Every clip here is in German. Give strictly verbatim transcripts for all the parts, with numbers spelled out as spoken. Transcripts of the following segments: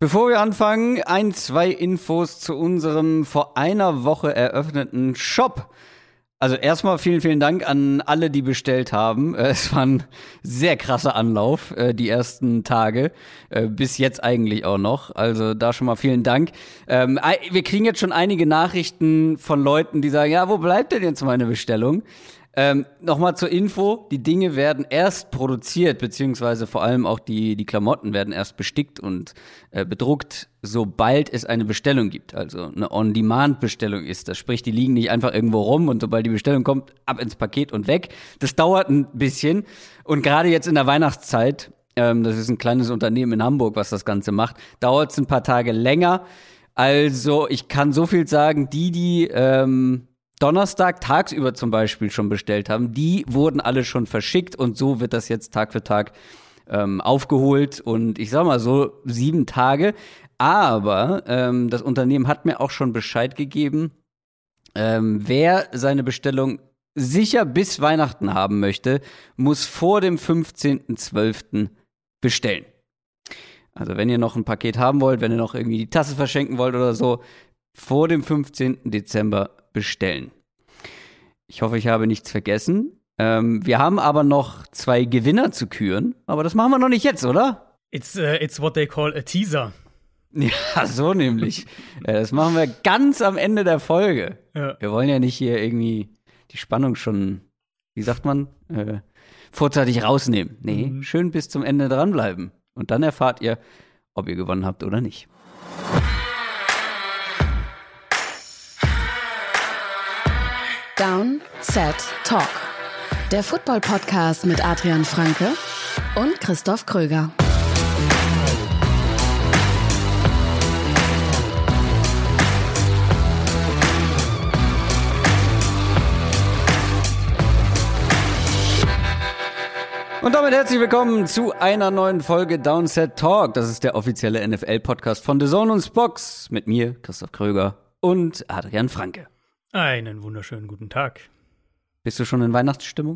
Bevor wir anfangen, ein, zwei Infos zu unserem vor einer Woche eröffneten Shop. Also erstmal vielen, vielen Dank an alle, die bestellt haben. Es war ein sehr krasser Anlauf, die ersten Tage, bis jetzt eigentlich auch noch. Also da schon mal vielen Dank. Wir kriegen jetzt schon einige Nachrichten von Leuten, die sagen, ja, wo bleibt denn jetzt meine Bestellung? Ähm, Nochmal zur Info, die Dinge werden erst produziert, beziehungsweise vor allem auch die, die Klamotten werden erst bestickt und äh, bedruckt, sobald es eine Bestellung gibt, also eine On-Demand-Bestellung ist. Das sprich, die liegen nicht einfach irgendwo rum und sobald die Bestellung kommt, ab ins Paket und weg. Das dauert ein bisschen und gerade jetzt in der Weihnachtszeit, ähm, das ist ein kleines Unternehmen in Hamburg, was das Ganze macht, dauert es ein paar Tage länger. Also ich kann so viel sagen, die, die ähm, Donnerstag tagsüber zum Beispiel schon bestellt haben, die wurden alle schon verschickt und so wird das jetzt Tag für Tag ähm, aufgeholt und ich sag mal so sieben Tage, aber ähm, das Unternehmen hat mir auch schon Bescheid gegeben, ähm, wer seine Bestellung sicher bis Weihnachten haben möchte, muss vor dem fünfzehnten zwölften bestellen. Also wenn ihr noch ein Paket haben wollt, wenn ihr noch irgendwie die Tasse verschenken wollt oder so, vor dem fünfzehnten Dezember bestellen. Ich hoffe, ich habe nichts vergessen. Ähm, wir haben aber noch zwei Gewinner zu küren, aber das machen wir noch nicht jetzt, oder? It's, uh, it's what they call a teaser. Ja, so nämlich. äh, das machen wir ganz am Ende der Folge. Ja. Wir wollen ja nicht hier irgendwie die Spannung schon, wie sagt man, äh, vorzeitig rausnehmen. Nee, mhm. Schön bis zum Ende dranbleiben. Und dann erfahrt ihr, ob ihr gewonnen habt oder nicht. Down, Set, Talk. Der Football-Podcast mit Adrian Franke und Christoph Kröger. Und damit herzlich willkommen zu einer neuen Folge Down, Set, Talk. Das ist der offizielle N F L-Podcast von The Zone und Spox mit mir, Christoph Kröger und Adrian Franke. Einen wunderschönen guten Tag. Bist du schon in Weihnachtsstimmung?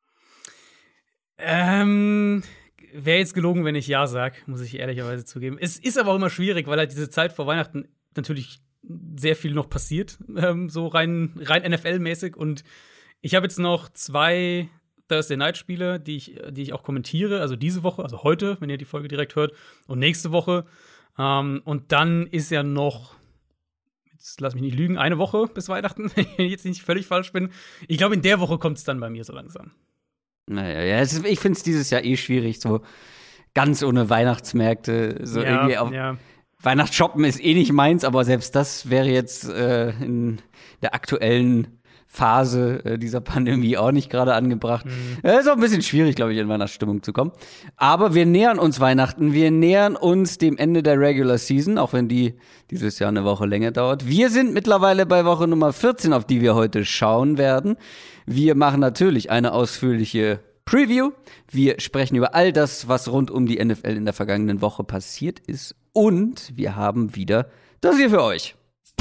Ähm, wäre jetzt gelogen, wenn ich Ja sage, muss ich ehrlicherweise zugeben. Es ist aber auch immer schwierig, weil halt diese Zeit vor Weihnachten natürlich sehr viel noch passiert, ähm, so rein, rein N F L-mäßig. Und ich habe jetzt noch zwei Thursday-Night-Spiele, die ich, die ich auch kommentiere, also diese Woche, also heute, wenn ihr die Folge direkt hört, und nächste Woche. Ähm, und dann ist ja noch lass mich nicht lügen, eine Woche bis Weihnachten, wenn ich jetzt nicht völlig falsch bin. Ich glaube, in der Woche kommt es dann bei mir so langsam. Naja, ja, ist, ich finde es dieses Jahr eh schwierig, so ganz ohne Weihnachtsmärkte, so ja, irgendwie auf ja. Weihnachtsshoppen ist eh nicht meins, aber selbst das wäre jetzt äh, in der aktuellen Phase äh, dieser Pandemie auch nicht gerade angebracht. Mhm. Äh, ist auch ein bisschen schwierig, glaube ich, in Weihnachtsstimmung zu kommen. Aber wir nähern uns Weihnachten, wir nähern uns dem Ende der Regular Season, auch wenn die dieses Jahr eine Woche länger dauert. Wir sind mittlerweile bei Woche Nummer vierzehn, auf die wir heute schauen werden. Wir machen natürlich eine ausführliche Preview. Wir sprechen über all das, was rund um die N F L in der vergangenen Woche passiert ist. Und wir haben wieder das hier für euch.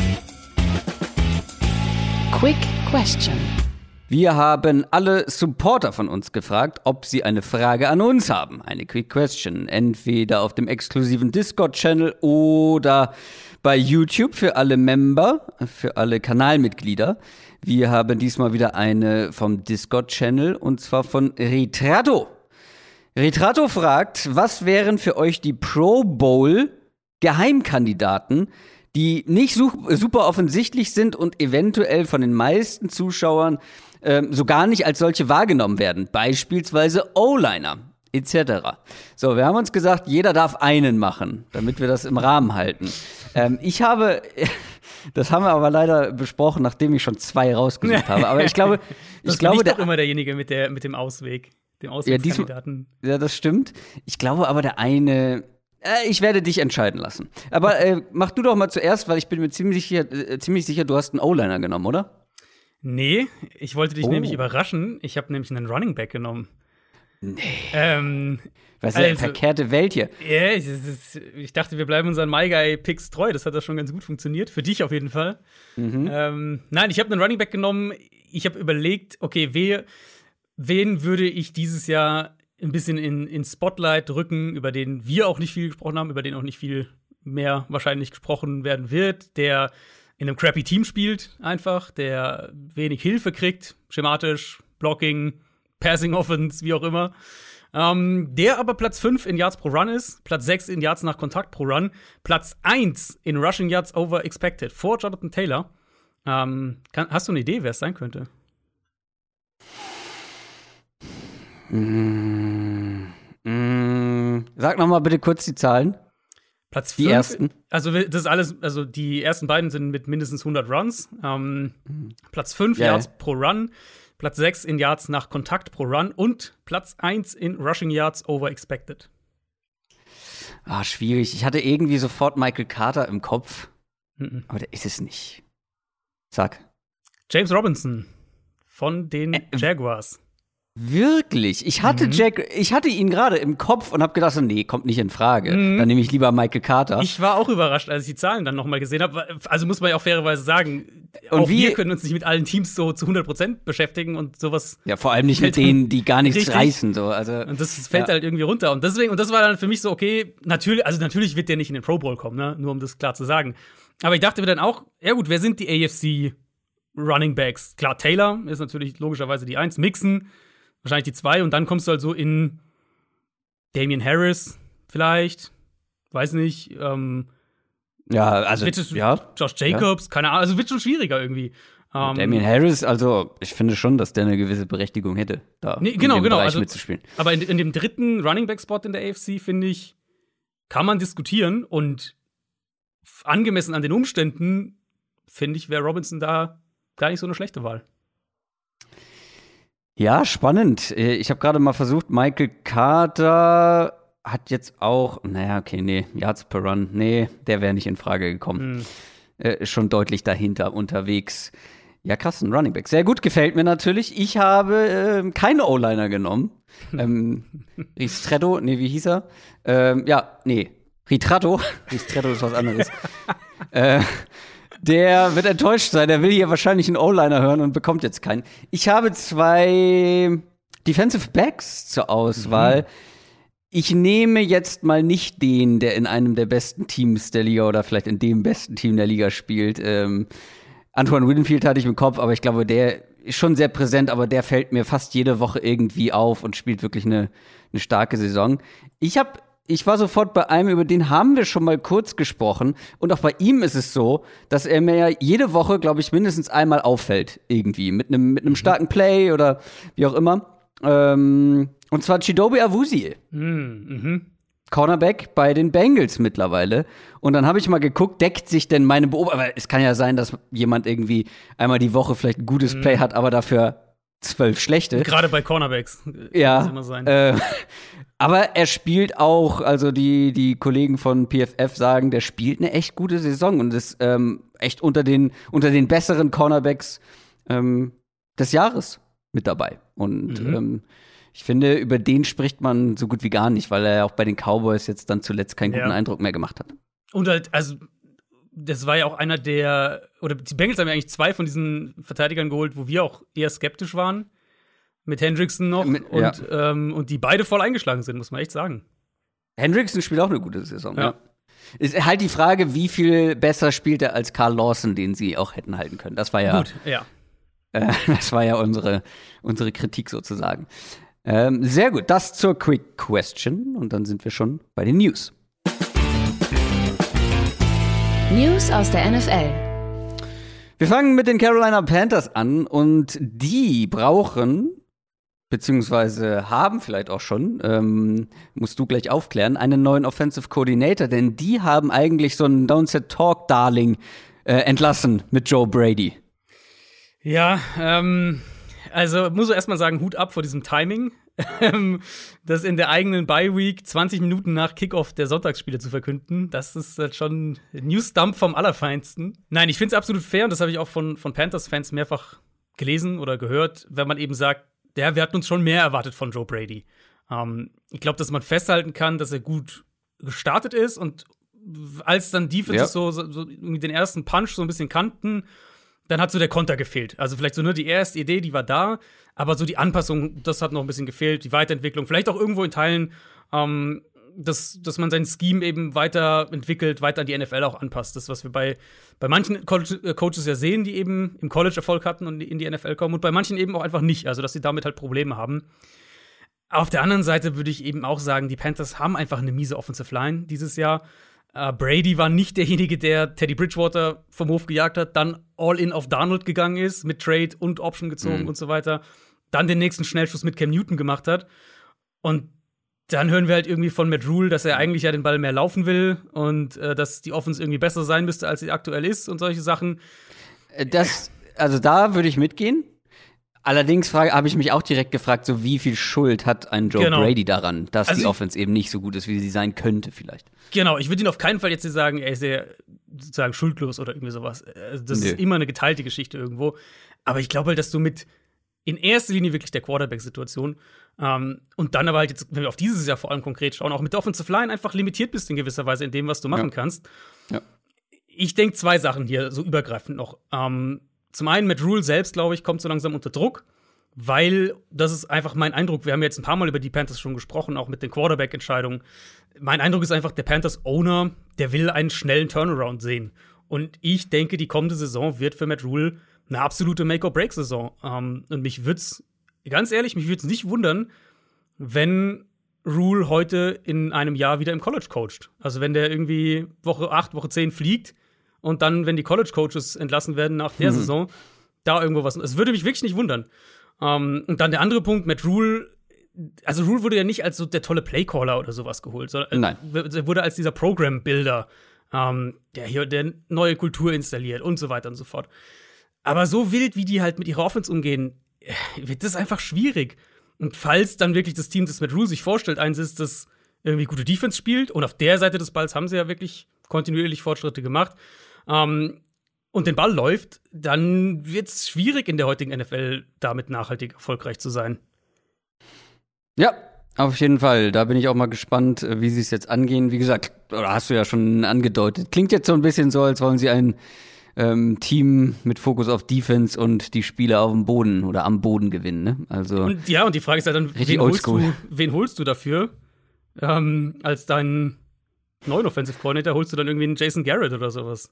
Quick Question. Wir haben alle Supporter von uns gefragt, ob sie eine Frage an uns haben. Eine Quick Question. Entweder auf dem exklusiven Discord-Channel oder bei YouTube für alle Member, für alle Kanalmitglieder. Wir haben diesmal wieder eine vom Discord-Channel und zwar von Retrato. Retrato fragt, was wären für euch die Pro Bowl Geheimkandidaten, die nicht super offensichtlich sind und eventuell von den meisten Zuschauern ähm, so gar nicht als solche wahrgenommen werden. Beispielsweise O-Liner et cetera. So, wir haben uns gesagt, jeder darf einen machen, damit wir das im Rahmen halten. Ähm, ich habe, das haben wir aber leider besprochen, nachdem ich schon zwei rausgesucht habe. Aber ich glaube, ich glaube, bin ich der doch immer derjenige mit der mit dem Ausweg, dem Auswegskandidaten. Ja, ja, das stimmt. Ich glaube aber, der eine Ich werde dich entscheiden lassen. Aber äh, mach du doch mal zuerst, weil ich bin mir ziemlich sicher, äh, ziemlich sicher, du hast einen O-Liner genommen, oder? Nee, ich wollte dich Oh. nämlich überraschen. Ich habe nämlich einen Running Back genommen. Nee. Ähm, Was ist also, eine also, verkehrte Welt hier? Ja, ich, ich dachte, wir bleiben unseren My Guy Picks treu. Das hat das schon ganz gut funktioniert. Für dich auf jeden Fall. Mhm. Ähm, nein, ich habe einen Running Back genommen. Ich habe überlegt, okay, wer, wen würde ich dieses Jahr ein bisschen in, in Spotlight rücken, über den wir auch nicht viel gesprochen haben, über den auch nicht viel mehr wahrscheinlich gesprochen werden wird, der in einem crappy Team spielt, einfach, der wenig Hilfe kriegt, schematisch, Blocking, Passing Offense, wie auch immer. Ähm, der aber Platz fünf in Yards pro Run ist, Platz sechs in Yards nach Kontakt pro Run, Platz eins in Rushing Yards over expected, vor Jonathan Taylor. Ähm, kann, hast du eine Idee, wer es sein könnte? Mm, mm, sag noch mal bitte kurz die Zahlen. Platz fünf. Die ersten. Also das ist alles, also die ersten beiden sind mit mindestens hundert Runs. Ähm, mhm. Platz fünf ja, Yards ja. pro Run, Platz sechs in Yards nach Kontakt pro Run und Platz eins in Rushing Yards over expected. Ah, schwierig. Ich hatte irgendwie sofort Michael Carter im Kopf. Mhm. Aber der ist es nicht. Sag. James Robinson von den äh, Jaguars. Wirklich? Ich hatte, mhm. Jack, ich hatte ihn gerade im Kopf und habe gedacht, so, nee, kommt nicht in Frage. Mhm. Dann nehme ich lieber Michael Carter. Ich war auch überrascht, als ich die Zahlen dann noch mal gesehen habe. Also muss man ja auch fairerweise sagen, und auch wie, wir können uns nicht mit allen Teams so zu hundert Prozent beschäftigen und sowas. Ja, vor allem nicht mit denen, die gar nichts richtig reißen. So. Also, und das fällt ja. halt irgendwie runter. Und deswegen, und das war dann für mich so, okay, natürlich, also natürlich wird der nicht in den Pro Bowl kommen, ne? Nur um das klar zu sagen. Aber ich dachte mir dann auch, ja gut, wer sind die A F C Running Backs? Klar, Taylor ist natürlich logischerweise die Eins, Mixon wahrscheinlich die zwei und dann kommst du halt so in Damian Harris vielleicht, weiß nicht, ähm, ja, also es, ja, Josh Jacobs, ja. keine Ahnung, also wird schon schwieriger irgendwie. Ähm, Damian Harris, also ich finde schon, dass der eine gewisse Berechtigung hätte, da nee, genau, in dem genau, Bereich also, mitzuspielen. Aber in, in dem dritten Running Back Spot in der A F C, finde ich, kann man diskutieren und angemessen an den Umständen, finde ich, wäre Robinson da gar nicht so eine schlechte Wahl. Ja, spannend. Ich habe gerade mal versucht, Michael Carter hat jetzt auch, naja, okay, nee, Yards per Run, nee, der wäre nicht in Frage gekommen. Mhm. Äh, schon deutlich dahinter unterwegs. Ja, krass, ein Running Back. Sehr gut, gefällt mir natürlich. Ich habe äh, keine O-Liner genommen. ähm, Ristretto, nee, wie hieß er? Ähm, ja, nee, Ritratto. Ristretto ist was anderes. äh, Der wird enttäuscht sein. Der will hier wahrscheinlich einen O-Liner hören und bekommt jetzt keinen. Ich habe zwei Defensive Backs zur Auswahl. Mhm. Ich nehme jetzt mal nicht den, der in einem der besten Teams der Liga oder vielleicht in dem besten Team der Liga spielt. Ähm, Antoine Winfield hatte ich im Kopf, aber ich glaube, der ist schon sehr präsent, aber der fällt mir fast jede Woche irgendwie auf und spielt wirklich eine, eine starke Saison. Ich habe Ich war sofort bei einem, über den haben wir schon mal kurz gesprochen. Und auch bei ihm ist es so, dass er mir ja jede Woche, glaube ich, mindestens einmal auffällt. Irgendwie. Mit einem mit einem starken Play oder wie auch immer. Ähm, und zwar Chidobe Awuzie. Mhm. Cornerback bei den Bengals mittlerweile. Und dann habe ich mal geguckt, deckt sich denn meine Beobachtung. Aber es kann ja sein, dass jemand irgendwie einmal die Woche vielleicht ein gutes mhm. Play hat, aber dafür zwölf schlechte. Gerade bei Cornerbacks. Ja. Muss immer sein. Äh, aber er spielt auch, also die, die Kollegen von P F F sagen, der spielt eine echt gute Saison und ist ähm, echt unter den, unter den besseren Cornerbacks ähm, des Jahres mit dabei. Und mhm. ähm, ich finde, über den spricht man so gut wie gar nicht, weil er ja auch bei den Cowboys jetzt dann zuletzt keinen guten ja. Eindruck mehr gemacht hat. Und halt, also das war ja auch einer der, oder die Bengals haben ja eigentlich zwei von diesen Verteidigern geholt, wo wir auch eher skeptisch waren. Mit Hendrickson noch mit, und, ja. ähm, und die beide voll eingeschlagen sind, muss man echt sagen. Hendrickson spielt auch eine gute Saison, ja. ja. Ist halt die Frage, wie viel besser spielt er als Carl Lawson, den sie auch hätten halten können. Das war ja, Gut, ja. Äh, das war ja unsere, unsere Kritik sozusagen. Ähm, sehr gut, das zur Quick Question und dann sind wir schon bei den News. News aus der N F L. Wir fangen mit den Carolina Panthers an und die brauchen, beziehungsweise haben vielleicht auch schon, ähm, musst du gleich aufklären, einen neuen Offensive Coordinator, denn die haben eigentlich so einen Downset-Talk-Darling äh, entlassen mit Joe Brady. Ja, ähm, also muss ich erstmal sagen, Hut ab vor diesem Timing. Das in der eigenen Bye-Week zwanzig Minuten nach Kickoff der Sonntagsspiele zu verkünden, das ist halt schon News-Dump vom Allerfeinsten. Nein, ich finde es absolut fair und das habe ich auch von, von Panthers-Fans mehrfach gelesen oder gehört, wenn man eben sagt, ja, wir hatten uns schon mehr erwartet von Joe Brady. Ähm, ich glaube, dass man festhalten kann, dass er gut gestartet ist und als dann Defenses ja. so, so, so den ersten Punch so ein bisschen kannten, dann hat so der Konter gefehlt. Also vielleicht so nur die erste Idee, die war da, aber so die Anpassung, das hat noch ein bisschen gefehlt, die Weiterentwicklung, vielleicht auch irgendwo in Teilen ähm, dass, dass man sein Scheme eben weiterentwickelt, weiter an die N F L auch anpasst. Das, was wir bei, bei manchen College Coaches ja sehen, die eben im College Erfolg hatten und in die N F L kommen und bei manchen eben auch einfach nicht, also dass sie damit halt Probleme haben. Auf der anderen Seite würde ich eben auch sagen, die Panthers haben einfach eine miese Offensive Line dieses Jahr. Uh, Brady war nicht derjenige, der Teddy Bridgewater vom Hof gejagt hat, dann all in auf Darnold gegangen ist, mit Trade und Option gezogen mhm. und so weiter, dann den nächsten Schnellschuss mit Cam Newton gemacht hat. Und dann hören wir halt irgendwie von Matt Rule, dass er eigentlich ja den Ball mehr laufen will und äh, dass die Offense irgendwie besser sein müsste, als sie aktuell ist und solche Sachen. Das, also da würde ich mitgehen. Allerdings habe ich mich auch direkt gefragt, so wie viel Schuld hat ein Joe genau. Brady daran, dass also die Offense eben nicht so gut ist, wie sie sein könnte vielleicht. Genau, ich würde ihn auf keinen Fall jetzt nicht sagen, er ist ja sozusagen schuldlos oder irgendwie sowas. Das Nö. ist immer eine geteilte Geschichte irgendwo. Aber ich glaube halt, dass du mit in erster Linie wirklich der Quarterback-Situation ähm, und dann aber halt jetzt, wenn wir auf dieses Jahr vor allem konkret schauen, auch mit der Offensive Line einfach limitiert bist in gewisser Weise in dem, was du machen ja. kannst. Ja. Ich denke zwei Sachen hier so übergreifend noch. Ähm, Zum einen, Matt Rule selbst, glaube ich, kommt so langsam unter Druck, weil das ist einfach mein Eindruck. Wir haben jetzt ein paar Mal über die Panthers schon gesprochen, auch mit den Quarterback-Entscheidungen. Mein Eindruck ist einfach, der Panthers-Owner, der will einen schnellen Turnaround sehen. Und ich denke, die kommende Saison wird für Matt Rule eine absolute Make-or-Break-Saison. Ähm, und mich würde es, ganz ehrlich, mich würde es nicht wundern, wenn Rule heute in einem Jahr wieder im College coacht. Also wenn der irgendwie Woche acht, Woche zehn fliegt, und dann, wenn die College-Coaches entlassen werden nach der mhm. Saison, da irgendwo was. Es würde mich wirklich nicht wundern. Um, und dann der andere Punkt, Matt Rule. Also, Rule wurde ja nicht als so der tolle Playcaller oder sowas geholt, sondern Nein. er wurde als dieser Program-Builder, um, der hier der neue Kultur installiert und so weiter und so fort. Aber so wild, wie die halt mit ihrer Offense umgehen, wird das einfach schwierig. Und falls dann wirklich das Team, das Matt Rule sich vorstellt, eins ist, das irgendwie gute Defense spielt, und auf der Seite des Balls haben sie ja wirklich kontinuierlich Fortschritte gemacht, Um, und den Ball läuft, dann wird es schwierig in der heutigen N F L damit nachhaltig erfolgreich zu sein. Ja, auf jeden Fall. Da bin ich auch mal gespannt, wie sie es jetzt angehen. Wie gesagt, oder hast du ja schon angedeutet. Klingt jetzt so ein bisschen so, als wollen sie ein ähm, Team mit Fokus auf Defense und die Spiele auf dem Boden oder am Boden gewinnen. Ne? Also und, ja, und die Frage ist halt dann, wen holst, du, wen holst du dafür? Ähm, als deinen neuen Offensive Coordinator holst du dann irgendwie einen Jason Garrett oder sowas.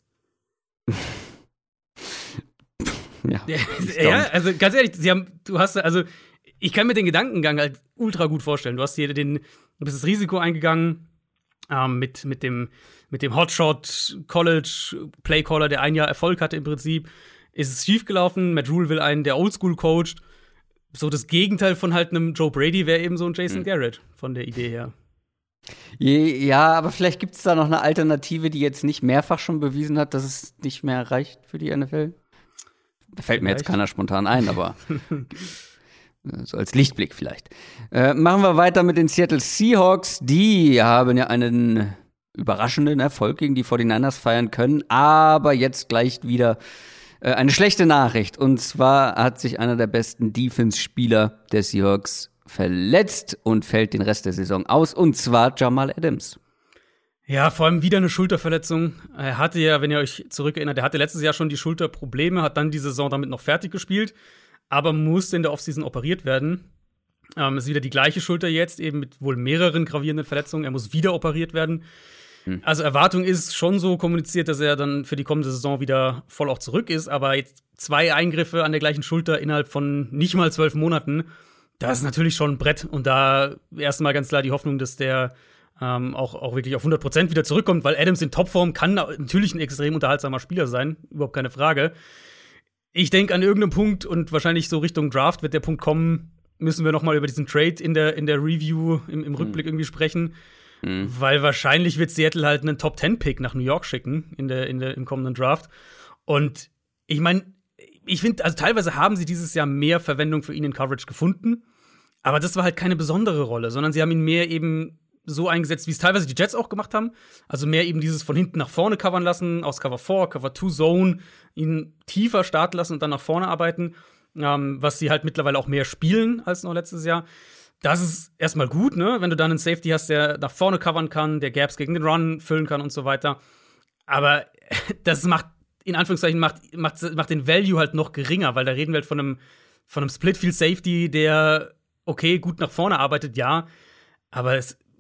ja, ja, also ganz ehrlich, sie haben, du hast, also ich kann mir den Gedankengang halt ultra gut vorstellen. Du hast hier den, du bist das Risiko eingegangen ähm, mit, mit dem, mit dem Hotshot College Playcaller, der ein Jahr Erfolg hatte im Prinzip. Ist es schiefgelaufen? Matt Rule will einen, der Oldschool coacht. So das Gegenteil von halt einem Joe Brady wäre eben so ein Jason mhm. Garrett von der Idee her. Ja, aber vielleicht gibt es da noch eine Alternative, die jetzt nicht mehrfach schon bewiesen hat, dass es nicht mehr reicht für die N F L. Da fällt vielleicht. mir jetzt keiner spontan ein, aber so als Lichtblick vielleicht. Äh, machen wir weiter mit den Seattle Seahawks. Die haben ja einen überraschenden Erfolg gegen die forty-niners feiern können, aber jetzt gleich wieder äh, eine schlechte Nachricht. Und zwar hat sich einer der besten Defense-Spieler der Seahawks verletzt und fällt den Rest der Saison aus, und zwar Jamal Adams. Ja, vor allem wieder eine Schulterverletzung. Er hatte ja, wenn ihr euch zurückerinnert, er hatte letztes Jahr schon die Schulterprobleme, hat dann die Saison damit noch fertig gespielt, aber musste in der Offseason operiert werden. Ähm, ist wieder die gleiche Schulter jetzt, eben mit wohl mehreren gravierenden Verletzungen. Er muss wieder operiert werden. Hm. Also Erwartung ist schon so kommuniziert, dass er dann für die kommende Saison wieder voll auch zurück ist, aber jetzt zwei Eingriffe an der gleichen Schulter innerhalb von nicht mal zwölf Monaten, das ist natürlich schon ein Brett. Und da erstmal ganz klar die Hoffnung, dass der ähm, auch, auch wirklich auf hundert Prozent wieder zurückkommt, weil Adams in Topform kann natürlich ein extrem unterhaltsamer Spieler sein, überhaupt keine Frage. Ich denke, an irgendeinem Punkt und wahrscheinlich so Richtung Draft wird der Punkt kommen, müssen wir noch mal über diesen Trade in der, in der Review, im, im Rückblick irgendwie sprechen. Mhm. Weil wahrscheinlich wird Seattle halt einen Top-Ten-Pick nach New York schicken in der, in der, im kommenden Draft. Und ich meine, ich finde, also teilweise haben sie dieses Jahr mehr Verwendung für ihn in Coverage gefunden. Aber das war halt keine besondere Rolle, sondern sie haben ihn mehr eben so eingesetzt, wie es teilweise die Jets auch gemacht haben. Also mehr eben dieses von hinten nach vorne covern lassen, aus Cover vier, Cover zwei Zone, ihn tiefer starten lassen und dann nach vorne arbeiten, ähm, was sie halt mittlerweile auch mehr spielen als noch letztes Jahr. Das ist erstmal gut, ne? Wenn du dann einen Safety hast, der nach vorne covern kann, der Gaps gegen den Run füllen kann und so weiter. Aber das macht, in Anführungszeichen, macht, macht, macht den Value halt noch geringer, weil da reden wir halt von einem, von einem Split-Field-Safety, der okay, gut nach vorne arbeitet, ja, aber es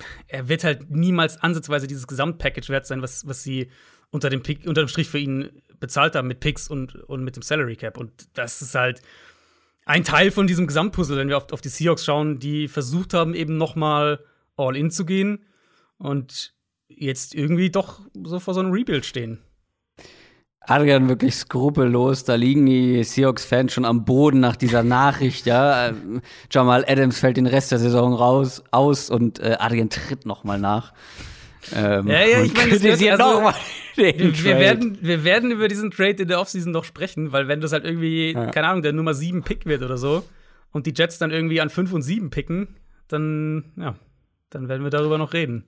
er wird halt niemals ansatzweise dieses Gesamtpackage wert sein, was, was sie unter dem, Pick, unter dem Strich für ihn bezahlt haben mit Picks und, und mit dem Salary Cap. Und das ist halt ein Teil von diesem Gesamtpuzzle, wenn wir auf, auf die Seahawks schauen, die versucht haben, eben noch mal all in zu gehen und jetzt irgendwie doch so vor so einem Rebuild stehen. Adrian, wirklich skrupellos. Da liegen die Seahawks-Fans schon am Boden nach dieser Nachricht. Ja, Jamal Adams fällt den Rest der Saison raus aus und äh, Adrian tritt noch mal nach. Ähm, ja, ja, ich meine, kritisiert also, noch mal den wir, Trade. wir, werden, wir werden über diesen Trade in der Offseason noch sprechen, weil wenn das halt irgendwie, ja. keine Ahnung, der Nummer sieben Pick wird oder so und die Jets dann irgendwie an fünf und sieben picken, dann, ja, dann werden wir darüber noch reden.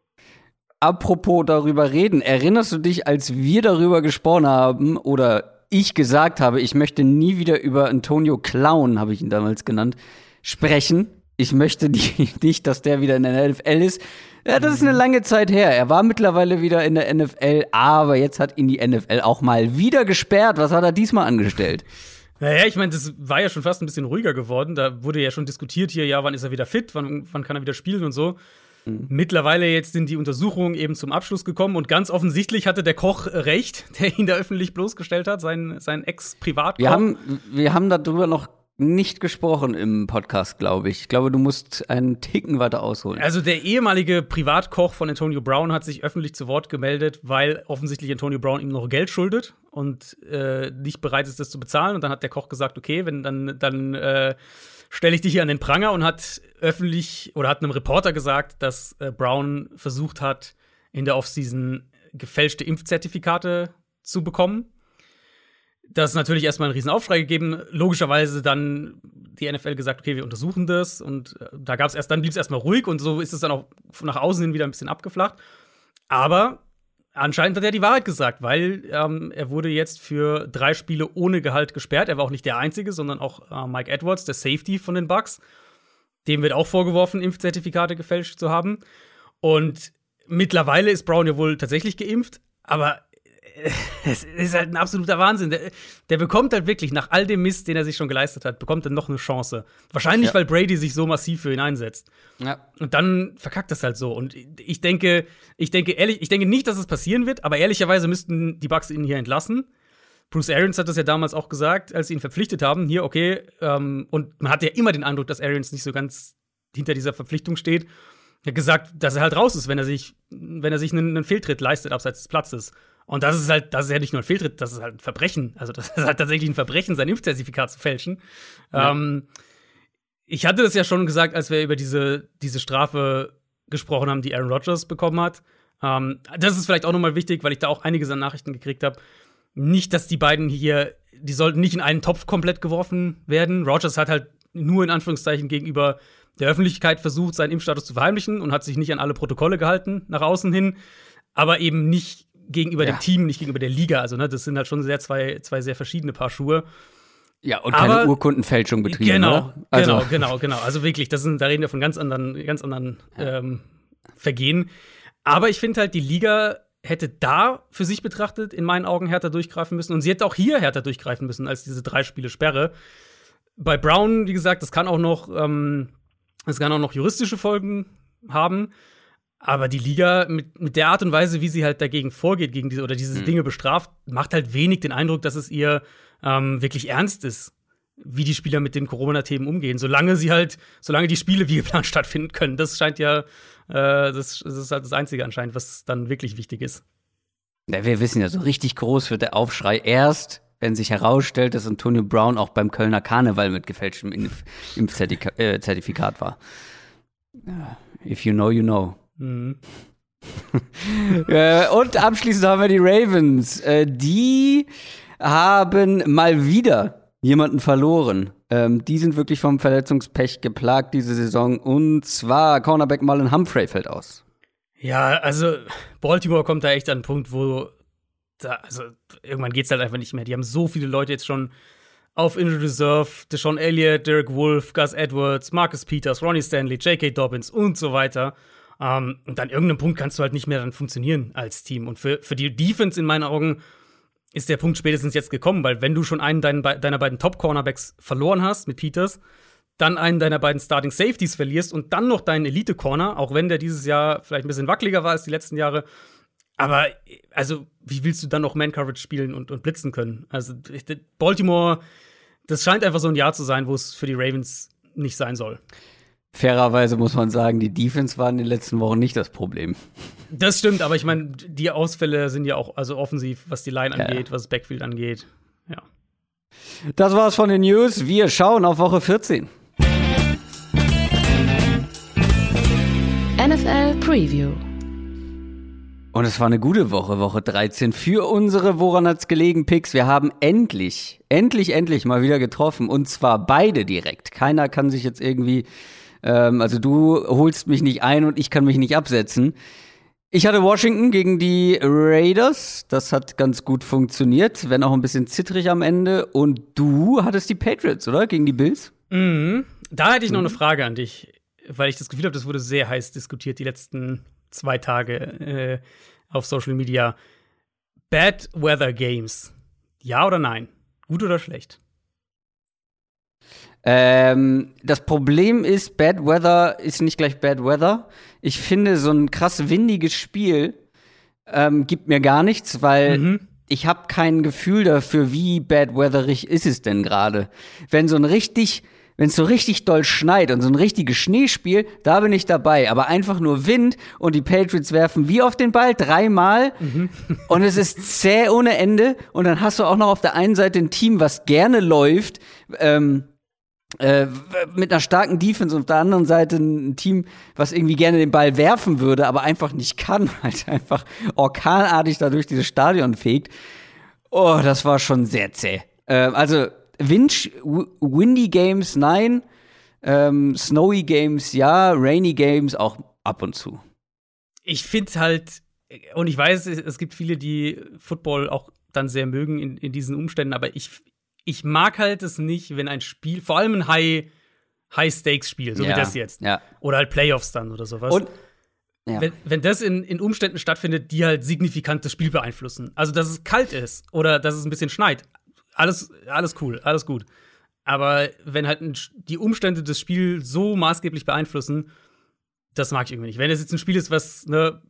Apropos darüber reden, erinnerst du dich, als wir darüber gesprochen haben oder ich gesagt habe, ich möchte nie wieder über Antonio Clown, habe ich ihn damals genannt, sprechen. Ich möchte nicht, dass der wieder in der N F L ist. Ja, das ist eine lange Zeit her. Er war mittlerweile wieder in der N F L, aber jetzt hat ihn die N F L auch mal wieder gesperrt. Was hat er diesmal angestellt? Naja, ich meine, das war ja schon fast ein bisschen ruhiger geworden. Da wurde ja schon diskutiert hier, ja, wann ist er wieder fit, wann, wann kann er wieder spielen und so. Mhm. Mittlerweile jetzt sind die Untersuchungen eben zum Abschluss gekommen und ganz offensichtlich hatte der Koch recht, der ihn da öffentlich bloßgestellt hat, sein, sein Ex-Privatkoch. Wir haben, wir haben darüber noch nicht gesprochen im Podcast, glaube ich. Ich glaube, du musst einen Ticken weiter ausholen. Also der ehemalige Privatkoch von Antonio Brown hat sich öffentlich zu Wort gemeldet, weil offensichtlich Antonio Brown ihm noch Geld schuldet und äh, nicht bereit ist, das zu bezahlen. Und dann hat der Koch gesagt, okay, wenn dann, dann äh, stelle ich dich hier an den Pranger und hat öffentlich oder hat einem Reporter gesagt, dass äh, Brown versucht hat, in der Offseason gefälschte Impfzertifikate zu bekommen. Das ist natürlich erstmal einen riesen Aufschrei gegeben. Logischerweise dann die N F L gesagt, okay, wir untersuchen das. Und äh, da gab's erst, dann blieb es erstmal ruhig und so ist es dann auch nach außen hin wieder ein bisschen abgeflacht. Aber anscheinend hat er die Wahrheit gesagt, weil ähm, er wurde jetzt für drei Spiele ohne Gehalt gesperrt. Er war auch nicht der Einzige, sondern auch äh, Mike Edwards, der Safety von den Bucks. Dem wird auch vorgeworfen, Impfzertifikate gefälscht zu haben. Und mittlerweile ist Brown ja wohl tatsächlich geimpft, aber es ist halt ein absoluter Wahnsinn. Der, der bekommt halt wirklich nach all dem Mist, den er sich schon geleistet hat, bekommt er noch eine Chance. Wahrscheinlich, ja. weil Brady sich so massiv für ihn einsetzt. Ja. Und dann verkackt das halt so. Und ich denke, ich denke ehrlich, ich denke nicht, dass es passieren wird, aber ehrlicherweise müssten die Bucks ihn hier entlassen. Bruce Arians hat das ja damals auch gesagt, als sie ihn verpflichtet haben. Hier, okay, ähm, und man hat ja immer den Eindruck, dass Arians nicht so ganz hinter dieser Verpflichtung steht. Er hat gesagt, dass er halt raus ist, wenn er sich, wenn er sich einen, einen Fehltritt leistet abseits des Platzes. Und das ist halt, das ist ja nicht nur ein Fehltritt, das ist halt ein Verbrechen. Also das ist halt tatsächlich ein Verbrechen, sein Impfzertifikat zu fälschen. Ja. Ähm, ich hatte das ja schon gesagt, als wir über diese, diese Strafe gesprochen haben, die Aaron Rodgers bekommen hat. Ähm, das ist vielleicht auch nochmal wichtig, weil ich da auch einiges an Nachrichten gekriegt habe. Nicht, dass die beiden hier, die sollten nicht in einen Topf komplett geworfen werden. Rodgers hat halt nur in Anführungszeichen gegenüber der Öffentlichkeit versucht, seinen Impfstatus zu verheimlichen und hat sich nicht an alle Protokolle gehalten, nach außen hin. Aber eben nicht gegenüber ja. dem Team, nicht gegenüber der Liga. Also, ne, das sind halt schon sehr zwei, zwei sehr verschiedene Paar Schuhe. Ja, und keine Aber, Urkundenfälschung betrieben, genau, oder? Also. Genau, genau, genau. Also wirklich, das sind, da reden wir von ganz anderen, ganz anderen ja. ähm, Vergehen. Aber ich finde halt, die Liga hätte da für sich betrachtet in meinen Augen härter durchgreifen müssen. Und sie hätte auch hier härter durchgreifen müssen als diese drei Spiele Sperre. Bei Brown, wie gesagt, das kann auch noch, ähm, das kann auch noch juristische Folgen haben. Aber die Liga mit, mit der Art und Weise, wie sie halt dagegen vorgeht, gegen diese oder diese mhm. Dinge bestraft, macht halt wenig den Eindruck, dass es ihr ähm, wirklich ernst ist, wie die Spieler mit den Corona-Themen umgehen. Solange sie halt, solange die Spiele wie geplant stattfinden können. Das scheint ja, äh, das, das ist halt das Einzige anscheinend, was dann wirklich wichtig ist. Ja, wir wissen ja, so richtig groß wird der Aufschrei erst, wenn sich herausstellt, dass Antonio Brown auch beim Kölner Karneval mit gefälschtem Impf- Impfzertifikat war. If you know, you know. Mhm. äh, und abschließend haben wir die Ravens. Äh, die haben mal wieder jemanden verloren. Ähm, die sind wirklich vom Verletzungspech geplagt diese Saison. Und zwar Cornerback Marlon Humphrey fällt aus. Ja, also Baltimore kommt da echt an einen Punkt, wo da, also irgendwann geht's halt einfach nicht mehr. Die haben so viele Leute jetzt schon auf Injured Reserve. Deshaun Elliott, Derek Wolfe, Gus Edwards, Marcus Peters, Ronnie Stanley, J K. Dobbins und so weiter. Um, und an irgendeinem Punkt kannst du halt nicht mehr dann funktionieren als Team. Und für, für die Defense in meinen Augen ist der Punkt spätestens jetzt gekommen, weil wenn du schon einen deiner, deiner beiden Top-Cornerbacks verloren hast mit Peters, dann einen deiner beiden Starting Safeties verlierst und dann noch deinen Elite Corner, auch wenn der dieses Jahr vielleicht ein bisschen wackeliger war als die letzten Jahre. Aber, also, wie willst du dann noch Man-Coverage spielen und, und blitzen können? Also, Baltimore, das scheint einfach so ein Jahr zu sein, wo es für die Ravens nicht sein soll. Fairerweise muss man sagen, die Defense war in den letzten Wochen nicht das Problem. Das stimmt, aber ich meine, die Ausfälle sind ja auch also offensiv, was die Line ja, angeht, ja. was das Backfield angeht. Ja. Das war's von den News. Wir schauen auf Woche vierzehn. N F L Preview. Und es war eine gute Woche, Woche dreizehn, für unsere Woran hat's gelegen Picks. Wir haben endlich, endlich, endlich mal wieder getroffen. Und zwar beide direkt. Keiner kann sich jetzt irgendwie, ähm, also du holst mich nicht ein und ich kann mich nicht absetzen. Ich hatte Washington gegen die Raiders. Das hat ganz gut funktioniert, wenn auch ein bisschen zittrig am Ende. Und du hattest die Patriots, oder? Gegen die Bills? Mhm. Da hätte ich noch eine Frage an dich, weil ich das Gefühl habe, das wurde sehr heiß diskutiert die letzten zwei Tage äh, auf Social Media. Bad Weather Games. Ja oder nein? Gut oder schlecht? Ähm, das Problem ist, Bad Weather ist nicht gleich Bad Weather. Ich finde, so ein krass windiges Spiel ähm, gibt mir gar nichts, weil mhm. ich habe kein Gefühl dafür, wie bad weatherig ist es denn gerade. Wenn so ein richtig Wenn es so richtig doll schneit und so ein richtiges Schneespiel, da bin ich dabei. Aber einfach nur Wind und die Patriots werfen wie auf den Ball dreimal mhm. und es ist zäh ohne Ende. Und dann hast du auch noch auf der einen Seite ein Team, was gerne läuft, ähm, äh, mit einer starken Defense, und auf der anderen Seite ein Team, was irgendwie gerne den Ball werfen würde, aber einfach nicht kann, weil es einfach orkanartig da durch dieses Stadion fegt. Oh, das war schon sehr zäh. Äh, also Wind, Windy Games, nein. Ähm, Snowy Games, ja. Rainy Games auch ab und zu. Ich finde halt, und ich weiß, es gibt viele, die Football auch dann sehr mögen in, in diesen Umständen, aber ich, ich mag halt es nicht, wenn ein Spiel, vor allem ein High, High-Stakes-Spiel, so ja, wie das jetzt. Ja. Oder halt Playoffs dann oder sowas. Und ja. Wenn, wenn das in, in Umständen stattfindet, die halt signifikant das Spiel beeinflussen. Also, dass es kalt ist oder dass es ein bisschen schneit. Alles, alles cool, alles gut. Aber wenn halt ein, die Umstände des Spiels so maßgeblich beeinflussen, das mag ich irgendwie nicht. Wenn es jetzt ein Spiel ist, was, ne,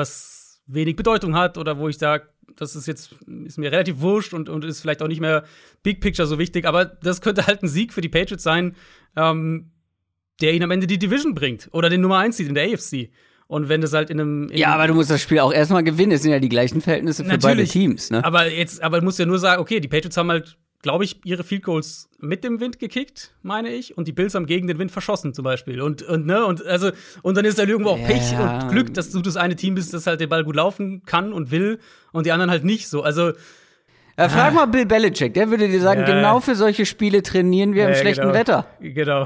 was wenig Bedeutung hat oder wo ich sage, das ist jetzt ist mir relativ wurscht und, und ist vielleicht auch nicht mehr Big Picture so wichtig, aber das könnte halt ein Sieg für die Patriots sein, ähm, der ihnen am Ende die Division bringt oder den Nummer eins Seed in der A F C. Und wenn das halt in einem in Ja, aber du musst das Spiel auch erstmal gewinnen. Es sind ja die gleichen Verhältnisse für Natürlich, beide Teams, ne? Aber jetzt, aber du musst ja nur sagen, okay, die Patriots haben halt, glaube ich, ihre Field Goals mit dem Wind gekickt, meine ich, und die Bills haben gegen den Wind verschossen zum Beispiel. Und, und ne, und also, und dann ist halt irgendwo auch ja. Pech und Glück, dass du das eine Team bist, das halt den Ball gut laufen kann und will, und die anderen halt nicht so. Also Ja, frag mal Bill Belichick, der würde dir sagen, Ja. genau für solche Spiele trainieren wir Ja, im schlechten genau. Wetter. Genau.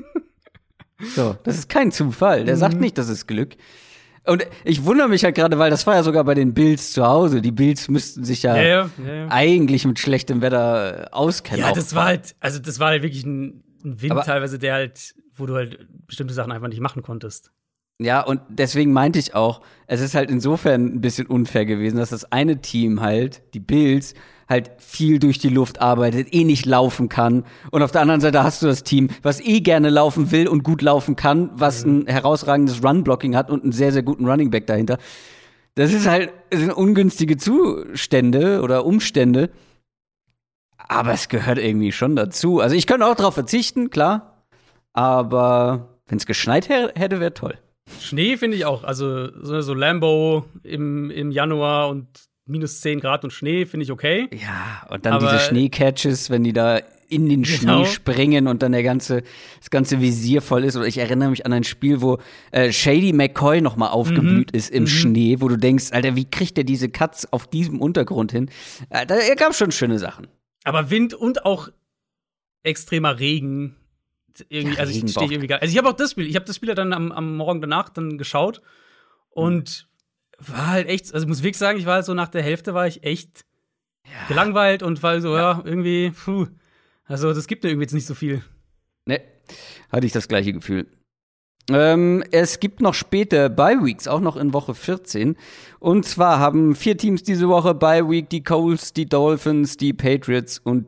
So, das ist kein Zufall. Der sagt nicht, das ist Glück. Und ich wundere mich halt gerade, weil das war ja sogar bei den Bills zu Hause. Die Bills müssten sich ja, Ja, ja, ja, ja. eigentlich mit schlechtem Wetter auskennen. Ja, auch. das war halt, also das war halt wirklich ein, ein Wind Aber- teilweise, der halt, wo du halt bestimmte Sachen einfach nicht machen konntest. Ja, und deswegen meinte ich auch, es ist halt insofern ein bisschen unfair gewesen, dass das eine Team halt, die Bills, halt viel durch die Luft arbeitet, eh nicht laufen kann. Und auf der anderen Seite hast du das Team, was eh gerne laufen will und gut laufen kann, was Mhm. ein herausragendes Run-Blocking hat und einen sehr, sehr guten Running Back dahinter. Das ist halt, es sind ungünstige Zustände oder Umstände. Aber es gehört irgendwie schon dazu. Also ich könnte auch darauf verzichten, klar. Aber wenn es geschneit hä- hätte, wäre toll. Schnee finde ich auch. Also so, so Lambo im, im Januar und minus zehn Grad und Schnee finde ich okay. Ja, und dann Aber- diese Schneecatches, wenn die da in den Genau. Schnee springen und dann der ganze, das ganze Visier voll ist. Oder ich erinnere mich an ein Spiel, wo äh, Shady McCoy noch mal aufgeblüht ist im Schnee, wo du denkst, Alter, wie kriegt der diese Cuts auf diesem Untergrund hin? Äh, da gab schon schöne Sachen. Aber Wind und auch extremer Regen. Irgendwie, Ja, also ich Regen stehe braucht- irgendwie gar. Also ich habe auch das Spiel, ich habe das Spiel ja dann am, am Morgen danach dann geschaut und war halt echt, also ich muss wirklich sagen, ich war halt so nach der Hälfte war ich echt gelangweilt und war so, ja, irgendwie, puh. Also das gibt mir irgendwie jetzt nicht so viel. Ne, hatte ich das gleiche Gefühl. Ähm, es gibt noch später Bye-Weeks, auch noch in Woche vierzehn. Und zwar haben vier Teams diese Woche Bye-Week, die Colts, die Dolphins, die Patriots und die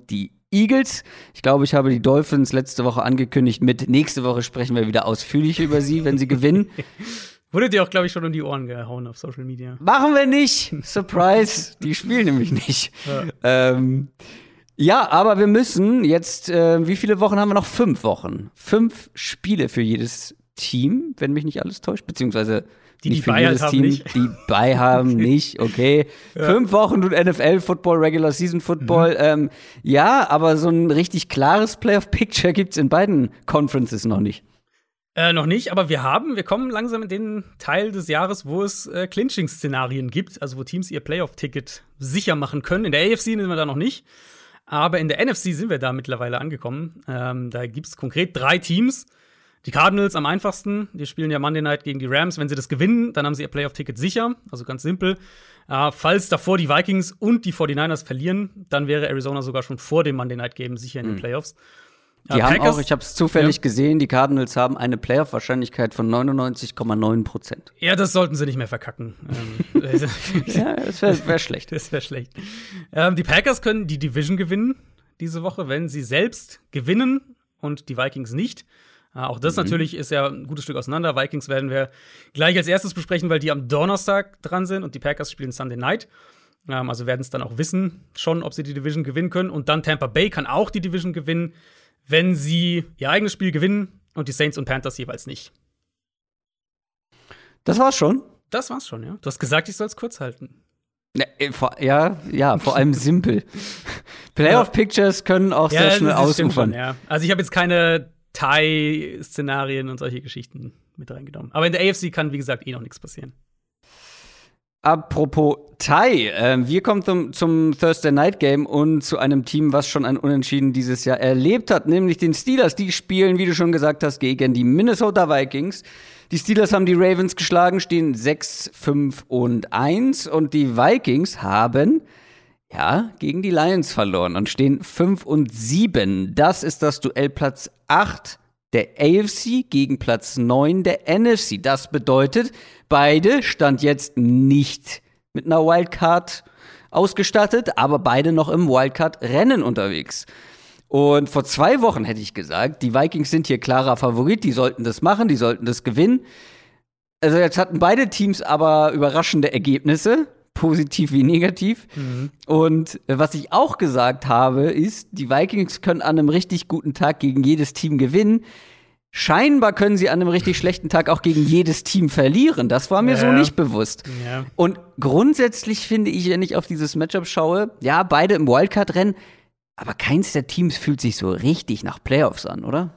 Eagles. Ich glaube, ich habe die Dolphins letzte Woche angekündigt mit nächste Woche sprechen wir wieder ausführlich über sie, wenn sie gewinnen. Wurde dir auch, glaube ich, schon um die Ohren gehauen auf Social Media. Machen wir nicht. Surprise. Die spielen nämlich nicht. Ja, ähm, ja aber wir müssen jetzt, äh, wie viele Wochen haben wir noch? Fünf Wochen. Fünf Spiele für jedes Team, wenn mich nicht alles täuscht. Beziehungsweise die, nicht die für bei jedes haben Team, nicht. die bei haben nicht. Okay. Ja. Fünf Wochen und N F L-Football, Regular Season Football. Mhm. Ähm, ja, aber so ein richtig klares Playoff-Picture gibt's in beiden Conferences noch nicht. Äh, noch nicht, aber wir haben, wir kommen langsam in den Teil des Jahres, wo es äh, Clinching-Szenarien gibt, also wo Teams ihr Playoff-Ticket sicher machen können. In der A F C sind wir da noch nicht, aber in der N F C sind wir da mittlerweile angekommen. Ähm, da gibt es konkret drei Teams. Die Cardinals am einfachsten, die spielen ja Monday Night gegen die Rams. Wenn sie das gewinnen, dann haben sie ihr Playoff-Ticket sicher, also ganz simpel. Äh, falls davor die Vikings und die forty-niners verlieren, dann wäre Arizona sogar schon vor dem Monday Night Game sicher in den Playoffs. Die ja, haben Packers, auch, ich habe es zufällig ja. gesehen, die Cardinals haben eine Playoff-Wahrscheinlichkeit von neunundneunzig Komma neun Prozent. Ja, das sollten sie nicht mehr verkacken. Ja, das wäre wär schlecht. Das wäre schlecht. Ähm, die Packers können die Division gewinnen diese Woche, wenn sie selbst gewinnen und die Vikings nicht. Äh, auch das mhm. natürlich ist ja ein gutes Stück auseinander. Vikings werden wir gleich als erstes besprechen, weil die am Donnerstag dran sind und die Packers spielen Sunday Night. Ähm, also werden es dann auch wissen, schon, ob sie die Division gewinnen können. Und dann Tampa Bay kann auch die Division gewinnen, wenn sie ihr eigenes Spiel gewinnen und die Saints und Panthers jeweils nicht. Das war's schon? Das war's schon, ja. Du hast gesagt, ich soll es kurz halten. Ja, ja, vor allem simpel. Playoff-Pictures können auch ja, sehr schnell ausufern. Schon, ja. Also ich habe jetzt keine Tie-Szenarien und solche Geschichten mit reingenommen. Aber in der A F C kann, wie gesagt, eh noch nichts passieren. Apropos Tie, äh, wir kommen zum, zum Thursday Night Game und zu einem Team, was schon ein Unentschieden dieses Jahr erlebt hat, nämlich den Steelers. Die spielen, wie du schon gesagt hast, gegen die Minnesota Vikings. Die Steelers haben die Ravens geschlagen, stehen sechs, fünf und eins und die Vikings haben ja gegen die Lions verloren und stehen fünf und sieben. Das ist das Duell Platz acht der A F C gegen Platz neun der N F C. Das bedeutet, beide stand jetzt nicht mit einer Wildcard ausgestattet, aber beide noch im Wildcard-Rennen unterwegs. Und vor zwei Wochen hätte ich gesagt, die Vikings sind hier klarer Favorit, die sollten das machen, die sollten das gewinnen. Also jetzt hatten beide Teams aber überraschende Ergebnisse, positiv wie negativ. Mhm. Und was ich auch gesagt habe, ist, die Vikings können an einem richtig guten Tag gegen jedes Team gewinnen. Scheinbar können sie an einem richtig schlechten Tag auch gegen jedes Team verlieren. Das war mir ja. so nicht bewusst. Ja. Und grundsätzlich finde ich, wenn ich auf dieses Matchup schaue, ja, beide im Wildcard-Rennen, aber keins der Teams fühlt sich so richtig nach Playoffs an, oder?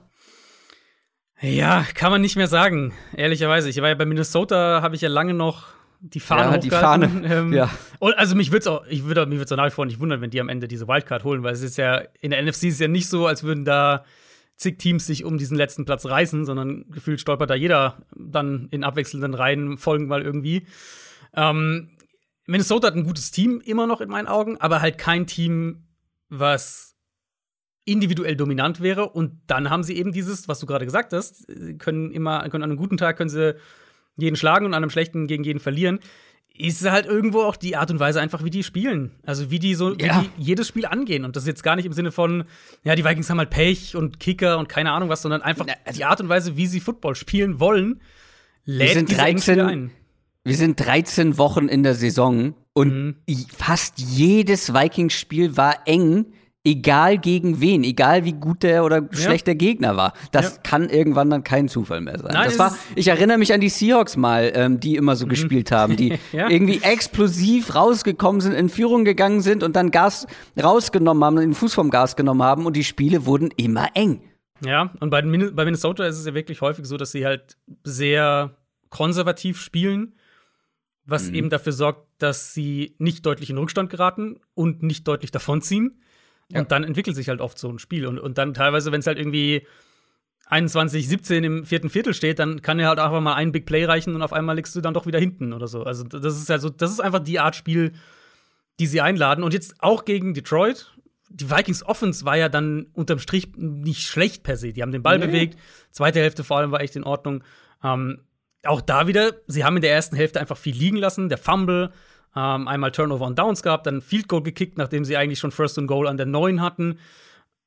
Ja, kann man nicht mehr sagen, ehrlicherweise. Ich war ja bei Minnesota, habe ich ja lange noch die Fahne ja, die Fahne. Ähm, ja. Und also mich würde es auch, ich würde mich würd's auch nach wie vor nicht wundern, wenn die am Ende diese Wildcard holen, weil es ist ja in der N F C ist es ja nicht so, als würden da zig Teams sich um diesen letzten Platz reißen, sondern gefühlt stolpert da jeder dann in abwechselnden Reihen folgen mal irgendwie. Ähm, Minnesota hat ein gutes Team immer noch in meinen Augen, aber halt kein Team, was individuell dominant wäre. Und dann haben sie eben dieses, was du gerade gesagt hast, können immer, können an einem guten Tag können sie jeden schlagen und an einem schlechten gegen jeden verlieren. Ist halt irgendwo auch die Art und Weise einfach, wie die spielen. Also wie die so ja. wie die jedes Spiel angehen. Und das ist jetzt gar nicht im Sinne von, ja, die Vikings haben halt Pech und Kicker und keine Ahnung was, sondern einfach also, die Art und Weise, wie sie Football spielen wollen, lädt sind diese dreizehn Spiele ein. Wir sind dreizehn Wochen in der Saison und Mhm. fast jedes Vikings-Spiel war eng, egal gegen wen, egal wie gut der oder schlecht der Gegner war. Das Ja. kann irgendwann dann kein Zufall mehr sein. Nein, das es war, ist- ich erinnere mich an die Seahawks mal, ähm, die immer so gespielt haben, die Ja. irgendwie explosiv rausgekommen sind, in Führung gegangen sind und dann Gas rausgenommen haben, den Fuß vom Gas genommen haben und die Spiele wurden immer eng. Ja, und bei, den Min- bei Minnesota ist es ja wirklich häufig so, dass sie halt sehr konservativ spielen, was Mhm. eben dafür sorgt, dass sie nicht deutlich in Rückstand geraten und nicht deutlich davonziehen. Ja. Und dann entwickelt sich halt oft so ein Spiel. Und, und dann teilweise, wenn es halt irgendwie einundzwanzig siebzehn im vierten Viertel steht, dann kann ja halt einfach mal ein Big Play reichen und auf einmal liegst du dann doch wieder hinten oder so. Also das ist also, das ist einfach die Art Spiel, die sie einladen. Und jetzt auch gegen Detroit. Die Vikings Offense war ja dann unterm Strich nicht schlecht per se. Die haben den Ball Nee. bewegt. Zweite Hälfte vor allem war echt in Ordnung. Ähm, auch da wieder, sie haben in der ersten Hälfte einfach viel liegen lassen. Der Fumble, ähm, einmal Turnover und Downs gehabt, dann Field Goal gekickt, nachdem sie eigentlich schon First and Goal an der neun hatten.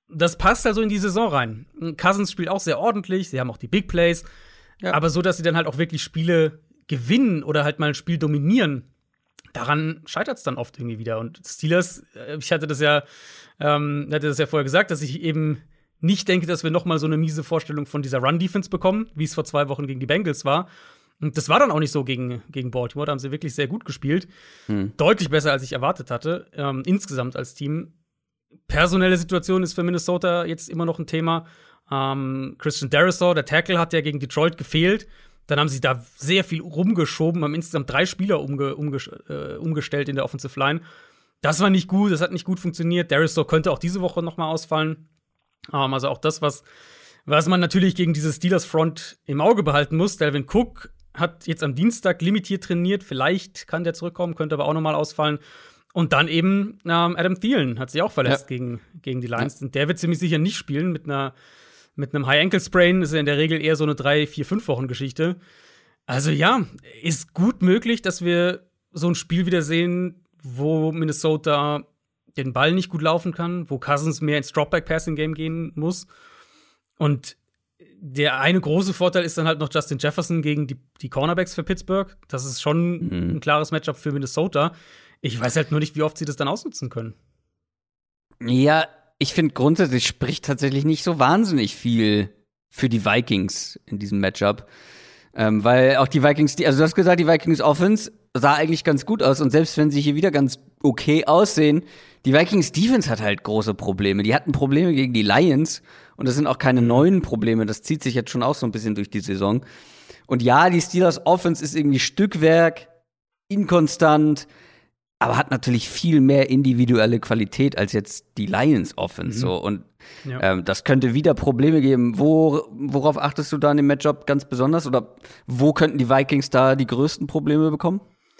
das passt also in die Saison rein. Cousins spielt auch sehr ordentlich, sie haben auch die Big Plays, ja. aber so, dass sie dann halt auch wirklich Spiele gewinnen oder halt mal ein Spiel dominieren, daran scheitert es dann oft irgendwie wieder. Und Steelers, ich hatte das ja, ähm, hatte das ja vorher gesagt, dass ich eben nicht denke, dass wir noch mal so eine miese Vorstellung von dieser Run-Defense bekommen, wie es vor zwei Wochen gegen die Bengals war. Und das war dann auch nicht so gegen, gegen Baltimore. Da haben sie wirklich sehr gut gespielt. Hm. Deutlich besser, als ich erwartet hatte, ähm, insgesamt als Team. Personelle Situation ist für Minnesota jetzt immer noch ein Thema. Ähm, Christian Darrisaw, der Tackle, hat ja gegen Detroit gefehlt. Dann haben sie da sehr viel rumgeschoben, haben insgesamt drei Spieler umge umge äh, umgestellt in der Offensive Line. Das war nicht gut, das hat nicht gut funktioniert. Darrisaw könnte auch diese Woche noch mal ausfallen. Ähm, also auch das, was, was man natürlich gegen diese Steelers-Front im Auge behalten muss. Dalvin Cook hat jetzt am Dienstag limitiert trainiert. Vielleicht kann der zurückkommen, könnte aber auch noch mal ausfallen. Und dann eben ähm, Adam Thielen hat sich auch verletzt ja. gegen, gegen die Lions. Ja. Und der wird ziemlich sicher nicht spielen. Mit einer mit einem High-Ankle-Sprain ist er in der Regel eher so eine drei, vier, fünf Wochen Geschichte. Also ja, ist gut möglich, dass wir so ein Spiel wieder sehen, wo Minnesota den Ball nicht gut laufen kann, wo Cousins mehr ins Dropback-Passing-Game gehen muss. Und der eine große Vorteil ist dann halt noch Justin Jefferson gegen die, die Cornerbacks für Pittsburgh. Das ist schon mhm. ein klares Matchup für Minnesota. Ich weiß halt nur nicht, wie oft sie das dann ausnutzen können. Ja, ich finde grundsätzlich spricht tatsächlich nicht so wahnsinnig viel für die Vikings in diesem Matchup. Ähm, weil auch die Vikings, die, also du hast gesagt, die Vikings Offense sah eigentlich ganz gut aus. Und selbst wenn sie hier wieder ganz okay aussehen, die Vikings Defense hat halt große Probleme. Die hatten Probleme gegen die Lions. Und das sind auch keine neuen Probleme. Das zieht sich jetzt schon auch so ein bisschen durch die Saison. Und ja, die Steelers Offense ist irgendwie Stückwerk, inkonstant, aber hat natürlich viel mehr individuelle Qualität als jetzt die Lions Offense. Mhm. So. Und ja. ähm, das könnte wieder Probleme geben. Wo, worauf achtest du da in dem Matchup ganz besonders? Oder wo könnten die Vikings da die größten Probleme bekommen?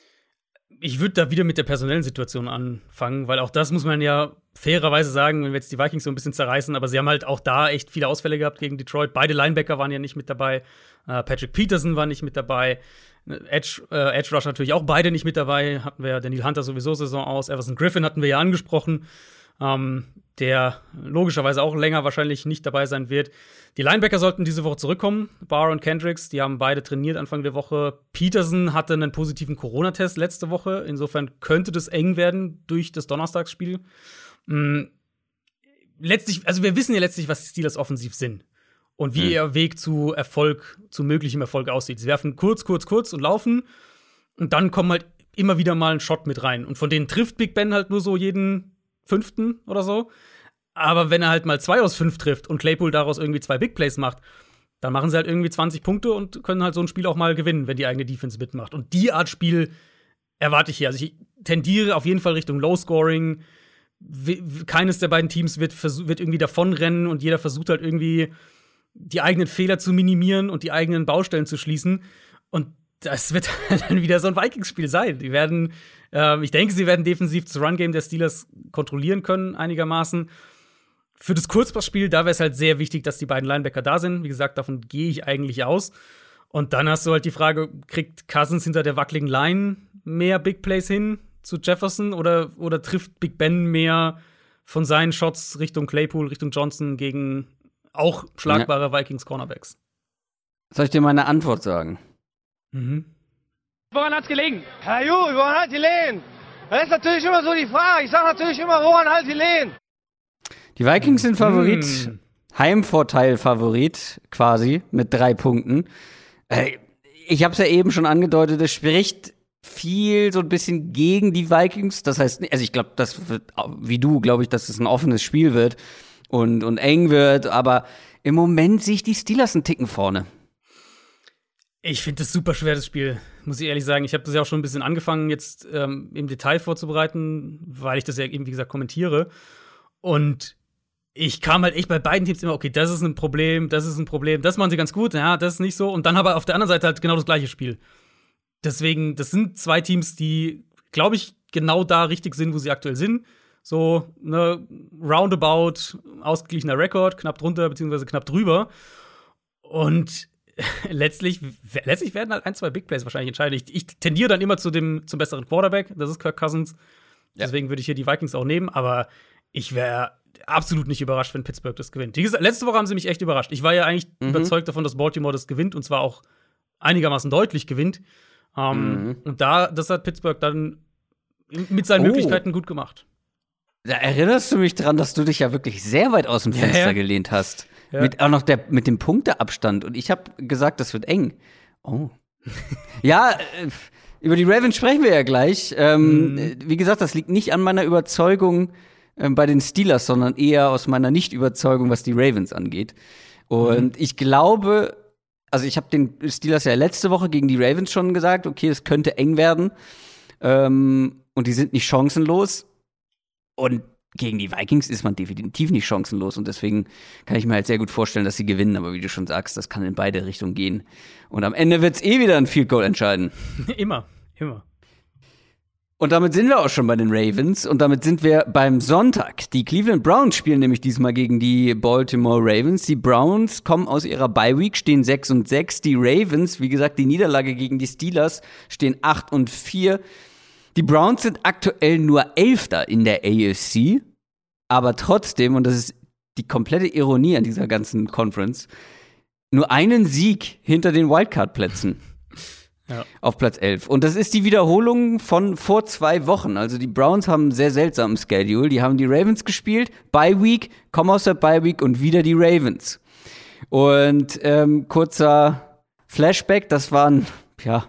Ich würde da wieder mit der personellen Situation anfangen, weil auch das muss man ja fairerweise sagen, wenn wir jetzt die Vikings so ein bisschen zerreißen, aber sie haben halt auch da echt viele Ausfälle gehabt gegen Detroit. Beide Linebacker waren ja nicht mit dabei. Uh, Patrick Peterson war nicht mit dabei. Edge, äh, Edge Rush natürlich auch beide nicht mit dabei. Hatten wir ja Daniel Hunter sowieso Saison aus. Everson Griffin hatten wir ja angesprochen, ähm, der logischerweise auch länger wahrscheinlich nicht dabei sein wird. Die Linebacker sollten diese Woche zurückkommen. Barr und Kendricks, die haben beide trainiert Anfang der Woche. Peterson hatte einen positiven Corona-Test letzte Woche. Insofern könnte das eng werden durch das Donnerstagsspiel. Mhm. Letztlich, also wir wissen ja letztlich, was die Steelers offensiv sind. Und wie mhm. ihr Weg zu Erfolg, zu möglichem Erfolg aussieht. Sie werfen kurz, kurz, kurz und laufen. Und dann kommen halt immer wieder mal ein Shot mit rein. Und von denen trifft Big Ben halt nur so jeden fünften oder so. Aber wenn er halt mal zwei aus fünf trifft und Claypool daraus irgendwie zwei Big Plays macht, dann machen sie halt irgendwie zwanzig Punkte und können halt so ein Spiel auch mal gewinnen, wenn die eigene Defense mitmacht. Und die Art Spiel erwarte ich hier. Also ich tendiere auf jeden Fall Richtung Low-Scoring. Keines der beiden Teams wird, wird irgendwie davonrennen und jeder versucht halt irgendwie die eigenen Fehler zu minimieren und die eigenen Baustellen zu schließen. Und das wird dann wieder so ein Vikings-Spiel sein. Die werden, äh, ich denke, sie werden defensiv das Run-Game der Steelers kontrollieren können, einigermaßen. Für das Kurzpassspiel, da wäre es halt sehr wichtig, dass die beiden Linebacker da sind. Wie gesagt, davon gehe ich eigentlich aus. Und dann hast du halt die Frage, kriegt Cousins hinter der wackeligen Line mehr Big Plays hin zu Jefferson oder, oder trifft Big Ben mehr von seinen Shots Richtung Claypool, Richtung Johnson gegen auch schlagbare ja. Vikings-Cornerbacks? Soll ich dir meine Antwort sagen? Mhm. Woran hat's gelegen? Herr Ju, woran hat die Lehen? Das ist natürlich immer so die Frage. Ich sage natürlich immer, woran halt die Lehen? Die Vikings sind Favorit. Hm. Heimvorteil-Favorit quasi mit drei Punkten. Äh, ich habe es ja eben schon angedeutet, es spricht viel so ein bisschen gegen die Vikings. Das heißt, also ich glaube, das wird, wie du, glaube ich, dass es ein offenes Spiel wird und, und eng wird. Aber im Moment sehe ich die Steelers einen Ticken vorne. Ich finde das super schwer, das Spiel, muss ich ehrlich sagen. Ich habe das ja auch schon ein bisschen angefangen, jetzt ähm, im Detail vorzubereiten, weil ich das ja eben, wie gesagt, kommentiere. Und ich kam halt echt bei beiden Teams immer, okay, das ist ein Problem, das ist ein Problem, das machen sie ganz gut, ja, das ist nicht so. Und dann aber auf der anderen Seite halt genau das gleiche Spiel. Deswegen, das sind zwei Teams, die, glaube ich, genau da richtig sind, wo sie aktuell sind. So, ne, roundabout, ausgeglichener Rekord, knapp drunter, beziehungsweise knapp drüber. Und letztlich, letztlich werden halt ein, zwei Big Plays wahrscheinlich entscheiden. Ich, ich tendiere dann immer zu dem, zum besseren Quarterback, das ist Kirk Cousins. Ja. Deswegen würde ich hier die Vikings auch nehmen, aber ich wäre absolut nicht überrascht, wenn Pittsburgh das gewinnt. Wie gesagt, letzte Woche haben sie mich echt überrascht. Ich war ja eigentlich mhm. überzeugt davon, dass Baltimore das gewinnt und zwar auch einigermaßen deutlich gewinnt. Ähm, mhm. Und da, das hat Pittsburgh dann mit seinen oh. Möglichkeiten gut gemacht. Da erinnerst du mich dran, dass du dich ja wirklich sehr weit aus dem Fenster ja, ja. gelehnt hast. Ja. Mit auch noch der, mit dem Punkteabstand. Und ich habe gesagt, das wird eng. Oh. ja, äh, über die Ravens sprechen wir ja gleich. Ähm, mhm. Wie gesagt, das liegt nicht an meiner Überzeugung äh, bei den Steelers, sondern eher aus meiner Nicht-Überzeugung, was die Ravens angeht. Und mhm. ich glaube, also ich habe den Steelers ja letzte Woche gegen die Ravens schon gesagt, okay, es könnte eng werden. Ähm, und die sind nicht chancenlos. Und gegen die Vikings ist man definitiv nicht chancenlos. Und deswegen kann ich mir halt sehr gut vorstellen, dass sie gewinnen. Aber wie du schon sagst, das kann in beide Richtungen gehen. Und am Ende wird's eh wieder ein Field Goal entscheiden. Immer, immer. Und damit sind wir auch schon bei den Ravens. Und damit sind wir beim Sonntag. Die Cleveland Browns spielen nämlich diesmal gegen die Baltimore Ravens. Die Browns kommen aus ihrer Bye-Week, stehen sechs und sechs. Die Ravens, wie gesagt, die Niederlage gegen die Steelers, stehen acht und vier. Die Browns sind aktuell nur Elfter in der A F C, aber trotzdem, und das ist die komplette Ironie an dieser ganzen Conference, nur einen Sieg hinter den Wildcard-Plätzen ja. auf Platz elf. Und das ist die Wiederholung von vor zwei Wochen. Also die Browns haben einen sehr seltsamen Schedule. Die haben die Ravens gespielt, Bye Week, kommen aus der Bye Week und wieder die Ravens. Und ähm, kurzer Flashback, das waren, ja,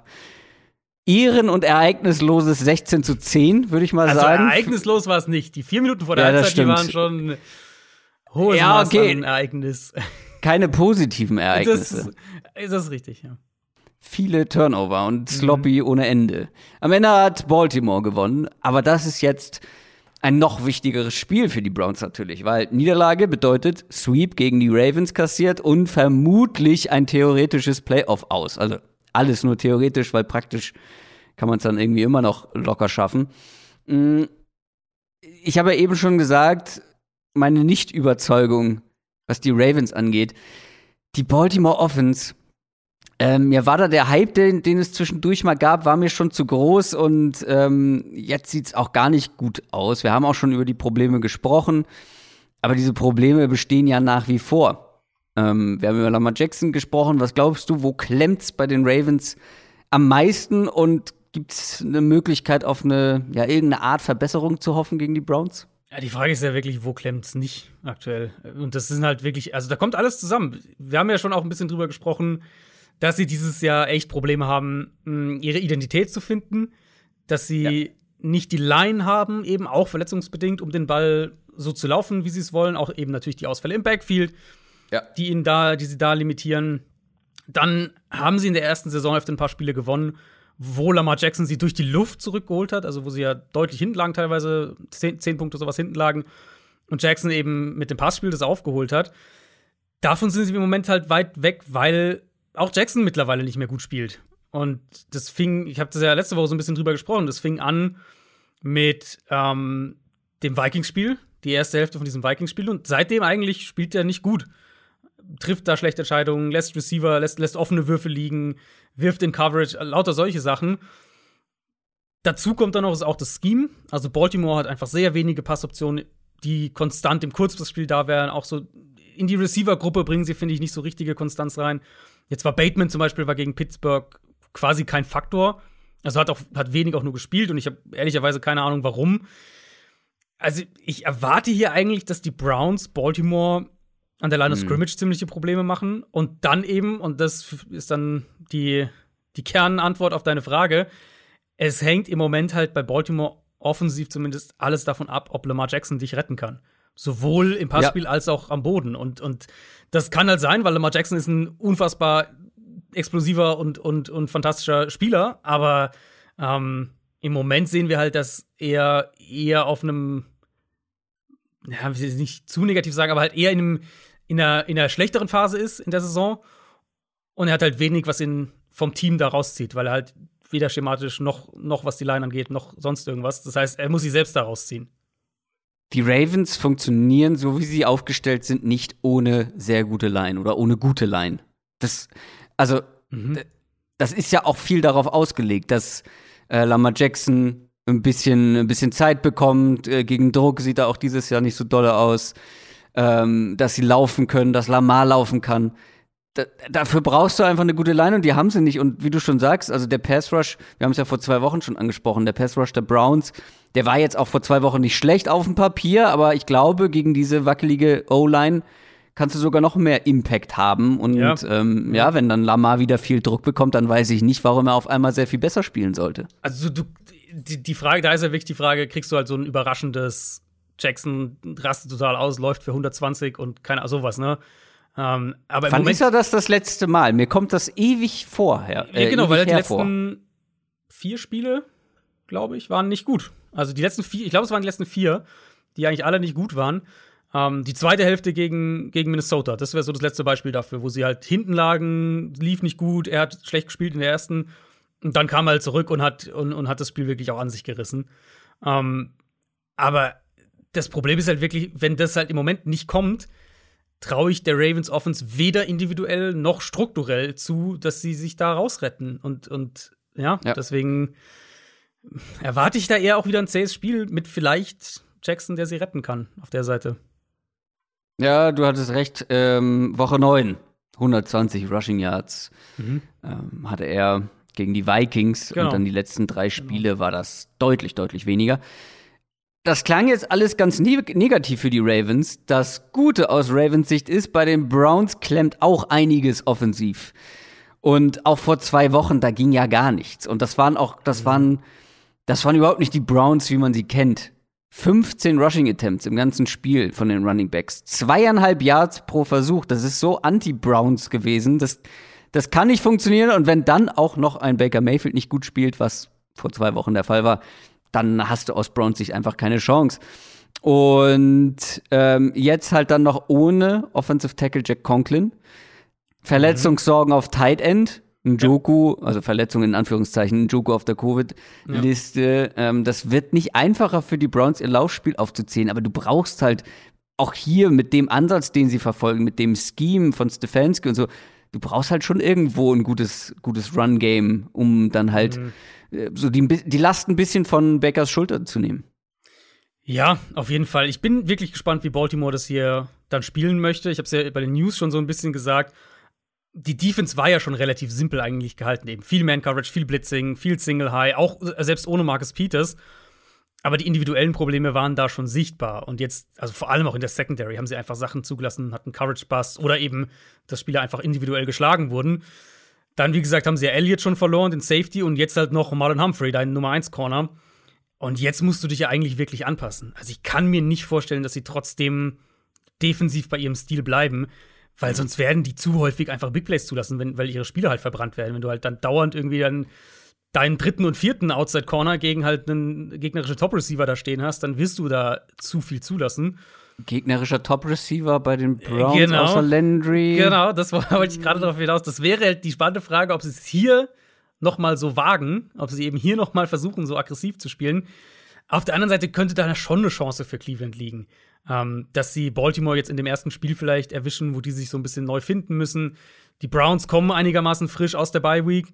Ehren- und ereignisloses sechzehn zu zehn, würde ich mal also sagen. Also ereignislos war es nicht. Die vier Minuten vor der ja, Halbzeit, die waren schon hohes ja, Maß okay. an Ereignis. Keine positiven Ereignisse. Das, das ist richtig, ja. Viele Turnover und sloppy mhm. ohne Ende. Am Ende hat Baltimore gewonnen, aber das ist jetzt ein noch wichtigeres Spiel für die Browns natürlich, weil Niederlage bedeutet Sweep gegen die Ravens kassiert und vermutlich ein theoretisches Playoff aus. Also alles nur theoretisch, weil praktisch kann man es dann irgendwie immer noch locker schaffen. Ich habe ja eben schon gesagt, meine Nicht-Überzeugung, was die Ravens angeht, die Baltimore Offense, ähm, mir war da der Hype, den, den es zwischendurch mal gab, war mir schon zu groß und ähm, jetzt sieht es auch gar nicht gut aus. Wir haben auch schon über die Probleme gesprochen, aber diese Probleme bestehen ja nach wie vor. Ähm, wir haben über Lamar Jackson gesprochen. Was glaubst du, wo klemmt's bei den Ravens am meisten und gibt's eine Möglichkeit auf eine, ja, irgendeine Art Verbesserung zu hoffen gegen die Browns? Ja, die Frage ist ja wirklich, wo klemmt's nicht aktuell? Und das sind halt wirklich, also da kommt alles zusammen. Wir haben ja schon auch ein bisschen drüber gesprochen, dass sie dieses Jahr echt Probleme haben, ihre Identität zu finden, dass sie ja. nicht die Line haben, eben auch verletzungsbedingt, um den Ball so zu laufen, wie sie es wollen. Auch eben natürlich die Ausfälle im Backfield. Ja. Die ihn da, die sie da limitieren. Dann haben sie in der ersten Saisonhälfte ein paar Spiele gewonnen, wo Lamar Jackson sie durch die Luft zurückgeholt hat, also wo sie ja deutlich hinten lagen, teilweise zehn, zehn Punkte sowas hinten lagen. Und Jackson eben mit dem Passspiel das aufgeholt hat. Davon sind sie im Moment halt weit weg, weil auch Jackson mittlerweile nicht mehr gut spielt. Und das fing, ich habe das ja letzte Woche so ein bisschen drüber gesprochen, das fing an mit ähm, dem Vikings-Spiel, die erste Hälfte von diesem Vikings-Spiel. Und seitdem eigentlich spielt er nicht gut. Trifft da schlechte Entscheidungen, lässt Receiver, lässt, lässt offene Würfe liegen, wirft in Coverage, lauter solche Sachen. Dazu kommt dann noch auch das Scheme. Also Baltimore hat einfach sehr wenige Passoptionen, die konstant im Kurzpassspiel da wären. Auch so in die Receiver-Gruppe bringen sie, finde ich, nicht so richtige Konstanz rein. Jetzt war Bateman zum Beispiel war gegen Pittsburgh quasi kein Faktor. Also hat auch hat wenig auch nur gespielt und ich habe ehrlicherweise keine Ahnung, warum. Also ich erwarte hier eigentlich, dass die Browns Baltimore an der Line of Scrimmage mhm. ziemliche Probleme machen und dann eben, und das ist dann die, die Kernantwort auf deine Frage, es hängt im Moment halt bei Baltimore offensiv zumindest alles davon ab, ob Lamar Jackson dich retten kann. Sowohl im Passspiel ja. als auch am Boden. Und, und das kann halt sein, weil Lamar Jackson ist ein unfassbar explosiver und, und, und fantastischer Spieler, aber ähm, im Moment sehen wir halt, dass er eher auf einem, ja, ich will nicht zu negativ sagen, aber halt eher in, einem, in, einer, in einer schlechteren Phase ist in der Saison. Und er hat halt wenig, was ihn vom Team da rauszieht, weil er halt weder schematisch noch, noch was die Line angeht, noch sonst irgendwas. Das heißt, er muss sich selbst da rausziehen. Die Ravens funktionieren, so wie sie aufgestellt sind, nicht ohne sehr gute Line oder ohne gute Line. Das, also, mhm. das ist ja auch viel darauf ausgelegt, dass äh, Lamar Jackson ein bisschen, ein bisschen Zeit bekommt. Äh, gegen Druck sieht er auch dieses Jahr nicht so dolle aus. Ähm, dass sie laufen können, dass Lamar laufen kann. Da, dafür brauchst du einfach eine gute Line und die haben sie nicht. Und wie du schon sagst, also der Pass Rush, wir haben es ja vor zwei Wochen schon angesprochen, der Pass Rush der Browns, der war jetzt auch vor zwei Wochen nicht schlecht auf dem Papier, aber ich glaube, gegen diese wackelige O-Line kannst du sogar noch mehr Impact haben. Und ja, ähm, ja wenn dann Lamar wieder viel Druck bekommt, dann weiß ich nicht, warum er auf einmal sehr viel besser spielen sollte. Also du, die, die Frage, da ist ja wirklich die Frage, kriegst du halt so ein überraschendes Jackson rastet total aus, läuft für hundertzwanzig und keine sowas, ne? Ähm, aber Wann ist er das das letzte Mal? Mir kommt das ewig vorher. Äh, ja, genau, weil die hervor. letzten vier Spiele, glaube ich, waren nicht gut. Also die letzten vier, ich glaube, es waren die letzten vier, die eigentlich alle nicht gut waren. Ähm, die zweite Hälfte gegen, gegen Minnesota, das wäre so das letzte Beispiel dafür, wo sie halt hinten lagen, lief nicht gut, er hat schlecht gespielt in der ersten und dann kam er halt zurück und hat, und, und hat das Spiel wirklich auch an sich gerissen. Ähm, aber das Problem ist halt wirklich, wenn das halt im Moment nicht kommt, traue ich der Ravens Offense weder individuell noch strukturell zu, dass sie sich da rausretten. Und, und ja, ja, deswegen erwarte ich da eher auch wieder ein zähes Spiel mit vielleicht Jackson, der sie retten kann auf der Seite. Ja, du hattest recht. Ähm, Woche neun, hundertzwanzig Rushing Yards mhm. ähm, hatte er gegen die Vikings. Genau. Und dann die letzten drei Spiele genau. war das deutlich, deutlich weniger. Das klang jetzt alles ganz ne- negativ für die Ravens. Das Gute aus Ravens Sicht ist, bei den Browns klemmt auch einiges offensiv. Und auch vor zwei Wochen, da ging ja gar nichts. Und das waren auch, das waren, das waren überhaupt nicht die Browns, wie man sie kennt. fünfzehn Rushing Attempts im ganzen Spiel von den Running Backs. Zweieinhalb Yards pro Versuch. Das ist so anti-Browns gewesen. Das, das kann nicht funktionieren. Und wenn dann auch noch ein Baker Mayfield nicht gut spielt, was vor zwei Wochen der Fall war, dann hast du aus Browns Sicht einfach keine Chance. Und ähm, jetzt halt dann noch ohne Offensive Tackle Jack Conklin. Verletzungssorgen mhm. auf Tight End. Njoku, ja. also Verletzungen in Anführungszeichen, Njoku auf der Covid-Liste. Ja. Ähm, das wird nicht einfacher für die Browns, ihr Laufspiel aufzuziehen. Aber du brauchst halt auch hier mit dem Ansatz, den sie verfolgen, mit dem Scheme von Stefanski und so, du brauchst halt schon irgendwo ein gutes, gutes Run-Game, um dann halt mhm. so die, die Last ein bisschen von Bakers Schultern zu nehmen. Ja, auf jeden Fall. Ich bin wirklich gespannt, wie Baltimore das hier dann spielen möchte. Ich habe es ja bei den News schon so ein bisschen gesagt. Die Defense war ja schon relativ simpel eigentlich gehalten. Eben viel Man-Coverage, viel Blitzing, viel Single-High, auch selbst ohne Marcus Peters. Aber die individuellen Probleme waren da schon sichtbar. Und jetzt, also vor allem auch in der Secondary, haben sie einfach Sachen zugelassen, hatten Coverage-Bust oder eben, dass Spieler einfach individuell geschlagen wurden. Dann, wie gesagt, haben sie ja Elliott schon verloren, den Safety, und jetzt halt noch Marlon Humphrey, dein Nummer eins Corner. Und jetzt musst du dich ja eigentlich wirklich anpassen. Also ich kann mir nicht vorstellen, dass sie trotzdem defensiv bei ihrem Stil bleiben, weil sonst werden die zu häufig einfach Big Plays zulassen, wenn, weil ihre Spieler halt verbrannt werden. Wenn du halt dann dauernd irgendwie dann deinen dritten und vierten Outside Corner gegen halt einen gegnerischen Top Receiver da stehen hast, dann wirst du da zu viel zulassen. Gegnerischer Top-Receiver bei den Browns genau. außer Landry. Genau, das wollte ich gerade darauf hinaus. Das wäre halt die spannende Frage, ob sie es hier noch mal so wagen, ob sie eben hier noch mal versuchen, so aggressiv zu spielen. Auf der anderen Seite könnte da schon eine Chance für Cleveland liegen, ähm, dass sie Baltimore jetzt in dem ersten Spiel vielleicht erwischen, wo die sich so ein bisschen neu finden müssen. Die Browns kommen einigermaßen frisch aus der Bye-Week.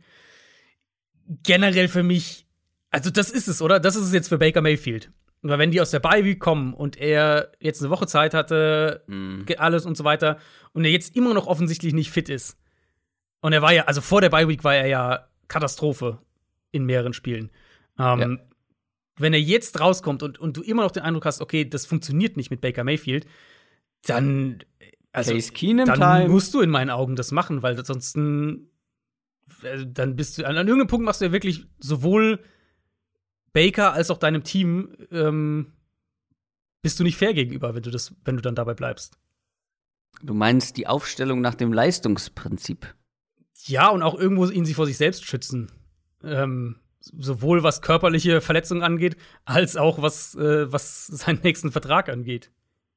Generell für mich, also das ist es, oder? Das ist es jetzt für Baker Mayfield. Weil wenn die aus der Bye-Week kommen und er jetzt eine Woche Zeit hatte, mm. alles und so weiter, und er jetzt immer noch offensichtlich nicht fit ist, und er war ja, also vor der Bye-Week war er ja Katastrophe in mehreren Spielen. Ähm, ja. Wenn er jetzt rauskommt und, und du immer noch den Eindruck hast, okay, das funktioniert nicht mit Baker Mayfield, dann, also, dann time. musst du in meinen Augen das machen, weil sonst äh, dann bist du, an, an irgendeinem Punkt machst du ja wirklich sowohl Baker als auch deinem Team ähm, bist du nicht fair gegenüber, wenn du das, wenn du dann dabei bleibst. Du meinst die Aufstellung nach dem Leistungsprinzip? Ja, und auch irgendwo ihn sie vor sich selbst schützen. Ähm, sowohl was körperliche Verletzungen angeht, als auch was, äh, was seinen nächsten Vertrag angeht.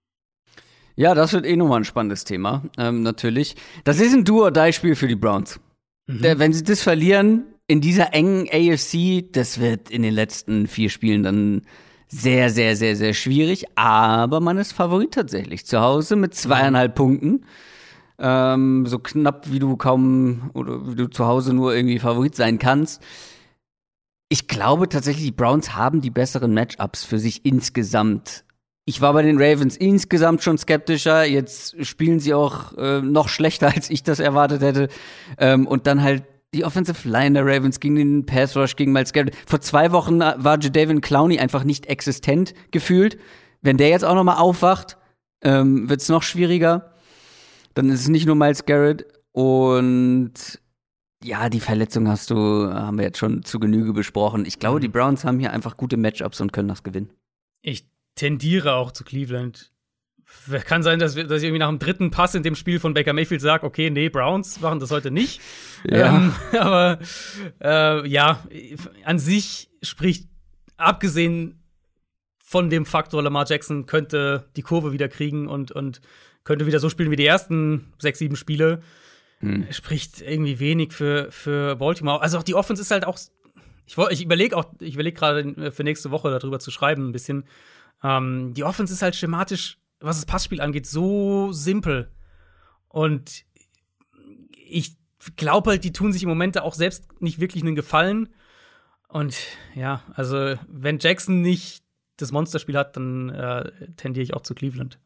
Ja, das wird eh nochmal ein spannendes Thema, ähm, natürlich. Das ist ein Do-or-Die-Spiel für die Browns. Mhm. Der, wenn sie das verlieren, in dieser engen A F C, das wird in den letzten vier Spielen dann sehr, sehr, sehr, sehr schwierig. Aber man ist Favorit tatsächlich. Zu Hause mit zweieinhalb mhm. Punkten. Ähm, so knapp, wie du kaum, oder wie du zu Hause nur irgendwie Favorit sein kannst. Ich glaube tatsächlich, die Browns haben die besseren Matchups für sich insgesamt. Ich war bei den Ravens insgesamt schon skeptischer. Jetzt spielen sie auch äh, noch schlechter, als ich das erwartet hätte. Ähm, und dann halt die Offensive Line der Ravens gegen den Pass Rush, gegen Myles Garrett. Vor zwei Wochen war Jadeveon Clowney einfach nicht existent gefühlt. Wenn der jetzt auch noch mal aufwacht, ähm, wird's noch schwieriger. Dann ist es nicht nur Myles Garrett. Und ja, die Verletzung hast du, haben wir jetzt schon zu Genüge besprochen. Ich glaube, die Browns haben hier einfach gute Matchups und können das gewinnen. Ich tendiere auch zu Cleveland. Kann sein, dass, wir, dass ich irgendwie nach dem dritten Pass in dem Spiel von Baker Mayfield sage, okay, nee, Browns machen das heute nicht. Ja. Ähm, aber äh, ja, an sich spricht, abgesehen von dem Faktor, Lamar Jackson könnte die Kurve wieder kriegen und, und könnte wieder so spielen wie die ersten sechs, sieben Spiele, hm. spricht irgendwie wenig für, für Baltimore. Also auch die Offense ist halt auch, ich, ich überlege auch, ich überlege gerade für nächste Woche darüber zu schreiben ein bisschen. Ähm, die Offense ist halt schematisch, was das Passspiel angeht, so simpel. Und ich glaube halt, die tun sich im Moment auch selbst nicht wirklich einen Gefallen. Und ja, also wenn Jackson nicht das Monsterspiel hat, dann äh, tendiere ich auch zu Cleveland.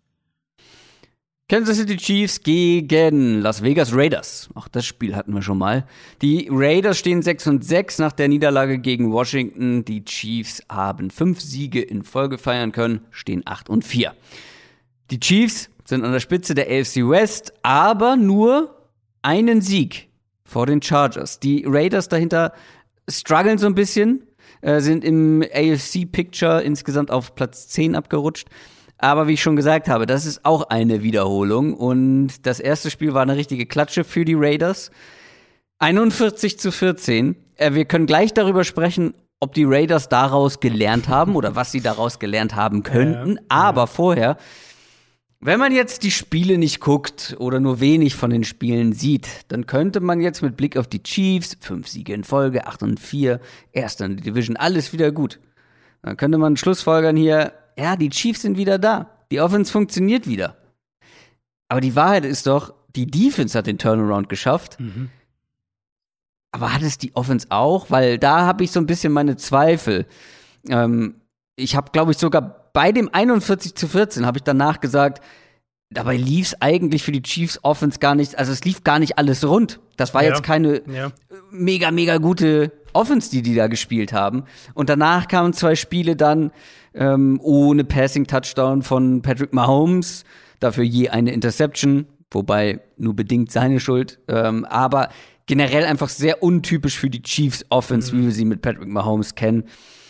Kansas City Chiefs gegen Las Vegas Raiders. Auch das Spiel hatten wir schon mal. Die Raiders stehen sechs und sechs nach der Niederlage gegen Washington. Die Chiefs haben fünf Siege in Folge feiern können, stehen acht und vier. Die Chiefs sind an der Spitze der A F C West, aber nur einen Sieg vor den Chargers. Die Raiders dahinter strugglen so ein bisschen, äh, sind im A F C-Picture insgesamt auf Platz zehn abgerutscht. Aber wie ich schon gesagt habe, das ist auch eine Wiederholung. Und das erste Spiel war eine richtige Klatsche für die Raiders. einundvierzig zu vierzehn. Äh, wir können gleich darüber sprechen, ob die Raiders daraus gelernt haben oder was sie daraus gelernt haben könnten. Ja, Aber ja. vorher, wenn man jetzt die Spiele nicht guckt oder nur wenig von den Spielen sieht, dann könnte man jetzt mit Blick auf die Chiefs, fünf Siege in Folge, acht und vier, erster in der Division, alles wieder gut. Dann könnte man schlussfolgern hier, ja, die Chiefs sind wieder da. Die Offense funktioniert wieder. Aber die Wahrheit ist doch, die Defense hat den Turnaround geschafft. Mhm. Aber hat es die Offense auch? Weil da habe ich so ein bisschen meine Zweifel. Ähm, ich habe, glaube ich, sogar bei dem einundvierzig zu vierzehn habe ich danach gesagt, dabei lief es eigentlich für die Chiefs Offense gar nicht, also es lief gar nicht alles rund. Das war ja. jetzt keine ja. mega, mega gute Offense, die die da gespielt haben. Und danach kamen zwei Spiele dann ähm, ohne Passing-Touchdown von Patrick Mahomes, dafür je eine Interception, wobei nur bedingt seine Schuld. Ähm, aber generell einfach sehr untypisch für die Chiefs Offense, mhm. wie wir sie mit Patrick Mahomes kennen.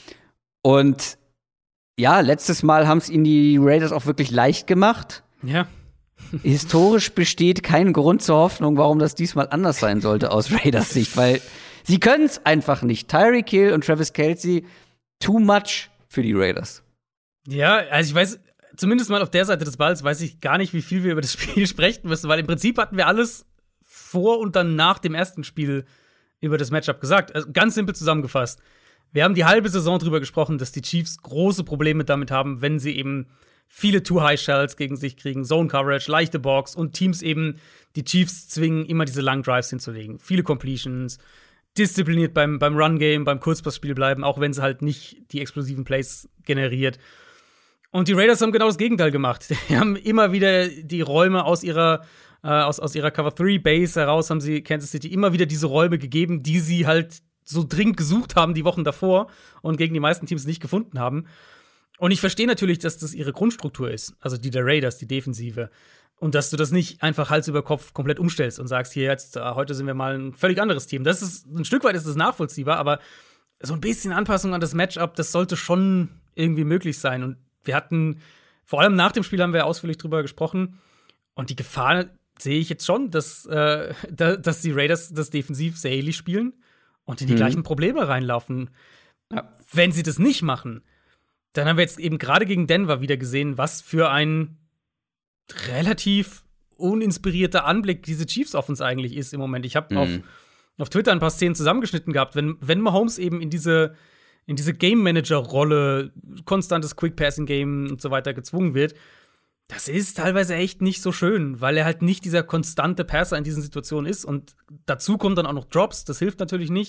Und ja, letztes Mal haben es ihnen die Raiders auch wirklich leicht gemacht. Ja. Historisch besteht kein Grund zur Hoffnung, warum das diesmal anders sein sollte aus Raiders Sicht, weil sie können es einfach nicht. Tyreek Hill und Travis Kelce, too much für die Raiders. Ja, also ich weiß, zumindest mal auf der Seite des Balls weiß ich gar nicht, wie viel wir über das Spiel sprechen müssen, weil im Prinzip hatten wir alles vor und dann nach dem ersten Spiel über das Matchup gesagt. Also ganz simpel zusammengefasst. Wir haben die halbe Saison drüber gesprochen, dass die Chiefs große Probleme damit haben, wenn sie eben viele Too-High-Shells gegen sich kriegen, Zone-Coverage, leichte Box und Teams eben die Chiefs zwingen, immer diese langen Drives hinzulegen. Viele Completions, diszipliniert beim, beim Run-Game, beim Kurzpassspiel bleiben, auch wenn es halt nicht die explosiven Plays generiert. Und die Raiders haben genau das Gegenteil gemacht. Die haben immer wieder die Räume aus ihrer äh, aus, aus ihrer Cover drei Base heraus, haben sie Kansas City immer wieder diese Räume gegeben, die sie halt so dringend gesucht haben die Wochen davor und gegen die meisten Teams nicht gefunden haben. Und ich verstehe natürlich, dass das ihre Grundstruktur ist, also die der Raiders, die Defensive. Und dass du das nicht einfach Hals über Kopf komplett umstellst und sagst, hier jetzt, äh, heute sind wir mal ein völlig anderes Team. Das ist, ein Stück weit ist das nachvollziehbar, aber so ein bisschen Anpassung an das Matchup, das sollte schon irgendwie möglich sein. Und wir hatten, vor allem nach dem Spiel haben wir ausführlich drüber gesprochen. Und die Gefahr sehe ich jetzt schon, dass, äh, dass die Raiders das defensiv sehr ähnlich spielen und in die mhm. gleichen Probleme reinlaufen. Ja. Wenn sie das nicht machen, dann haben wir jetzt eben gerade gegen Denver wieder gesehen, was für ein relativ uninspirierter Anblick diese Chiefs-Offense eigentlich ist im Moment. Ich habe mhm. auf, auf Twitter ein paar Szenen zusammengeschnitten gehabt, wenn, wenn Mahomes eben in diese, in diese Game-Manager-Rolle, konstantes Quick-Passing-Game und so weiter gezwungen wird, das ist teilweise echt nicht so schön, weil er halt nicht dieser konstante Passer in diesen Situationen ist. Und dazu kommen dann auch noch Drops, das hilft natürlich nicht.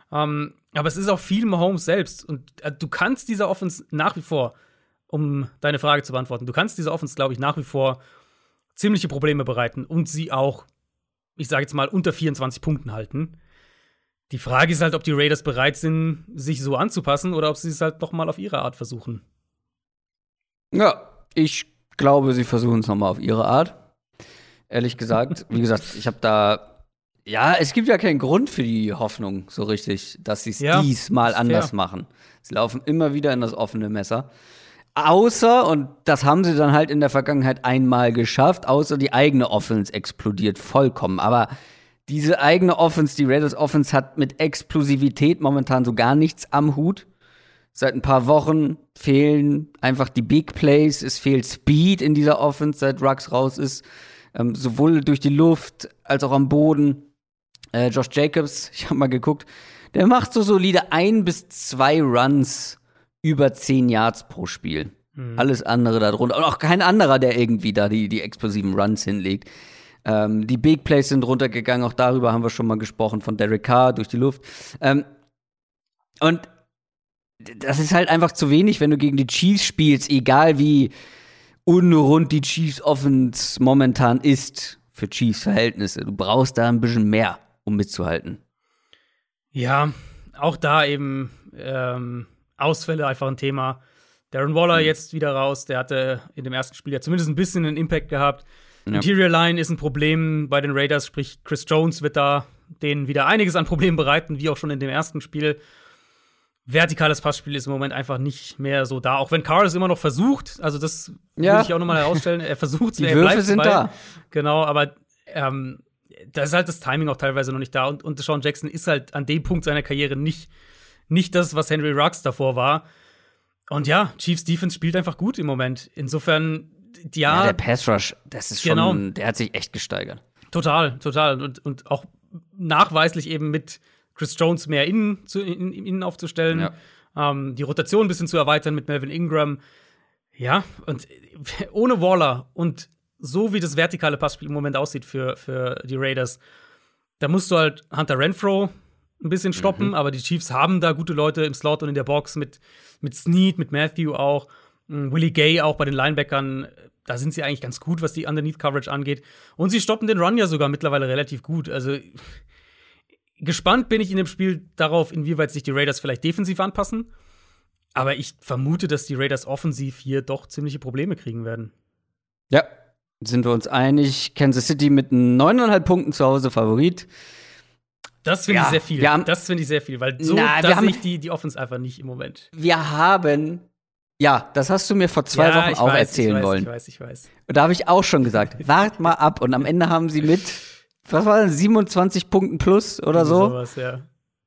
Ähm, aber es ist auch viel Mahomes selbst. Und äh, du kannst dieser Offense nach wie vor, um deine Frage zu beantworten, du kannst dieser Offense, glaube ich, nach wie vor ziemliche Probleme bereiten und sie auch, ich sage jetzt mal, unter vierundzwanzig Punkten halten. Die Frage ist halt, ob die Raiders bereit sind, sich so anzupassen oder ob sie es halt noch mal auf ihre Art versuchen. Ja, ich glaube, sie versuchen es noch mal auf ihre Art. Ehrlich gesagt. Wie gesagt, ich habe da ja, es gibt ja keinen Grund für die Hoffnung so richtig, dass sie es ja, diesmal anders fair. machen. Sie laufen immer wieder in das offene Messer. Außer, und das haben sie dann halt in der Vergangenheit einmal geschafft, außer die eigene Offense explodiert vollkommen. Aber diese eigene Offense, die Raiders Offense, hat mit Explosivität momentan so gar nichts am Hut. Seit ein paar Wochen fehlen einfach die Big Plays. Es fehlt Speed in dieser Offense, seit Ruggs raus ist. Ähm, sowohl durch die Luft als auch am Boden. Äh, Josh Jacobs, ich habe mal geguckt, der macht so solide ein bis zwei Runs über zehn Yards pro Spiel. Mhm. Alles andere da drunter. Und auch kein anderer, der irgendwie da die, die explosiven Runs hinlegt. Ähm, die Big Plays sind runtergegangen, auch darüber haben wir schon mal gesprochen, von Derek Carr durch die Luft. Ähm, und das ist halt einfach zu wenig, wenn du gegen die Chiefs spielst, egal wie unrund die Chiefs Offense momentan ist für Chiefs Verhältnisse. Du brauchst da ein bisschen mehr, um mitzuhalten. Ja, auch da eben ähm, Ausfälle einfach ein Thema. Darren Waller mhm. jetzt wieder raus, der hatte in dem ersten Spiel ja zumindest ein bisschen einen Impact gehabt. Ja. Interior Line ist ein Problem bei den Raiders, sprich Chris Jones wird da denen wieder einiges an Problemen bereiten, wie auch schon in dem ersten Spiel. Vertikales Passspiel ist im Moment einfach nicht mehr so da, auch wenn Carr es immer noch versucht. Also das ja. würde ich auch noch mal herausstellen. Er versucht es, die er Würfe bleibt sind bei. da. Genau, aber ähm, da ist halt das Timing auch teilweise noch nicht da. Und, und Deshaun Jackson ist halt an dem Punkt seiner Karriere nicht, nicht das, was Henry Ruggs davor war. Und ja, Chiefs Defense spielt einfach gut im Moment. Insofern, ja. Ja, der Pass Rush, das ist schon, genau. Der hat sich echt gesteigert. Total, total. Und, und auch nachweislich eben mit Chris Jones mehr innen, zu, in, innen aufzustellen, ja. ähm, die Rotation ein bisschen zu erweitern mit Melvin Ingram. Ja, und ohne Waller und so wie das vertikale Passspiel im Moment aussieht für, für die Raiders, da musst du halt Hunter Renfrow ein bisschen stoppen, mhm. aber die Chiefs haben da gute Leute im Slot und in der Box mit, mit Snead, mit Matthew auch, Willie Gay auch bei den Linebackern. Da sind sie eigentlich ganz gut, was die Underneath-Coverage angeht. Und sie stoppen den Run ja sogar mittlerweile relativ gut. Also gespannt bin ich in dem Spiel darauf, inwieweit sich die Raiders vielleicht defensiv anpassen. Aber ich vermute, dass die Raiders offensiv hier doch ziemliche Probleme kriegen werden. Ja, sind wir uns einig. Kansas City mit neuneinhalb Punkten zu Hause Favorit. Das finde ja, ich sehr viel. Haben, das finde ich sehr viel, weil so na, da sehe ich die, die Offense einfach nicht im Moment. Wir haben Ja, das hast du mir vor zwei ja, Wochen auch weiß, erzählen ich weiß, wollen. Ich weiß, ich weiß. Und da habe ich auch schon gesagt, wart mal ab. Und am Ende haben sie mit, was war das, siebenundzwanzig Punkten plus oder so, sowas, ja.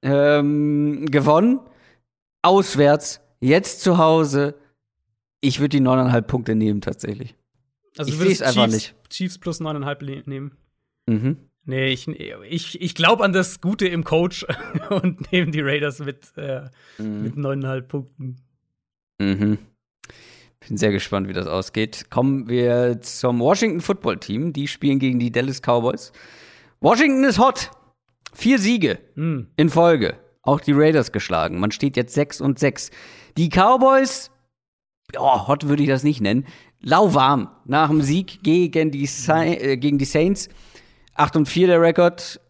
ähm, gewonnen. Auswärts, jetzt zu Hause. Ich würde die neuneinhalb Punkte nehmen, tatsächlich. Also ich sehe es einfach Chiefs, nicht. Chiefs plus neuneinhalb nehmen. Mhm. Nee, ich, ich, ich glaube an das Gute im Coach und nehme die Raiders mit, äh, mhm. mit neuneinhalb Punkten. Mhm. Bin sehr gespannt, wie das ausgeht. Kommen wir zum Washington Football Team. Die spielen gegen die Dallas Cowboys. Washington ist hot. Vier Siege mhm. in Folge. Auch die Raiders geschlagen. Man steht jetzt sechs und sechs. Die Cowboys, oh, hot würde ich das nicht nennen, lauwarm nach dem Sieg gegen die, Sa- äh, gegen die Saints. acht und vier der Rekord.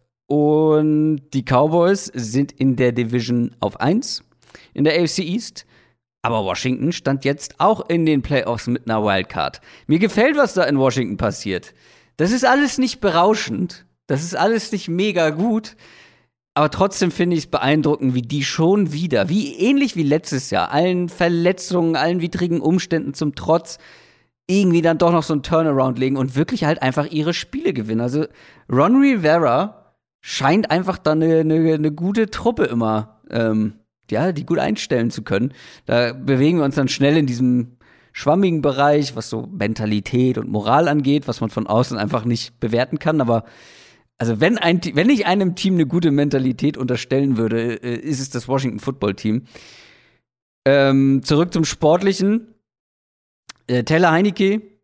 Und die Cowboys sind in der Division auf eins in der A F C East. Aber Washington stand jetzt auch in den Playoffs mit einer Wildcard. Mir gefällt, was da in Washington passiert. Das ist alles nicht berauschend. Das ist alles nicht mega gut. Aber trotzdem finde ich es beeindruckend, wie die schon wieder, wie ähnlich wie letztes Jahr, allen Verletzungen, allen widrigen Umständen zum Trotz, irgendwie dann doch noch so einen Turnaround legen und wirklich halt einfach ihre Spiele gewinnen. Also Ron Rivera scheint einfach da eine, eine, eine gute Truppe immer ähm, ja, die gut einstellen zu können. Da bewegen wir uns dann schnell in diesem schwammigen Bereich, was so Mentalität und Moral angeht, was man von außen einfach nicht bewerten kann. Aber also wenn ein, wenn ich einem Team eine gute Mentalität unterstellen würde, ist es das Washington Football Team. Ähm, zurück zum Sportlichen. Äh, Taylor Heinicke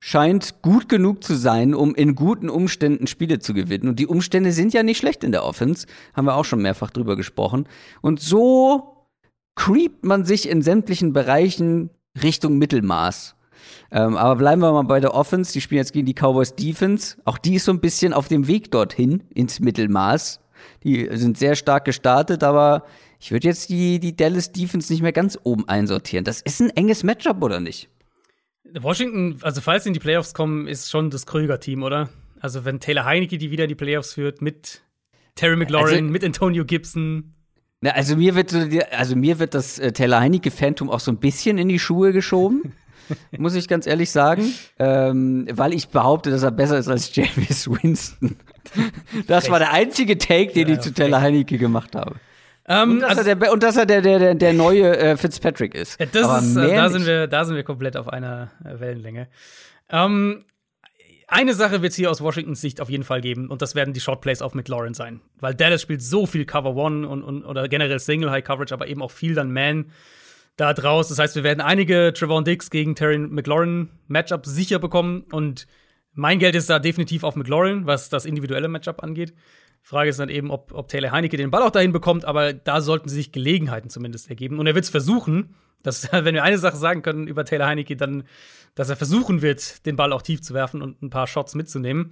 scheint gut genug zu sein, um in guten Umständen Spiele zu gewinnen. Und die Umstände sind ja nicht schlecht in der Offense. Haben wir auch schon mehrfach drüber gesprochen. Und so creept man sich in sämtlichen Bereichen Richtung Mittelmaß. Ähm, aber bleiben wir mal bei der Offense. Die spielen jetzt gegen die Cowboys Defense. Auch die ist so ein bisschen auf dem Weg dorthin, ins Mittelmaß. Die sind sehr stark gestartet, aber ich würde jetzt die, die Dallas Defense nicht mehr ganz oben einsortieren. Das ist ein enges Matchup, oder nicht? Washington, also falls sie in die Playoffs kommen, ist schon das Kröger-Team, oder? Also wenn Taylor Heinicke die wieder in die Playoffs führt, mit Terry McLaurin, also, mit Antonio Gibson. Na, also mir wird, also mir wird das äh, Taylor Heinicke-Phantom auch so ein bisschen in die Schuhe geschoben. Muss ich ganz ehrlich sagen, ähm, weil ich behaupte, dass er besser ist als Jameis Winston. Das war der einzige Take, den ja, ich zu Taylor Heinicke gemacht habe. Um, und, dass also, er der, und dass er der, der, der neue äh, Fitzpatrick ist. Ja, das ist also, da, sind wir, da sind wir komplett auf einer äh, Wellenlänge. Um, eine Sache wird es hier aus Washingtons Sicht auf jeden Fall geben, und das werden die Shortplays auf McLaurin sein. Weil Dallas spielt so viel Cover One und, und, oder generell Single High Coverage, aber eben auch viel dann Man da draus. Das heißt, wir werden einige Trevon Diggs gegen Terry McLaurin Matchups sicher bekommen. Und mein Geld ist da definitiv auf McLaurin, was das individuelle Matchup angeht. Frage ist dann eben, ob, ob Taylor Heinicke den Ball auch dahin bekommt, aber da sollten sich Gelegenheiten zumindest ergeben. Und er wird es versuchen. Das, wenn wir eine Sache sagen können über Taylor Heinicke, dann, dass er versuchen wird, den Ball auch tief zu werfen und ein paar Shots mitzunehmen.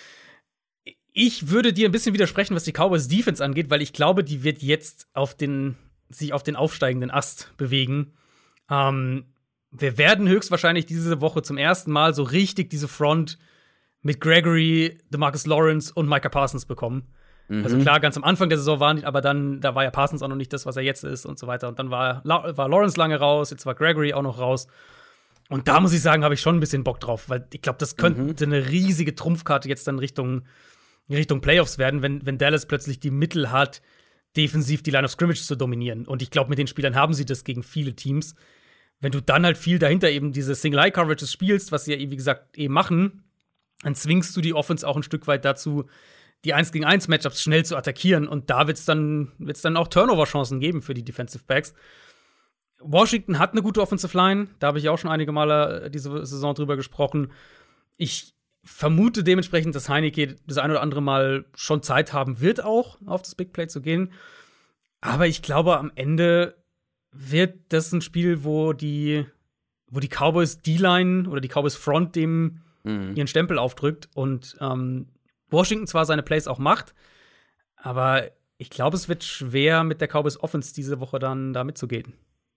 Ich würde dir ein bisschen widersprechen, was die Cowboys Defense angeht, weil ich glaube, die wird jetzt auf den, sich auf den aufsteigenden Ast bewegen. Ähm, wir werden höchstwahrscheinlich diese Woche zum ersten Mal so richtig diese Front mit Gregory, DeMarcus Lawrence und Micah Parsons bekommen. Mhm. Also klar, ganz am Anfang der Saison waren, aber dann, da war ja Parsons auch noch nicht das, was er jetzt ist und so weiter. Und dann war, war Lawrence lange raus, jetzt war Gregory auch noch raus. Und da muss ich sagen, habe ich schon ein bisschen Bock drauf, weil ich glaube, das könnte mhm. eine riesige Trumpfkarte jetzt dann Richtung, Richtung Playoffs werden, wenn, wenn Dallas plötzlich die Mittel hat, defensiv die Line of Scrimmage zu dominieren. Und ich glaube, mit den Spielern haben sie das gegen viele Teams. Wenn du dann halt viel dahinter eben diese Single-Eye-Coverages spielst, was sie ja, wie gesagt, eben machen, dann zwingst du die Offense auch ein Stück weit dazu, die eins gegen eins Matchups schnell zu attackieren. Und da wird es dann, wird's dann auch Turnover-Chancen geben für die Defensive Backs. Washington hat eine gute Offensive Line. Da habe ich auch schon einige Male diese Saison drüber gesprochen. Ich vermute dementsprechend, dass Heinicke das ein oder andere Mal schon Zeit haben wird, auch auf das Big Play zu gehen. Aber ich glaube, am Ende wird das ein Spiel, wo die, wo die Cowboys D-Line oder die Cowboys Front dem mhm. ihren Stempel aufdrückt und ähm, Washington zwar seine Plays auch macht, aber ich glaube, es wird schwer, mit der Cowboys Offense diese Woche dann da mitzugehen.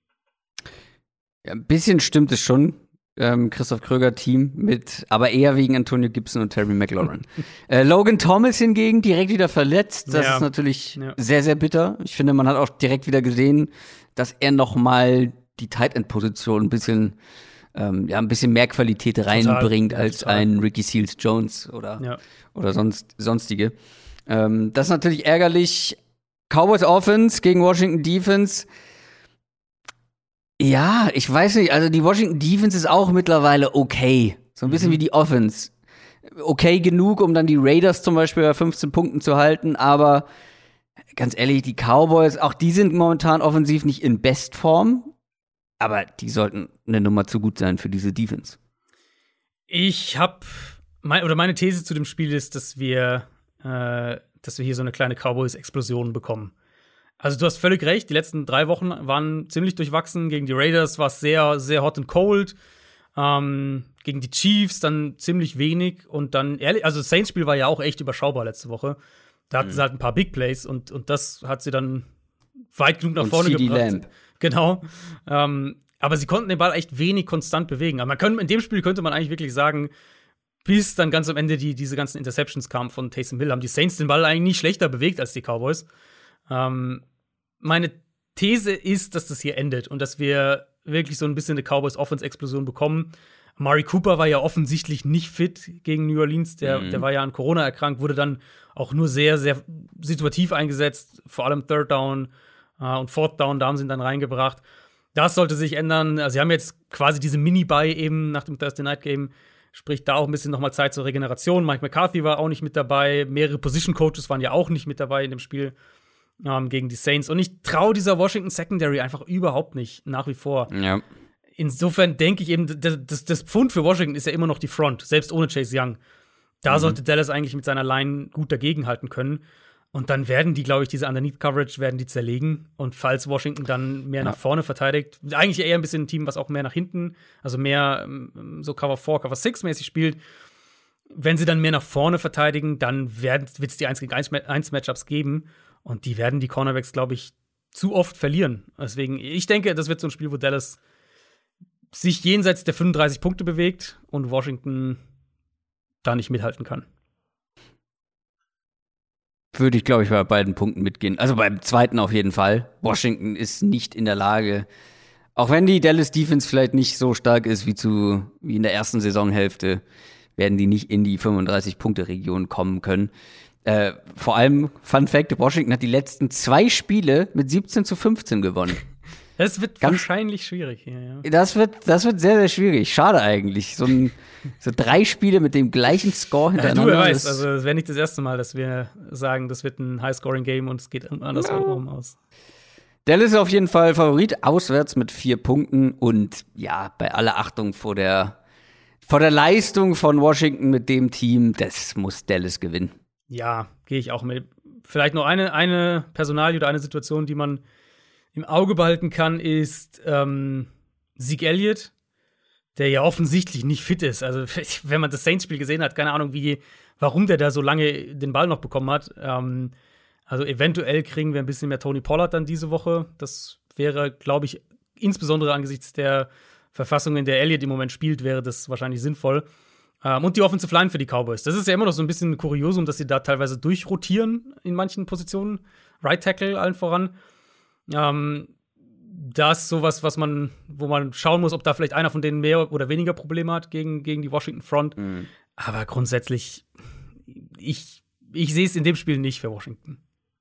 Ja, ein bisschen stimmt es schon. Ähm, Christoph Kröger-Team mit, aber eher wegen Antonio Gibson und Terry McLaurin. äh, Logan Thomas hingegen direkt wieder verletzt. Das ja. ist natürlich ja. sehr, sehr bitter. Ich finde, man hat auch direkt wieder gesehen, dass er noch mal die Tight End Position ein bisschen, ähm, ja, ein bisschen mehr Qualität reinbringt total. als total. ein Ricky Seals-Jones oder, ja. oder sonst, sonstige. Ähm, das ist natürlich ärgerlich. Cowboys Offense gegen Washington Defense. Ja, ich weiß nicht, also die Washington Defense ist auch mittlerweile okay. So ein bisschen mhm. wie die Offense. Okay genug, um dann die Raiders zum Beispiel bei fünfzehn Punkten zu halten, aber ganz ehrlich, die Cowboys, auch die sind momentan offensiv nicht in Bestform, aber die sollten eine Nummer zu gut sein für diese Defense. Ich hab, mein, oder meine These zu dem Spiel ist, dass wir, äh, dass wir hier so eine kleine Cowboys-Explosion bekommen. Also du hast völlig recht, die letzten drei Wochen waren ziemlich durchwachsen. Gegen die Raiders war es sehr, sehr hot and cold. Ähm, gegen die Chiefs dann ziemlich wenig. Und dann, ehrlich, also das Saints-Spiel war ja auch echt überschaubar letzte Woche. Da hatten mhm. sie halt ein paar Big Plays und, und das hat sie dann weit genug nach und vorne C D gebracht. Lamb. Genau. Ähm, aber sie konnten den Ball echt wenig konstant bewegen. Aber man kann, in dem Spiel könnte man eigentlich wirklich sagen, bis dann ganz am Ende die, diese ganzen Interceptions kamen von Taysom Hill, haben die Saints den Ball eigentlich nicht schlechter bewegt als die Cowboys. Ähm, Meine These ist, dass das hier endet und dass wir wirklich so ein bisschen eine Cowboys-Offense-Explosion bekommen. Amari Cooper war ja offensichtlich nicht fit gegen New Orleans. Der, mhm. der war ja an Corona erkrankt, wurde dann auch nur sehr, sehr situativ eingesetzt. Vor allem Third Down äh, und Fourth Down, da haben sie ihn dann reingebracht. Das sollte sich ändern. Also sie haben jetzt quasi diese Mini-Bye eben nach dem Thursday Night Game. Sprich, da auch ein bisschen noch mal Zeit zur Regeneration. Mike McCarthy war auch nicht mit dabei. Mehrere Position-Coaches waren ja auch nicht mit dabei in dem Spiel. Ähm, gegen die Saints. Und ich traue dieser Washington Secondary einfach überhaupt nicht, nach wie vor. Ja. insofern denke ich eben, das, das, das Pfund für Washington ist ja immer noch die Front, selbst ohne Chase Young. Da mhm. sollte Dallas eigentlich mit seiner Line gut dagegenhalten können. Und dann werden die, glaube ich, diese Underneath-Coverage werden die zerlegen. Und falls Washington dann mehr ja. nach vorne verteidigt, eigentlich eher ein bisschen ein Team, was auch mehr nach hinten, also mehr so Cover vier, Cover sechs mäßig spielt. Wenn sie dann mehr nach vorne verteidigen, dann wird es die eins gegen eins Matchups geben. Und die werden die Cornerbacks, glaube ich, zu oft verlieren. Deswegen, ich denke, das wird so ein Spiel, wo Dallas sich jenseits der fünfunddreißig Punkte bewegt und Washington da nicht mithalten kann. Würde ich, glaube ich, bei beiden Punkten mitgehen. Also beim zweiten auf jeden Fall. Washington ist nicht in der Lage, auch wenn die Dallas Defense vielleicht nicht so stark ist wie, zu, wie in der ersten Saisonhälfte, werden die nicht in die fünfunddreißig-Punkte-Region kommen können. Äh, vor allem, Fun Fact, Washington hat die letzten zwei Spiele mit siebzehn zu fünfzehn gewonnen. Das wird Ganz, wahrscheinlich schwierig hier, ja. Das wird, das wird sehr, sehr schwierig. Schade eigentlich. So, ein, so drei Spiele mit dem gleichen Score hintereinander. Ja, du, wer weiß, also es wäre nicht das erste Mal, dass wir sagen, das wird ein High-Scoring-Game und es geht andersrum ja. aus. Dallas ist auf jeden Fall Favorit, auswärts mit vier Punkten. Und ja, bei aller Achtung vor der, vor der Leistung von Washington mit dem Team, das muss Dallas gewinnen. Ja, gehe ich auch mit. Vielleicht noch eine, eine Personalie oder eine Situation, die man im Auge behalten kann, ist ähm, Zeke Elliott, der ja offensichtlich nicht fit ist. Also, wenn man das Saints-Spiel gesehen hat, keine Ahnung, wie, warum der da so lange den Ball noch bekommen hat. Ähm, also, eventuell kriegen wir ein bisschen mehr Tony Pollard dann diese Woche. Das wäre, glaube ich, insbesondere angesichts der Verfassung, in der Elliott im Moment spielt, wäre das wahrscheinlich sinnvoll. Ähm, und die Offensive Line für die Cowboys. Das ist ja immer noch so ein bisschen ein Kuriosum, dass sie da teilweise durchrotieren in manchen Positionen. Right Tackle allen voran. Ähm, das ist sowas, was man, wo man schauen muss, ob da vielleicht einer von denen mehr oder weniger Probleme hat gegen, gegen die Washington Front. Mhm. Aber grundsätzlich, ich, ich sehe es in dem Spiel nicht für Washington.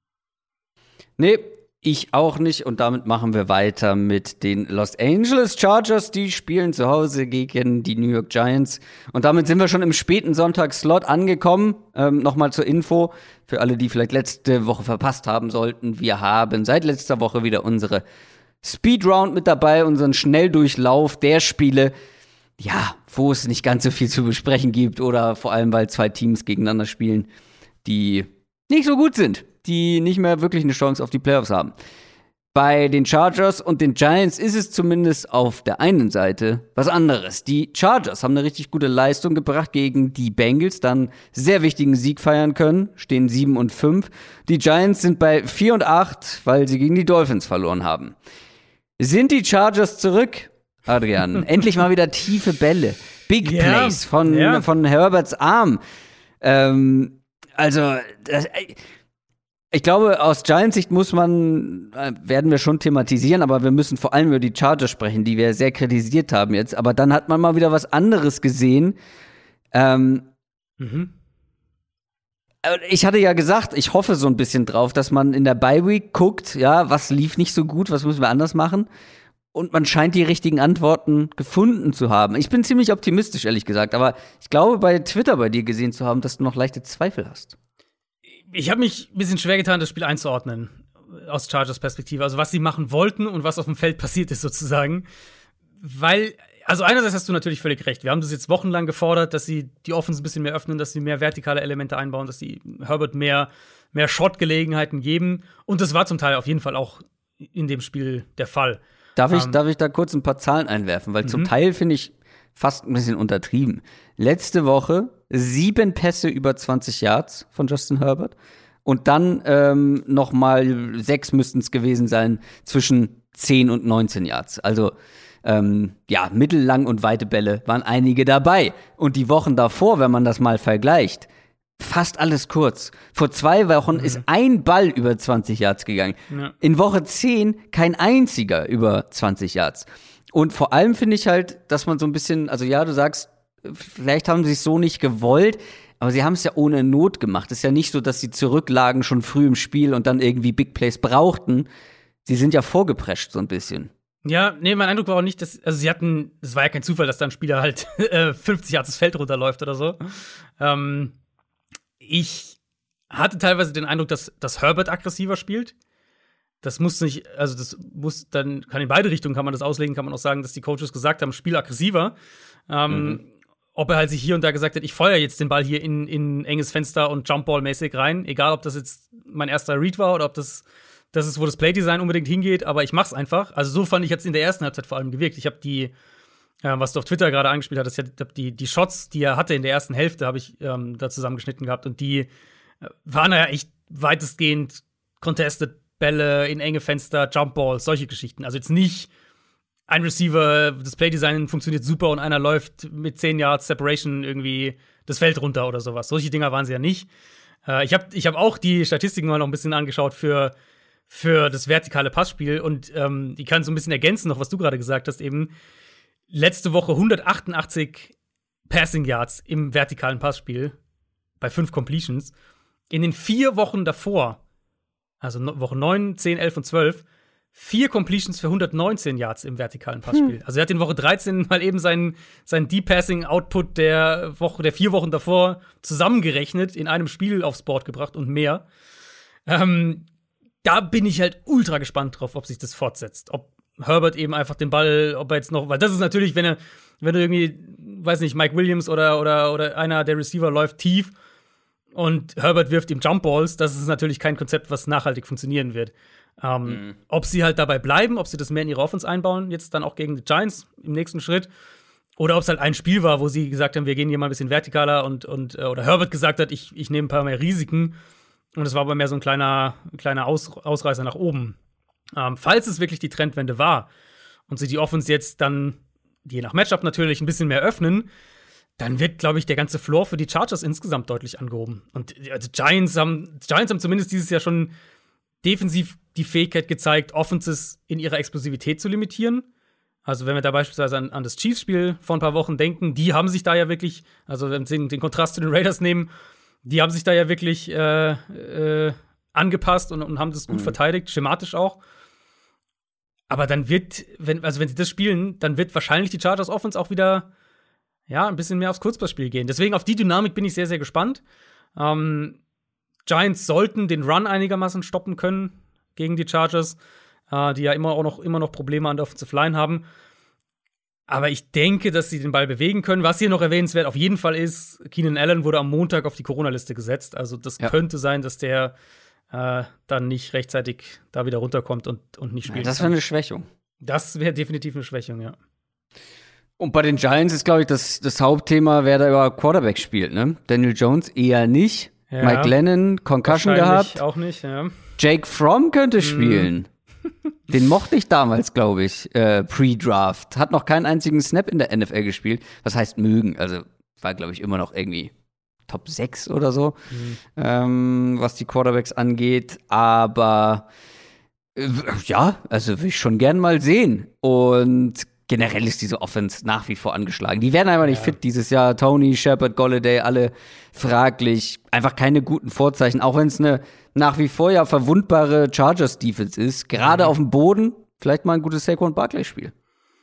Nee, ich auch nicht. Und damit machen wir weiter mit den Los Angeles Chargers. Die spielen zu Hause gegen die New York Giants. Und damit sind wir schon im späten Sonntagsslot angekommen. Ähm, Nochmal zur Info für alle, die vielleicht letzte Woche verpasst haben sollten. Wir haben seit letzter Woche wieder unsere Speedround mit dabei, unseren Schnelldurchlauf der Spiele, ja, wo es nicht ganz so viel zu besprechen gibt oder vor allem, weil zwei Teams gegeneinander spielen, die nicht so gut sind, die nicht mehr wirklich eine Chance auf die Playoffs haben. Bei den Chargers und den Giants ist es zumindest auf der einen Seite was anderes. Die Chargers haben eine richtig gute Leistung gebracht gegen die Bengals, dann sehr wichtigen Sieg feiern können, stehen sieben und fünf. Die Giants sind bei vier und acht, weil sie gegen die Dolphins verloren haben. Sind die Chargers zurück, Adrian? Endlich mal wieder tiefe Bälle, Big yeah. Plays von, yeah. von Herberts Arm. Ähm, also, das, ich glaube, aus Giants Sicht muss man, äh, werden wir schon thematisieren, aber wir müssen vor allem über die Chargers sprechen, die wir sehr kritisiert haben jetzt. Aber dann hat man mal wieder was anderes gesehen. Ähm, mhm. Ich hatte ja gesagt, ich hoffe so ein bisschen drauf, dass man in der Bye-Week guckt, ja, was lief nicht so gut, was müssen wir anders machen? Und man scheint die richtigen Antworten gefunden zu haben. Ich bin ziemlich optimistisch, ehrlich gesagt, aber ich glaube, bei Twitter bei dir gesehen zu haben, dass du noch leichte Zweifel hast. Ich habe mich ein bisschen schwer getan, das Spiel einzuordnen, aus Chargers Perspektive. Also, was sie machen wollten und was auf dem Feld passiert ist, sozusagen. Weil, also einerseits hast du natürlich völlig recht. Wir haben das jetzt wochenlang gefordert, dass sie die Offense ein bisschen mehr öffnen, dass sie mehr vertikale Elemente einbauen, dass sie Herbert mehr, mehr Shot-Gelegenheiten geben. Und das war zum Teil auf jeden Fall auch in dem Spiel der Fall. Darf ich, ähm, darf ich da kurz ein paar Zahlen einwerfen? Weil zum Teil finde ich fast ein bisschen untertrieben. Letzte Woche sieben Pässe über zwanzig Yards von Justin Herbert. Und dann ähm, noch mal sechs müssten es gewesen sein zwischen zehn und neunzehn Yards. Also Ähm, ja, mittellang und weite Bälle waren einige dabei. Und die Wochen davor, wenn man das mal vergleicht, fast alles kurz. Vor zwei Wochen mhm. ist ein Ball über zwanzig Yards gegangen. Ja. In Woche zehn kein einziger über zwanzig Yards. Und vor allem finde ich halt, dass man so ein bisschen, also ja, du sagst, vielleicht haben sie es so nicht gewollt, aber sie haben es ja ohne Not gemacht. Es ist ja nicht so, dass sie zurücklagen schon früh im Spiel und dann irgendwie Big Plays brauchten. Sie sind ja vorgeprescht so ein bisschen. Ja, nee, mein Eindruck war auch nicht, dass, also sie hatten, es war ja kein Zufall, dass da ein Spieler halt fünfzig Yards das Feld runterläuft oder so. Ähm, ich hatte teilweise den Eindruck, dass, dass Herbert aggressiver spielt. das muss nicht, also das muss dann, kann in beide Richtungen kann man das auslegen, kann man auch sagen, dass die Coaches gesagt haben, spiel aggressiver. Ähm, mhm. Ob er halt sich hier und da gesagt hat, ich feuer jetzt den Ball hier in, in enges Fenster und Jumpball-mäßig rein, egal ob das jetzt mein erster Read war oder ob das das ist, wo das Playdesign unbedingt hingeht, aber ich mach's einfach. Also so fand ich jetzt in der ersten Halbzeit vor allem gewirkt. Ich habe die, äh, was du auf Twitter gerade angespielt hattest, ich habe die, die Shots, die er hatte in der ersten Hälfte, habe ich ähm, da zusammengeschnitten gehabt und die äh, waren ja echt weitestgehend contested Bälle in enge Fenster, Jumpballs, solche Geschichten. Also jetzt nicht ein Receiver, das Playdesign funktioniert super und einer läuft mit zehn Yards Separation irgendwie das Feld runter oder sowas. Solche Dinger waren sie ja nicht. Äh, ich habe ich hab auch die Statistiken mal noch ein bisschen angeschaut für für das vertikale Passspiel und ähm, die kann so ein bisschen ergänzen, noch was du gerade gesagt hast, eben letzte Woche hundertachtundachtzig Passing Yards im vertikalen Passspiel bei fünf Completions. In den vier Wochen davor, also Woche neun, zehn, elf und zwölf, vier Completions für hundertneunzehn Yards im vertikalen Passspiel. Hm. Also er hat in Woche dreizehn mal eben seinen, seinen Deep-Passing-Output der Woche, der vier Wochen davor zusammengerechnet, in einem Spiel aufs Board gebracht und mehr. Ähm, Da bin ich halt ultra gespannt drauf, ob sich das fortsetzt. Ob Herbert eben einfach den Ball, ob er jetzt noch, weil das ist natürlich, wenn er, wenn du irgendwie, weiß nicht, Mike Williams oder, oder, oder einer der Receiver läuft tief und Herbert wirft ihm Jumpballs, das ist natürlich kein Konzept, was nachhaltig funktionieren wird. Ähm, mhm. Ob sie halt dabei bleiben, ob sie das mehr in ihre Offense einbauen, jetzt dann auch gegen die Giants im nächsten Schritt, oder ob es halt ein Spiel war, wo sie gesagt haben, wir gehen hier mal ein bisschen vertikaler und, und oder Herbert gesagt hat, ich, ich nehme ein paar mehr Risiken. Und es war aber mehr so ein kleiner, kleiner Aus, Ausreißer nach oben. Ähm, falls es wirklich die Trendwende war und sie die Offense jetzt dann, je nach Matchup natürlich, ein bisschen mehr öffnen, dann wird, glaube ich, der ganze Floor für die Chargers insgesamt deutlich angehoben. Und also Giants haben, Giants haben zumindest dieses Jahr schon defensiv die Fähigkeit gezeigt, Offenses in ihrer Explosivität zu limitieren. Also wenn wir da beispielsweise an, an das Chiefs-Spiel vor ein paar Wochen denken, die haben sich da ja wirklich, also wenn wir den, den Kontrast zu den Raiders nehmen, die haben sich da ja wirklich äh, äh, angepasst und, und haben das gut mhm. verteidigt, schematisch auch. Aber dann wird, wenn, also wenn sie das spielen, dann wird wahrscheinlich die Chargers Offense auch wieder ja, ein bisschen mehr aufs Kurzpassspiel gehen. Deswegen auf die Dynamik bin ich sehr, sehr gespannt. Ähm, Giants sollten den Run einigermaßen stoppen können gegen die Chargers, äh, die ja immer auch noch, immer noch Probleme an der Offensive Line haben. Aber ich denke, dass sie den Ball bewegen können. Was hier noch erwähnenswert auf jeden Fall ist, Keenan Allen wurde am Montag auf die Corona-Liste gesetzt. Also das ja. könnte sein, dass der äh, dann nicht rechtzeitig da wieder runterkommt und, und nicht spielt. Ja, das wäre eine Schwächung. Das wäre definitiv eine Schwächung, ja. Und bei den Giants ist, glaube ich, das, das Hauptthema, wer da über Quarterback spielt, ne? Daniel Jones eher nicht. Ja. Mike Glennon, Concussion gehabt. Auch nicht, ja. Jake Fromm könnte mhm. spielen. Den mochte ich damals, glaube ich, äh, Pre-Draft. Hat noch keinen einzigen Snap in der N F L gespielt. Was heißt mögen? Also war, glaube ich, immer noch irgendwie Top sechs oder so, mhm. ähm, was die Quarterbacks angeht. Aber äh, ja, also will ich schon gern mal sehen. Und generell ist diese Offense nach wie vor angeschlagen. Die werden einfach nicht ja. fit dieses Jahr. Tony, Shepard, Golladay, alle fraglich. Einfach keine guten Vorzeichen. Auch wenn es eine nach wie vor ja verwundbare Chargers-Defense ist. Gerade mhm. auf dem Boden. Vielleicht mal ein gutes Saquon Barkley-Spiel.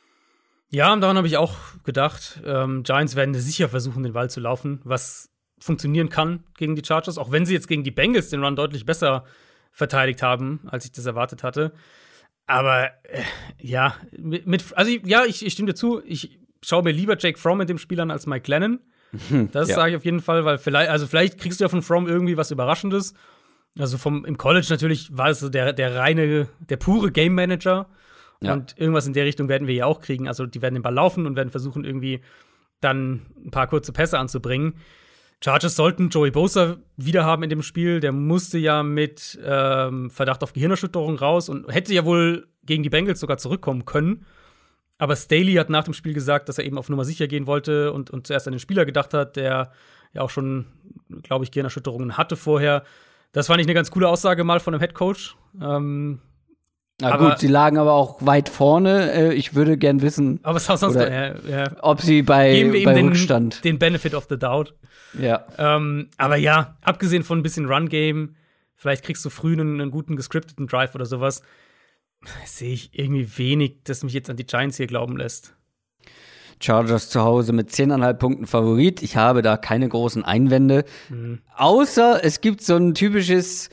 Ja, und daran habe ich auch gedacht. Ähm, Giants werden sicher versuchen, den Ball zu laufen, was funktionieren kann gegen die Chargers. Auch wenn sie jetzt gegen die Bengals den Run deutlich besser verteidigt haben, als ich das erwartet hatte. Aber äh, ja, mit, mit also ja, ich, ich stimme dir zu, ich schaue mir lieber Jake Fromm in dem Spiel an als Mike Glennon. Das ja. sage ich auf jeden Fall, weil vielleicht, also vielleicht kriegst du ja von Fromm irgendwie was Überraschendes. Also vom im College natürlich war es so der, der reine, der pure Game Manager. Ja. Und irgendwas in der Richtung werden wir ja auch kriegen. Also die werden den Ball laufen und werden versuchen, irgendwie dann ein paar kurze Pässe anzubringen. Chargers sollten Joey Bosa wieder haben in dem Spiel. Der musste ja mit ähm, Verdacht auf Gehirnerschütterung raus und hätte ja wohl gegen die Bengals sogar zurückkommen können. Aber Staley hat nach dem Spiel gesagt, dass er eben auf Nummer sicher gehen wollte und, und zuerst an den Spieler gedacht hat, der ja auch schon, glaube ich, Gehirnerschütterungen hatte vorher. Das fand ich eine ganz coole Aussage mal von einem Headcoach. Ähm, Na aber, gut, sie lagen aber auch weit vorne. Ich würde gern wissen, aber was sonst oder, ja, ja. ob sie bei, Geben wir bei eben Rückstand den, den Benefit of the Doubt. Ja. Ähm, aber ja, abgesehen von ein bisschen Run-Game, vielleicht kriegst du früh einen, einen guten gescripteten Drive oder sowas, sehe ich irgendwie wenig, das mich jetzt an die Giants hier glauben lässt. Chargers zu Hause mit zehn Komma fünf Punkten Favorit. Ich habe da keine großen Einwände. Mhm. Außer es gibt so ein typisches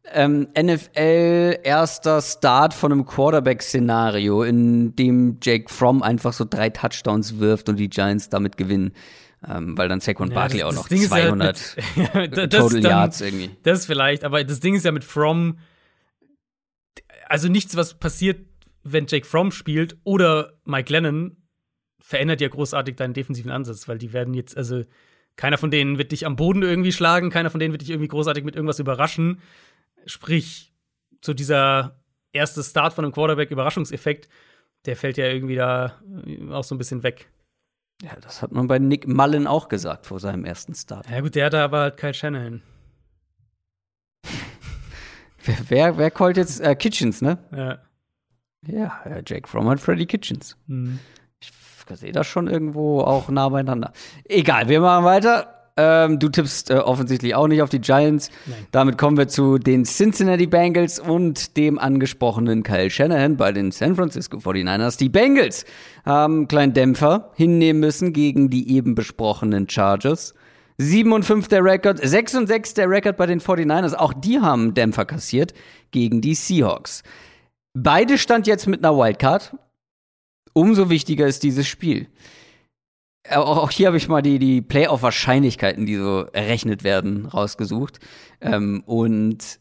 ähm, N F L erster Start von einem Quarterback-Szenario, in dem Jake Fromm einfach so drei Touchdowns wirft und die Giants damit gewinnen. Ähm, weil dann Saquon Ja, Barkley das- auch das noch Ding ist ja zweihundert mit- ja, das Total dann- Yards irgendwie. Das vielleicht, aber das Ding ist ja mit Fromm, also nichts, was passiert, wenn Jake Fromm spielt oder Mike Lennon, verändert ja großartig deinen defensiven Ansatz, weil die werden jetzt, also keiner von denen wird dich am Boden irgendwie schlagen, keiner von denen wird dich irgendwie großartig mit irgendwas überraschen. Sprich, so dieser erste Start von einem Quarterback-Überraschungseffekt, der fällt ja irgendwie da auch so ein bisschen weg. Ja, das hat man bei Nick Mullen auch gesagt vor seinem ersten Start. Ja gut, der hatte aber halt Kyle Shanahan. Wer, wer, wer callt jetzt äh, Kitchens, ne? Ja. Ja, äh, Jake Fromm hat Freddie Kitchens. Hm. Ich sehe das schon irgendwo auch nah beieinander. Egal, wir machen weiter. Ähm, du tippst äh, offensichtlich auch nicht auf die Giants. Nein. Damit kommen wir zu den Cincinnati Bengals und dem angesprochenen Kyle Shanahan bei den San Francisco forty-niners. Die Bengals haben einen kleinen Dämpfer hinnehmen müssen gegen die eben besprochenen Chargers. sieben und fünf der Rekord, sechs und sechs der Rekord bei den forty-niners. Auch die haben einen Dämpfer kassiert gegen die Seahawks. Beide stand jetzt mit einer Wildcard. Umso wichtiger ist dieses Spiel. Auch, auch hier habe ich mal die, die Playoff-Wahrscheinlichkeiten, die so errechnet werden, rausgesucht. Ähm, und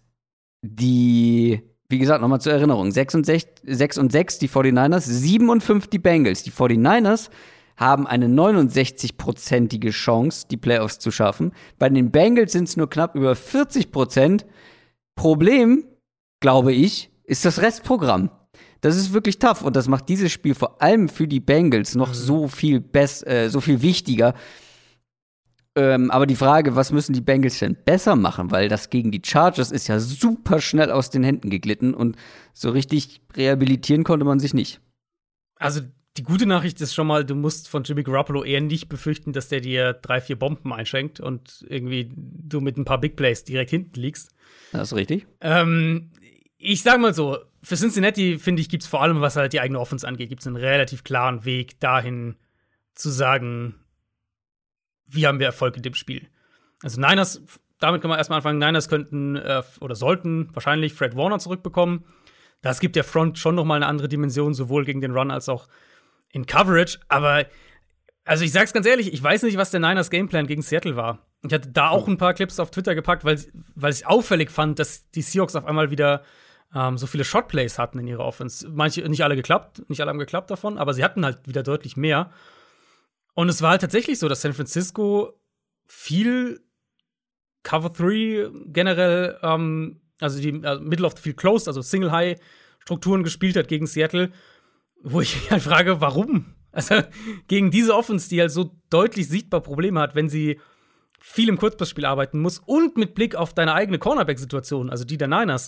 die, wie gesagt, nochmal zur Erinnerung: sechs und sechs die forty-niners, sieben und fünf die Bengals. Die forty-niners haben eine neunundsechzig-prozentige Chance, die Playoffs zu schaffen. Bei den Bengals sind es nur knapp über vierzig Prozent. Problem, glaube ich, ist das Restprogramm. Das ist wirklich tough und das macht dieses Spiel vor allem für die Bengals noch so viel bess- äh, so viel wichtiger. Ähm, aber die Frage, was müssen die Bengals denn besser machen? Weil das gegen die Chargers ist ja super schnell aus den Händen geglitten und so richtig rehabilitieren konnte man sich nicht. Also die gute Nachricht ist schon mal, du musst von Jimmy Garoppolo eher nicht befürchten, dass der dir drei, vier Bomben einschenkt und irgendwie du mit ein paar Big Plays direkt hinten liegst. Das ist richtig. Ähm, ich sag mal so, für Cincinnati, finde ich, gibt's vor allem, was halt die eigene Offense angeht, gibt's einen relativ klaren Weg dahin zu sagen, wie haben wir Erfolg in dem Spiel. Also Niners, damit kann man erstmal anfangen, Niners könnten äh, oder sollten wahrscheinlich Fred Warner zurückbekommen. Das gibt der Front schon noch mal eine andere Dimension, sowohl gegen den Run als auch in Coverage. Aber, also ich sag's ganz ehrlich, ich weiß nicht, was der Niners Gameplan gegen Seattle war. Ich hatte da auch ein paar Clips auf Twitter gepackt, weil, weil ich auffällig fand, dass die Seahawks auf einmal wieder ähm, so viele Shotplays hatten in ihrer Offense. Manche, nicht alle geklappt, nicht alle haben geklappt davon, aber sie hatten halt wieder deutlich mehr. Und es war halt tatsächlich so, dass San Francisco viel Cover drei generell, ähm, also die also Middle of the Field Closed, also Single-High-Strukturen gespielt hat gegen Seattle, wo ich mich halt frage, warum? Also gegen diese Offense, die halt so deutlich sichtbar Probleme hat, wenn sie viel im Kurzpassspiel arbeiten muss und mit Blick auf deine eigene Cornerback-Situation, also die der Niners,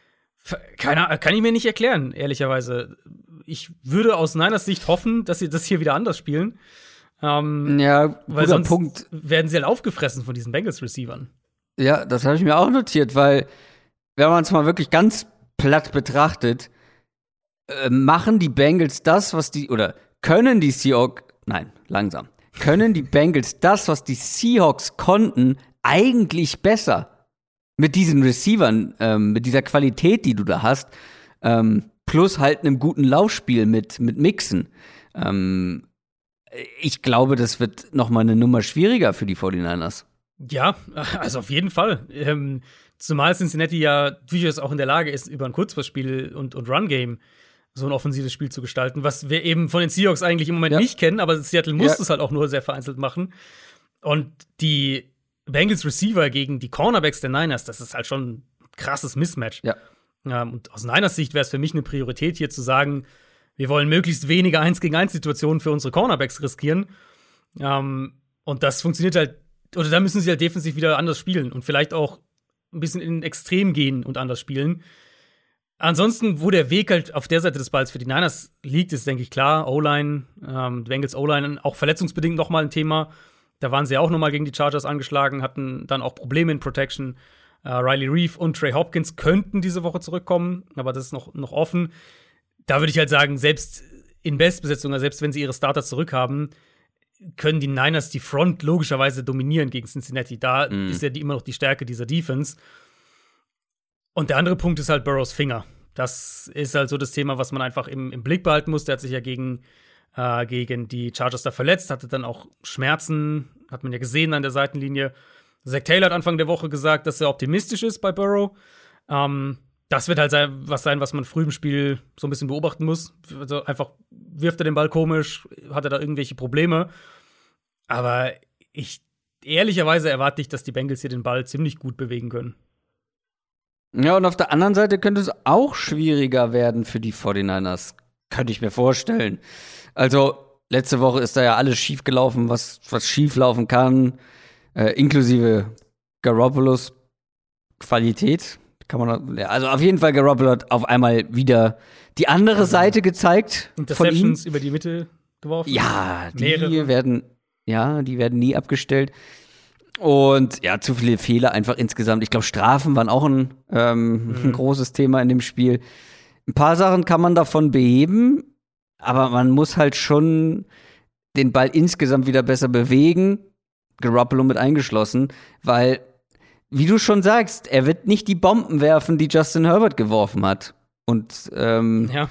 keine, kann ich mir nicht erklären, ehrlicherweise. Ich würde aus Niners Sicht hoffen, dass sie das hier wieder anders spielen. Ähm, Ja, weil guter sonst Punkt. werden sie halt aufgefressen von diesen Bengals-Receivern. Ja, das habe ich mir auch notiert, weil, wenn man es mal wirklich ganz platt betrachtet, äh, machen die Bengals das, was die, oder können die Seahawks, nein, langsam, können die Bengals das, was die Seahawks konnten, eigentlich besser. Mit diesen Receivern, ähm, mit dieser Qualität, die du da hast, ähm, plus halt einem guten Laufspiel mit, mit Mixen. Ähm, ich glaube, das wird noch mal eine Nummer schwieriger für die forty-niners. Ja, also auf jeden Fall. Ähm, zumal Cincinnati ja durchaus auch in der Lage ist, über ein Kurzpassspiel und, und Run-Game so ein offensives Spiel zu gestalten, was wir eben von den Seahawks eigentlich im Moment ja. nicht kennen, aber Seattle muss Ja. es halt auch nur sehr vereinzelt machen. Und die Bengals Receiver gegen die Cornerbacks der Niners, das ist halt schon ein krasses Mismatch. Ja. Ähm, und aus Niners Sicht wäre es für mich eine Priorität, hier zu sagen, wir wollen möglichst wenige eins gegen eins Situationen für unsere Cornerbacks riskieren. Ähm, und das funktioniert halt, oder da müssen sie halt defensiv wieder anders spielen und vielleicht auch ein bisschen in den Extrem gehen und anders spielen. Ansonsten, wo der Weg halt auf der Seite des Balls für die Niners liegt, ist, denke ich, klar. O-Line, ähm, Bengals O-Line, auch verletzungsbedingt noch mal ein Thema. Da waren sie auch noch mal gegen die Chargers angeschlagen, hatten dann auch Probleme in Protection. Uh, Riley Reeve und Trey Hopkins könnten diese Woche zurückkommen, aber das ist noch, noch offen. Da würde ich halt sagen, selbst in Bestbesetzung, also selbst wenn sie ihre Starter zurückhaben, können die Niners die Front logischerweise dominieren gegen Cincinnati. Da Mhm. ist ja die, immer noch die Stärke dieser Defense. Und der andere Punkt ist halt Burrows Finger. Das ist halt so das Thema, was man einfach im, im Blick behalten muss. Der hat sich ja gegen, äh, gegen die Chargers da verletzt, hatte dann auch Schmerzen, hat man ja gesehen an der Seitenlinie. Zach Taylor hat Anfang der Woche gesagt, dass er optimistisch ist bei Burrow. Ähm, das wird halt sein, was sein, was man früh im Spiel so ein bisschen beobachten muss. Also einfach wirft er den Ball komisch, hat er da irgendwelche Probleme. Aber ich ehrlicherweise erwarte ich, dass die Bengals hier den Ball ziemlich gut bewegen können. Ja, und auf der anderen Seite könnte es auch schwieriger werden für die forty-niners. Könnte ich mir vorstellen. Also, letzte Woche ist da ja alles schief gelaufen, was, was schief laufen kann, äh, inklusive Garoppolos Qualität. Kann man, ja, also auf jeden Fall, Garoppolo hat auf einmal wieder die andere Seite gezeigt. Interceptions über die Mitte geworfen. Ja, die Mehrere. werden, ja, die werden nie abgestellt. Und ja, zu viele Fehler einfach insgesamt. Ich glaube, Strafen waren auch ein, ähm, mhm. ein großes Thema in dem Spiel. Ein paar Sachen kann man davon beheben, aber man muss halt schon den Ball insgesamt wieder besser bewegen, Garoppolo mit eingeschlossen, weil, wie du schon sagst, er wird nicht die Bomben werfen, die Justin Herbert geworfen hat. Und ähm, Ja.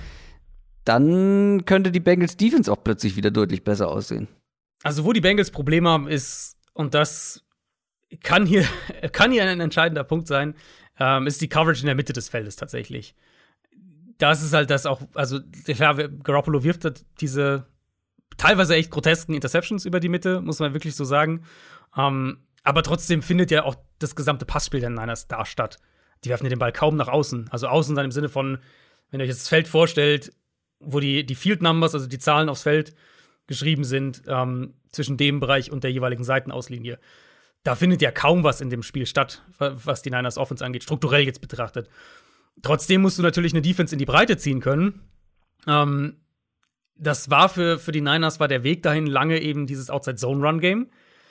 dann könnte die Bengals Defense auch plötzlich wieder deutlich besser aussehen. Also, wo die Bengals Probleme haben, ist, und das kann hier, kann hier ein entscheidender Punkt sein, ähm, ist die Coverage in der Mitte des Feldes tatsächlich. Das ist halt das auch, also klar, Garoppolo wirft halt diese teilweise echt grotesken Interceptions über die Mitte, muss man wirklich so sagen. Ähm, aber trotzdem findet ja auch das gesamte Passspiel der Niners da statt. Die werfen ja den Ball kaum nach außen. Also außen dann im Sinne von, wenn ihr euch jetzt das Feld vorstellt, wo die, die Field Numbers, also die Zahlen aufs Feld geschrieben sind, ähm, zwischen dem Bereich und der jeweiligen Seitenauslinie. Da findet ja kaum was in dem Spiel statt, was die Niners Offense angeht, strukturell jetzt betrachtet. Trotzdem musst du natürlich eine Defense in die Breite ziehen können. Ähm, das war für, für die Niners war der Weg dahin lange eben dieses Outside-Zone-Run-Game,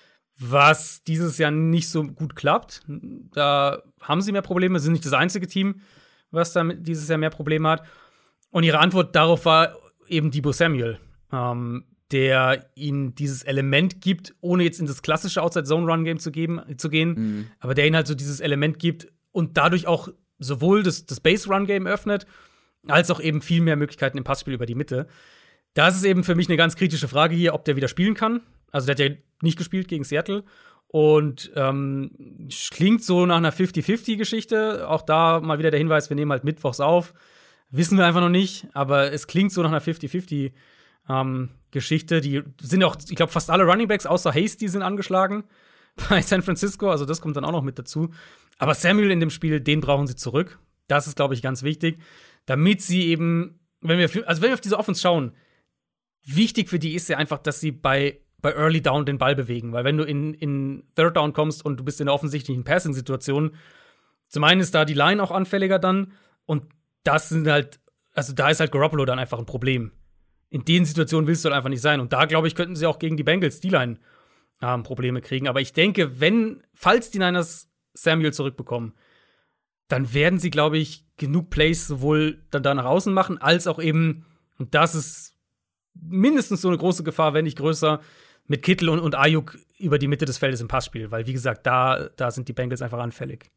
was dieses Jahr nicht so gut klappt. Da haben sie mehr Probleme, sind nicht das einzige Team, was da dieses Jahr mehr Probleme hat. Und ihre Antwort darauf war eben Deebo Samuel, ähm, der ihnen dieses Element gibt, ohne jetzt in das klassische Outside-Zone-Run-Game zu, geben, zu gehen, mhm. aber der ihnen halt so dieses Element gibt und dadurch auch sowohl das, das Base-Run-Game öffnet, als auch eben viel mehr Möglichkeiten im Passspiel über die Mitte. Das ist eben für mich eine ganz kritische Frage hier, ob der wieder spielen kann. Also der hat ja nicht gespielt gegen Seattle und ähm, klingt so nach einer fifty fifty Geschichte. Auch da mal wieder der Hinweis, wir nehmen halt mittwochs auf. Wissen wir einfach noch nicht, aber es klingt so nach einer fifty fifty ähm, Geschichte. Die sind auch, ich glaube, fast alle Runningbacks außer Hasty sind angeschlagen bei San Francisco. Also das kommt dann auch noch mit dazu. Aber Samuel in dem Spiel, den brauchen sie zurück. Das ist, glaube ich, ganz wichtig, damit sie eben, wenn wir, also wenn wir auf diese Offense schauen, wichtig für die ist ja einfach, dass sie bei, bei Early Down den Ball bewegen. Weil wenn du in, in Third Down kommst und du bist in der offensichtlichen Passing-Situation, zum einen ist da die Line auch anfälliger dann und das sind halt, also da ist halt Garoppolo dann einfach ein Problem. In den Situationen willst du halt einfach nicht sein. Und da, glaube ich, könnten sie auch gegen die Bengals D-Line ähm, Probleme kriegen. Aber ich denke, wenn, falls die Niners Samuel zurückbekommen, dann werden sie, glaube ich, genug Plays sowohl dann da nach außen machen, als auch eben, und das ist mindestens so eine große Gefahr, wenn nicht größer, mit Kittel und, und Ayuk über die Mitte des Feldes im Passspiel. Weil, wie gesagt, da, da sind die Bengals einfach anfällig.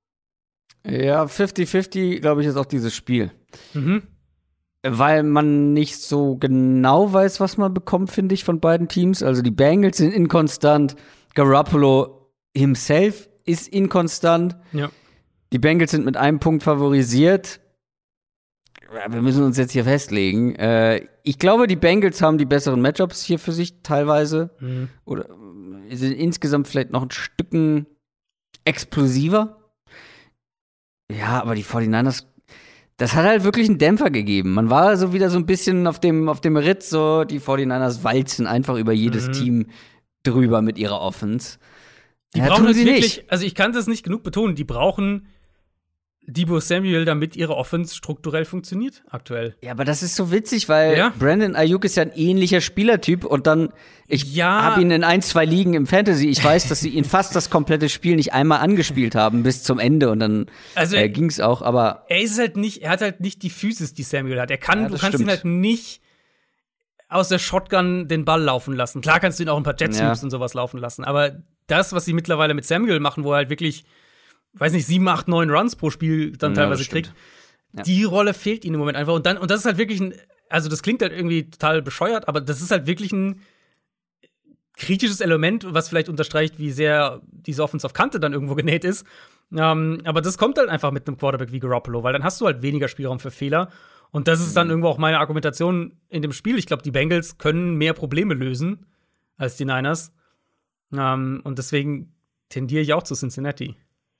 Ja, fifty fifty, glaube ich, ist auch dieses Spiel. Mhm. Weil man nicht so genau weiß, was man bekommt, finde ich, von beiden Teams. Also die Bengals sind inkonstant, Garoppolo himself ist inkonstant. Ja. Die Bengals sind mit einem Punkt favorisiert. Ja, wir müssen uns jetzt hier festlegen. Äh, ich glaube, die Bengals haben die besseren Matchups hier für sich teilweise. Mhm. Oder sind insgesamt vielleicht noch ein Stücken explosiver. Ja, aber die forty-niners, das hat halt wirklich einen Dämpfer gegeben. Man war so wieder so ein bisschen auf dem, auf dem Ritt, so die forty-niners walzen einfach über jedes mhm. Team drüber mit ihrer Offense. Die ja, brauchen tun sie wirklich, nicht. Also ich kann das nicht genug betonen, die brauchen Deebo Samuel, damit ihre Offense strukturell funktioniert aktuell. Ja, aber das ist so witzig, weil ja. Brandon Ayuk ist ja ein ähnlicher Spielertyp und dann, ich ja. habe ihn in ein, zwei Ligen im Fantasy, ich weiß, dass sie ihn fast das komplette Spiel nicht einmal angespielt haben bis zum Ende und dann also, äh, ging's auch, aber er ist halt nicht, er hat halt nicht die Physis, die Samuel hat. Er kann, ja, du kannst stimmt. ihn halt nicht aus der Shotgun den Ball laufen lassen. Klar kannst du ihn auch ein paar Jet Sweeps ja. und sowas laufen lassen, aber das, was sie mittlerweile mit Samuel machen, wo er halt wirklich weiß nicht, sieben, acht, neun Runs pro Spiel dann Ja, teilweise das stimmt. kriegt. Ja. Die Rolle fehlt ihnen im Moment einfach. Und dann, und das ist halt wirklich ein, also das klingt halt irgendwie total bescheuert, aber das ist halt wirklich ein kritisches Element, was vielleicht unterstreicht, wie sehr diese Offense auf Kante dann irgendwo genäht ist. Ähm, aber das kommt halt einfach mit einem Quarterback wie Garoppolo, weil dann hast du halt weniger Spielraum für Fehler. Und das ist dann irgendwo auch meine Argumentation in dem Spiel. Ich glaube, die Bengals können mehr Probleme lösen als die Niners. Ähm, und deswegen tendiere ich auch zu Cincinnati.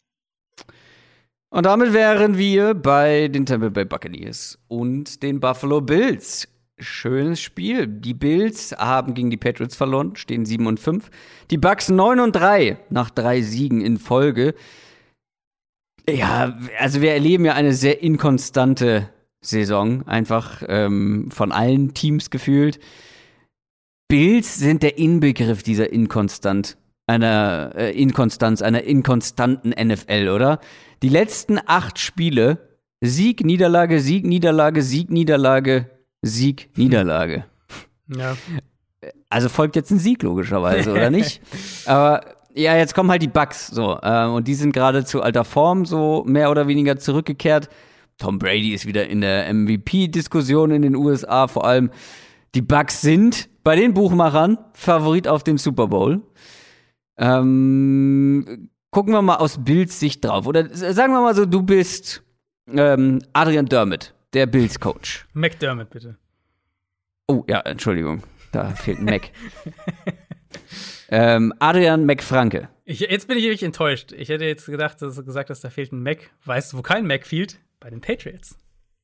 Und damit wären wir bei den Tampa Bay Buccaneers und den Buffalo Bills. Schönes Spiel. Die Bills haben gegen die Patriots verloren, stehen sieben und fünf. Die Bucks neun und drei nach drei Siegen in Folge. Ja, also wir erleben ja eine sehr inkonstante Saison, einfach ähm, von allen Teams gefühlt. Bills sind der Inbegriff dieser Inkonstant, einer äh, Inkonstanz, einer inkonstanten N F L, oder? Die letzten acht Spiele, Sieg, Niederlage, Sieg, Niederlage, Sieg, Niederlage, Sieg, Niederlage. Ja. Also folgt jetzt ein Sieg, logischerweise, oder nicht? Aber ja, jetzt kommen halt die Bucks, so. Äh, und die sind gerade zu alter Form so mehr oder weniger zurückgekehrt. Tom Brady ist wieder in der M V P-Diskussion in den U S A, vor allem. Die Bucks sind bei den Buchmachern Favorit auf den Super Bowl. Ähm, gucken wir mal aus Bills Sicht drauf. Oder sagen wir mal so, du bist ähm, Adrian Dermott, der Bills-Coach. McDermott, bitte. Oh, ja, Entschuldigung, da fehlt ein Mac. ähm, Adrian McFranke. Ich, jetzt bin ich wirklich enttäuscht. Ich hätte jetzt gedacht, dass du gesagt hast, da fehlt ein Mac. Weißt du, wo kein Mac fehlt? Bei den Patriots.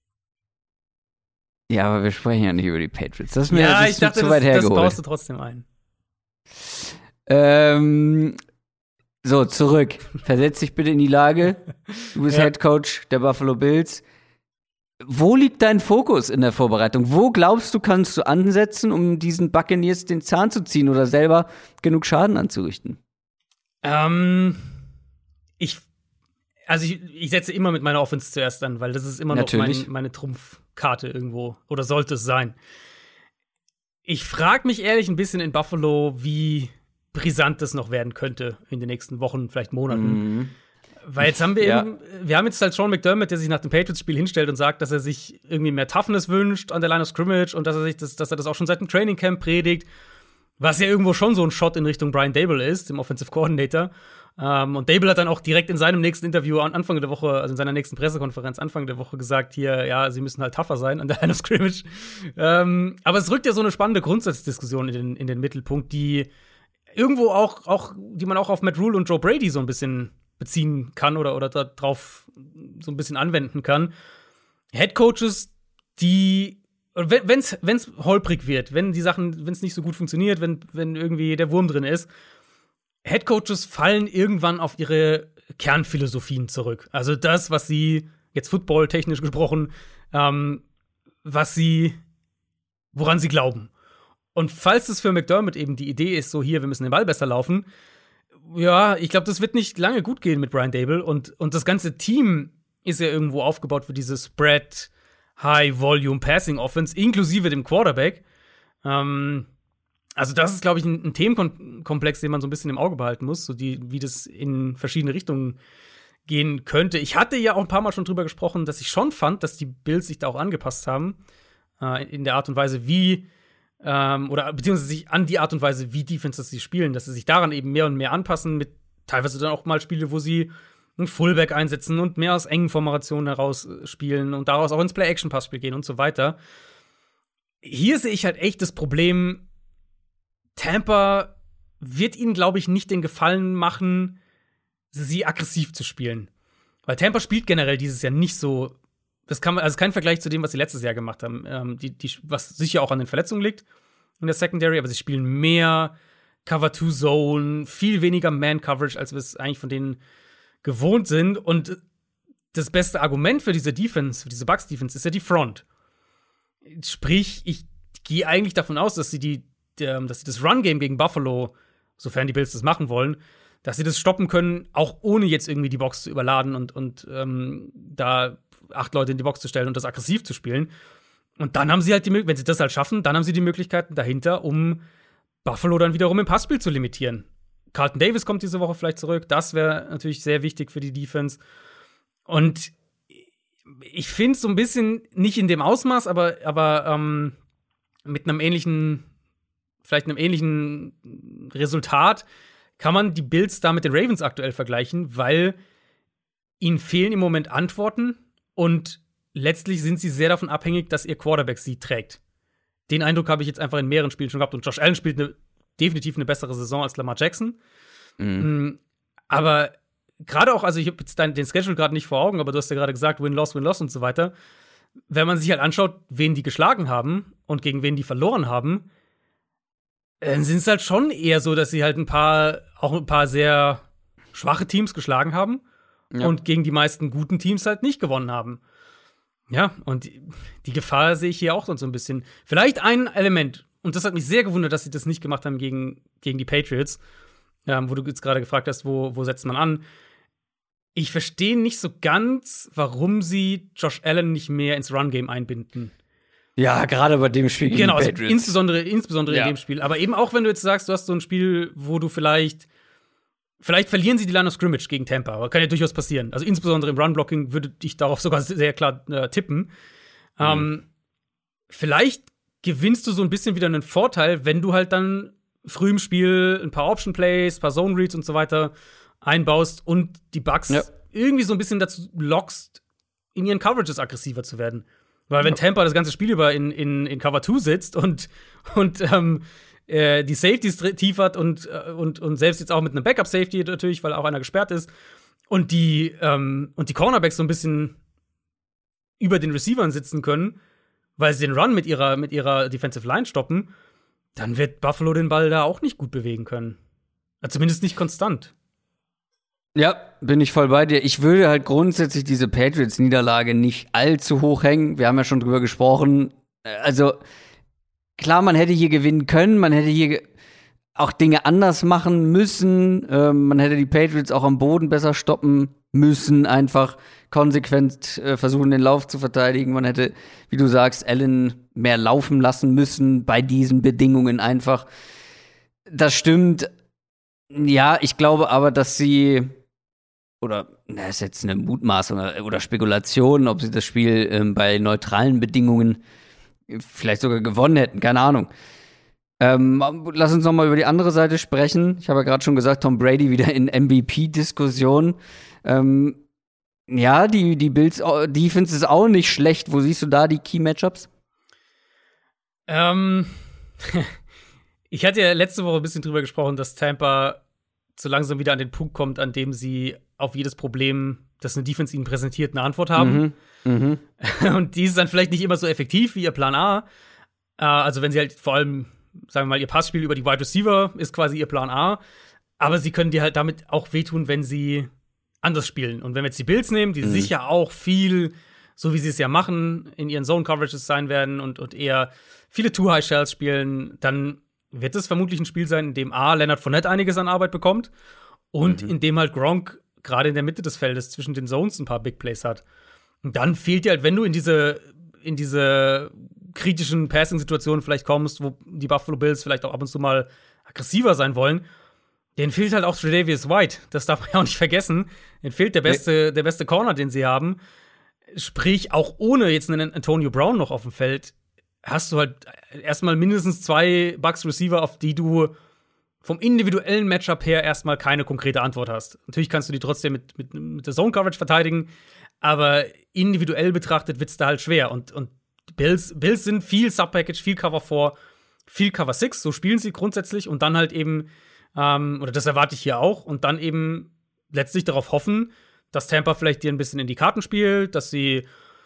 Ja, aber wir sprechen ja nicht über die Patriots. Das ist mir ja, das ich dachte, zu das, weit das hergeholt. baust du trotzdem ein. Ähm, so, zurück. Versetz dich bitte in die Lage. Du bist Ja. Head Coach der Buffalo Bills. Wo liegt dein Fokus in der Vorbereitung? Wo glaubst du, kannst du ansetzen, um diesen Buccaneers den Zahn zu ziehen oder selber genug Schaden anzurichten? Ähm, ich, also ich, ich setze immer mit meiner Offense zuerst an, weil das ist immer noch Natürlich. mein, meine Trumpfkarte irgendwo. Oder sollte es sein. Ich frage mich ehrlich ein bisschen in Buffalo, wie brisant das noch werden könnte in den nächsten Wochen, vielleicht Monaten. Mhm. Weil jetzt haben wir Ja. eben, wir haben jetzt halt Sean McDermott, der sich nach dem Patriots-Spiel hinstellt und sagt, dass er sich irgendwie mehr Toughness wünscht an der Line of Scrimmage und dass er sich das, dass er das auch schon seit dem Training Camp predigt. Was ja irgendwo schon so ein Shot in Richtung Brian Daboll ist, dem Offensive Coordinator. Ähm, und Daboll hat dann auch direkt in seinem nächsten Interview an Anfang der Woche, also in seiner nächsten Pressekonferenz Anfang der Woche gesagt, hier, ja, sie müssen halt tougher sein an der Line of Scrimmage. ähm, aber es rückt ja so eine spannende Grundsatzdiskussion in den, in den Mittelpunkt, die irgendwo auch, auch, die man auch auf Matt Rule und Joe Brady so ein bisschen beziehen kann oder, oder darauf so ein bisschen anwenden kann. Headcoaches, die, wenn es wenn's holprig wird, wenn die Sachen, wenn es nicht so gut funktioniert, wenn, wenn irgendwie der Wurm drin ist, Headcoaches fallen irgendwann auf ihre Kernphilosophien zurück. Also das, was sie, jetzt football-technisch gesprochen, ähm, was sie, woran sie glauben. Und falls es für McDermott eben die Idee ist, so hier, wir müssen den Ball besser laufen, ja, ich glaube, das wird nicht lange gut gehen mit Brian Daboll. Und, und das ganze Team ist ja irgendwo aufgebaut für diese Spread, High-Volume-Passing-Offense, inklusive dem Quarterback. Ähm, also das ist, glaube ich, ein, ein Themenkomplex, den man so ein bisschen im Auge behalten muss, so die, wie das in verschiedene Richtungen gehen könnte. Ich hatte ja auch ein paar Mal schon drüber gesprochen, dass ich schon fand, dass die Bills sich da auch angepasst haben, äh, in der Art und Weise, wie Ähm, oder beziehungsweise sich an die Art und Weise, wie Defenses sie spielen, dass sie sich daran eben mehr und mehr anpassen, mit teilweise dann auch mal Spiele, wo sie einen Fullback einsetzen und mehr aus engen Formationen heraus spielen und daraus auch ins Play-Action-Passspiel gehen und so weiter. Hier sehe ich halt echt das Problem, Tampa wird ihnen, glaube ich, nicht den Gefallen machen, sie aggressiv zu spielen. Weil Tampa spielt generell dieses Jahr nicht so. Das kann man, also kein Vergleich zu dem, was sie letztes Jahr gemacht haben. Ähm, die, die, was sicher auch an den Verletzungen liegt in der Secondary, aber sie spielen mehr Cover two Zone, viel weniger Man-Coverage, als wir es eigentlich von denen gewohnt sind. Und das beste Argument für diese Defense, für diese Bucks-Defense, ist ja die Front. Sprich, ich gehe eigentlich davon aus, dass sie, die, der, dass sie das Run-Game gegen Buffalo, sofern die Bills das machen wollen, dass sie das stoppen können, auch ohne jetzt irgendwie die Box zu überladen und, und ähm, da acht Leute in die Box zu stellen und das aggressiv zu spielen. Und dann haben sie halt die Möglichkeit, wenn sie das halt schaffen, dann haben sie die Möglichkeiten dahinter, um Buffalo dann wiederum im Passspiel zu limitieren. Carlton Davis kommt diese Woche vielleicht zurück. Das wäre natürlich sehr wichtig für die Defense. Und ich finde es so ein bisschen, nicht in dem Ausmaß, aber, aber ähm, mit einem ähnlichen, vielleicht einem ähnlichen Resultat kann man die Bills da mit den Ravens aktuell vergleichen, weil ihnen fehlen im Moment Antworten und letztlich sind sie sehr davon abhängig, dass ihr Quarterback sie trägt. Den Eindruck habe ich jetzt einfach in mehreren Spielen schon gehabt. Und Josh Allen spielt eine, definitiv eine bessere Saison als Lamar Jackson. Mhm. Aber gerade auch, also ich habe jetzt den Schedule gerade nicht vor Augen, aber du hast ja gerade gesagt, Win-Loss, Win-Loss und so weiter. Wenn man sich halt anschaut, wen die geschlagen haben und gegen wen die verloren haben, dann sind es halt schon eher so, dass sie halt ein paar, auch ein paar sehr schwache Teams geschlagen haben ja. und gegen die meisten guten Teams halt nicht gewonnen haben. Ja, und die, die Gefahr sehe ich hier auch so ein bisschen. Vielleicht ein Element, und das hat mich sehr gewundert, dass sie das nicht gemacht haben gegen, gegen die Patriots, ähm, wo du jetzt gerade gefragt hast, wo, wo setzt man an. Ich verstehe nicht so ganz, warum sie Josh Allen nicht mehr ins Run-Game einbinden. Ja, gerade bei dem Spiel gegen genau, die also Patriots. insbesondere, insbesondere ja. in dem Spiel. Aber eben auch, wenn du jetzt sagst, du hast so ein Spiel, wo du vielleicht Vielleicht verlieren sie die Line of Scrimmage gegen Tampa, aber kann ja durchaus passieren. Also insbesondere im Run-Blocking würde ich darauf sogar sehr klar äh, tippen. Mhm. Ähm, vielleicht gewinnst du so ein bisschen wieder einen Vorteil, wenn du halt dann früh im Spiel ein paar Option-Plays, ein paar Zone-Reads und so weiter einbaust und die Bucks ja. irgendwie so ein bisschen dazu lockst, in ihren Coverages aggressiver zu werden. Weil wenn ja. Tampa das ganze Spiel über in, in, in Cover zwei sitzt und, und ähm, die Safeties tief hat und, und, und selbst jetzt auch mit einem Backup-Safety natürlich, weil auch einer gesperrt ist, und die, ähm, und die Cornerbacks so ein bisschen über den Receivern sitzen können, weil sie den Run mit ihrer, mit ihrer Defensive Line stoppen, dann wird Buffalo den Ball da auch nicht gut bewegen können. Also zumindest nicht konstant. Ja, bin ich voll bei dir. Ich würde halt grundsätzlich diese Patriots-Niederlage nicht allzu hoch hängen. Wir haben ja schon drüber gesprochen. Also klar, man hätte hier gewinnen können, man hätte hier auch Dinge anders machen müssen, ähm, man hätte die Patriots auch am Boden besser stoppen müssen, einfach konsequent äh, versuchen, den Lauf zu verteidigen. Man hätte, wie du sagst, Allen mehr laufen lassen müssen bei diesen Bedingungen einfach. Das stimmt. Ja, ich glaube aber, dass sie oder, na, ist jetzt eine Mutmaßung oder Spekulation, ob sie das Spiel ähm, bei neutralen Bedingungen vielleicht sogar gewonnen hätten, keine Ahnung. Ähm, lass uns noch mal über die andere Seite sprechen. Ich habe ja gerade schon gesagt, Tom Brady wieder in M V P-Diskussion. Ähm, ja, die, die Bills Defense ist auch nicht schlecht. Wo siehst du da die Key-Matchups? Ähm, ich hatte ja letzte Woche ein bisschen drüber gesprochen, dass Tampa so langsam wieder an den Punkt kommt, an dem sie auf jedes Problem, das eine Defense ihnen präsentiert, eine Antwort haben. Mhm. Mhm. Und die ist dann vielleicht nicht immer so effektiv wie ihr Plan A. Äh, also wenn sie halt vor allem, sagen wir mal, ihr Passspiel über die Wide Receiver ist quasi ihr Plan A. Aber sie können dir halt damit auch wehtun, wenn sie anders spielen. Und wenn wir jetzt die Bills nehmen, die mhm. sicher auch viel, so wie sie es ja machen, in ihren Zone-Coverages sein werden und, und eher viele Too-High-Shells spielen, dann wird es vermutlich ein Spiel sein, in dem A, Leonard Fournette einiges an Arbeit bekommt und mhm. in dem halt Gronk gerade in der Mitte des Feldes zwischen den Zones ein paar Big Plays hat. Und dann fehlt dir halt, wenn du in diese, in diese kritischen Passing-Situationen vielleicht kommst, wo die Buffalo Bills vielleicht auch ab und zu mal aggressiver sein wollen, denen fehlt halt auch Tre'Davious White. Das darf man ja auch nicht vergessen. Denen fehlt der beste, nee. der beste Corner, den sie haben. Sprich, auch ohne jetzt einen Antonio Brown noch auf dem Feld, hast du halt erstmal mindestens zwei Bucks-Receiver, auf die du vom individuellen Matchup her erstmal keine konkrete Antwort hast. Natürlich kannst du die trotzdem mit, mit, mit der Zone-Coverage verteidigen, aber individuell betrachtet wird's da halt schwer. Und, und Bills, Bills sind viel Sub-Package, viel Cover vier, viel Cover sechs, so spielen sie grundsätzlich. Und dann halt eben, ähm, oder das erwarte ich hier auch, und dann eben letztlich darauf hoffen, dass Tampa vielleicht dir ein bisschen in die Karten spielt, dass sie,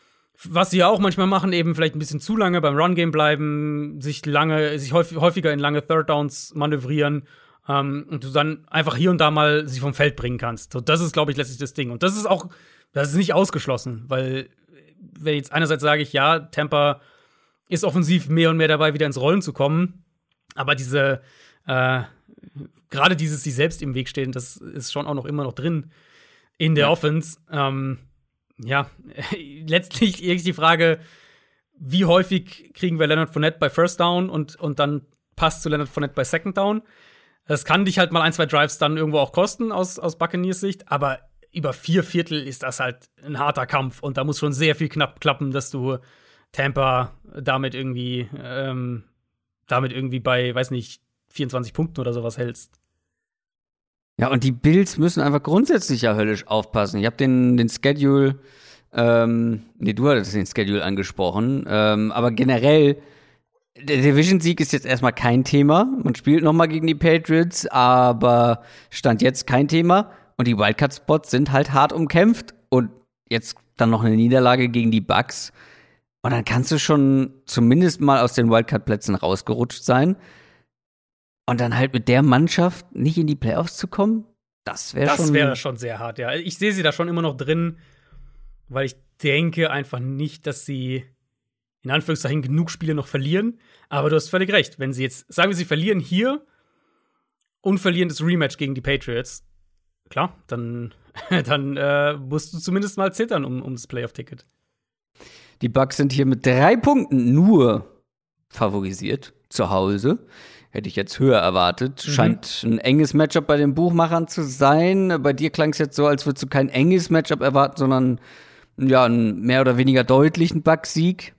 was sie ja auch manchmal machen, eben vielleicht ein bisschen zu lange beim Run-Game bleiben, sich lange, sich häufig, häufiger in lange Third Downs manövrieren, ähm, und du dann einfach hier und da mal sie vom Feld bringen kannst. So, das ist, glaube ich, letztlich das Ding. Und das ist auch, das ist nicht ausgeschlossen, weil, wenn jetzt einerseits sage ich, ja, Tampa ist offensiv mehr und mehr dabei, wieder ins Rollen zu kommen, aber diese, äh, gerade dieses, sie selbst im Weg stehen, das ist schon auch noch immer noch drin in der ja. Offense. Ähm, ja, letztlich die Frage, wie häufig kriegen wir Leonard Fournette bei First Down und, und dann passt zu Leonard Fournette bei Second Down. Das kann dich halt mal ein, zwei Drives dann irgendwo auch kosten aus, aus Buccaneers Sicht, aber über vier Viertel ist das halt ein harter Kampf und da muss schon sehr viel knapp klappen, dass du Tampa damit irgendwie, ähm, damit irgendwie bei, weiß nicht, vierundzwanzig Punkten oder sowas hältst. Ja, und die Bills müssen einfach grundsätzlich ja höllisch aufpassen. Ich habe den, den Schedule, ähm, nee, du hattest den Schedule angesprochen, ähm, aber generell, der Division-Sieg ist jetzt erstmal kein Thema. Man spielt noch mal gegen die Patriots, aber Stand jetzt kein Thema. Und die Wildcard-Spots sind halt hart umkämpft. Und jetzt dann noch eine Niederlage gegen die Bucks. Und dann kannst du schon zumindest mal aus den Wildcard-Plätzen rausgerutscht sein. Und dann halt mit der Mannschaft nicht in die Playoffs zu kommen, das wäre schon. Das wäre schon sehr hart, ja. Ich sehe sie da schon immer noch drin, weil ich denke einfach nicht, dass sie in Anführungszeichen genug Spiele noch verlieren. Aber du hast völlig recht. Wenn sie jetzt, sagen wir, sie verlieren hier und verlieren das Rematch gegen die Patriots, klar, dann, dann äh, musst du zumindest mal zittern um, um das Playoff-Ticket. Die Bucks sind hier mit drei Punkten nur favorisiert, zu Hause. Hätte ich jetzt höher erwartet. Mhm. Scheint ein enges Matchup bei den Buchmachern zu sein. Bei dir klang es jetzt so, als würdest du kein enges Matchup erwarten, sondern ja, einen mehr oder weniger deutlichen Bucks-Sieg.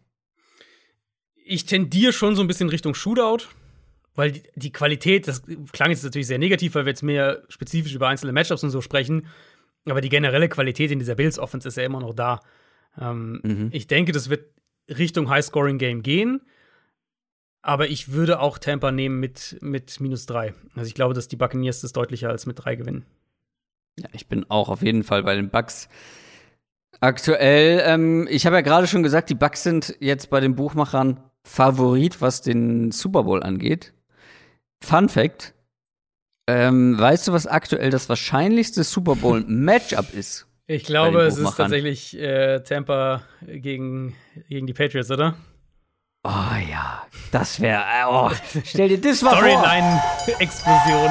Ich tendiere schon so ein bisschen Richtung Shootout, weil die, die Qualität, das klang jetzt natürlich sehr negativ, weil wir jetzt mehr spezifisch über einzelne Matchups und so sprechen, aber die generelle Qualität in dieser Bills-Offense ist ja immer noch da. Ähm, mhm. Ich denke, das wird Richtung High-Scoring-Game gehen, aber ich würde auch Tampa nehmen mit, mit minus drei. Also ich glaube, dass die Buccaneers das deutlicher als mit drei gewinnen. Ja, ich bin auch auf jeden Fall bei den Bucks. Aktuell, ähm, ich habe ja gerade schon gesagt, die Bucks sind jetzt bei den Buchmachern Favorit, was den Super Bowl angeht. Fun Fact: ähm, Weißt du, was aktuell das wahrscheinlichste Super Bowl-Matchup ist? Ich glaube, es ist tatsächlich äh, Tampa gegen, gegen die Patriots, oder? Oh ja, das wäre. Oh, stell dir das mal vor. Storyline-Explosion.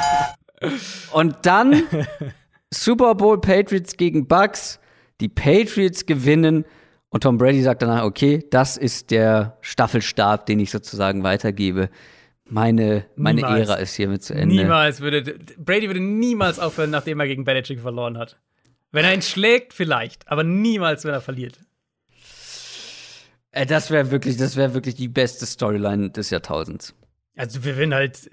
Und dann Super Bowl Patriots gegen Bucks. Die Patriots gewinnen. Und Tom Brady sagt danach, okay, das ist der Staffelstab, den ich sozusagen weitergebe. Meine, meine Ära ist hiermit zu Ende. Niemals würde, Brady würde niemals aufhören, nachdem er gegen Belichick verloren hat. Wenn er ihn schlägt, vielleicht, aber niemals, wenn er verliert. Äh, das wäre wirklich, das wäre wirklich die beste Storyline des Jahrtausends. Also wir würden halt,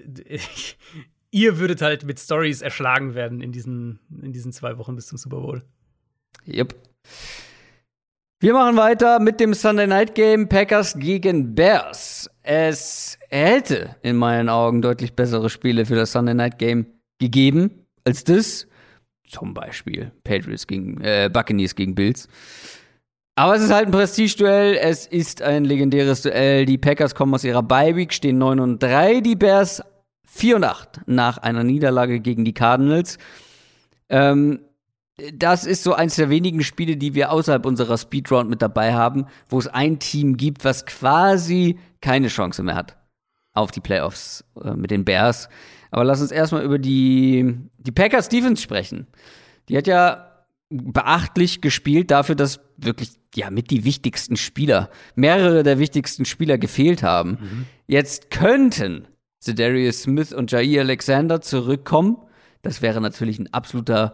ihr würdet halt mit Stories erschlagen werden in diesen, in diesen zwei Wochen bis zum Super Bowl. Yep. Wir machen weiter mit dem Sunday Night Game Packers gegen Bears. Es hätte in meinen Augen deutlich bessere Spiele für das Sunday Night Game gegeben als das. Zum Beispiel Patriots gegen äh, Buccaneers gegen Bills. Aber es ist halt ein Prestigeduell. Es ist ein legendäres Duell. Die Packers kommen aus ihrer Bye-Week, stehen neun und drei. Die Bears vier und acht nach einer Niederlage gegen die Cardinals. Ähm, Das ist so eins der wenigen Spiele, die wir außerhalb unserer Speedround mit dabei haben, wo es ein Team gibt, was quasi keine Chance mehr hat auf die Playoffs äh, mit den Bears. Aber lass uns erstmal über die, die Packers Defense sprechen. Die hat ja beachtlich gespielt dafür, dass wirklich ja mit die wichtigsten Spieler, mehrere der wichtigsten Spieler gefehlt haben. Mhm. Jetzt könnten Za'Darius Smith und Jair Alexander zurückkommen. Das wäre natürlich ein absoluter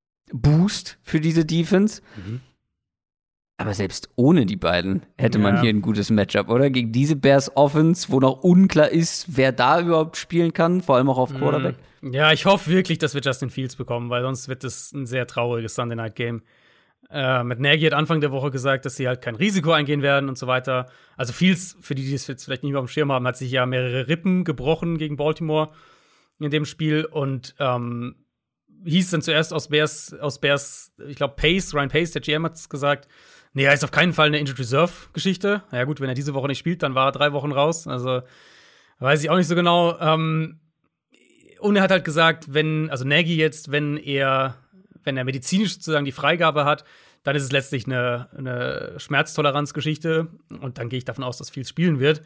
Boost für diese Defense. Mhm. Aber selbst ohne die beiden hätte man ja hier ein gutes Matchup, oder? Gegen diese Bears Offense, wo noch unklar ist, wer da überhaupt spielen kann, vor allem auch auf Quarterback. Ja, ich hoffe wirklich, dass wir Justin Fields bekommen, weil sonst wird es ein sehr trauriges Sunday Night Game. Äh, mit Nagy hat Anfang der Woche gesagt, dass sie halt kein Risiko eingehen werden und so weiter. Also Fields, für die, die es jetzt vielleicht nicht mehr auf dem Schirm haben, hat sich ja mehrere Rippen gebrochen gegen Baltimore in dem Spiel und ähm, hieß dann zuerst aus Bears, aus Bears, ich glaube Pace, Ryan Pace, der G M hat es gesagt, nee, er ist auf keinen Fall eine Injured Reserve-Geschichte. Na ja gut, wenn er diese Woche nicht spielt, dann war er drei Wochen raus. Also weiß ich auch nicht so genau. Ähm, und er hat halt gesagt, wenn, also Nagy jetzt, wenn er, wenn er medizinisch sozusagen die Freigabe hat, dann ist es letztlich eine, eine Schmerztoleranzgeschichte. Und dann gehe ich davon aus, dass Fields spielen wird.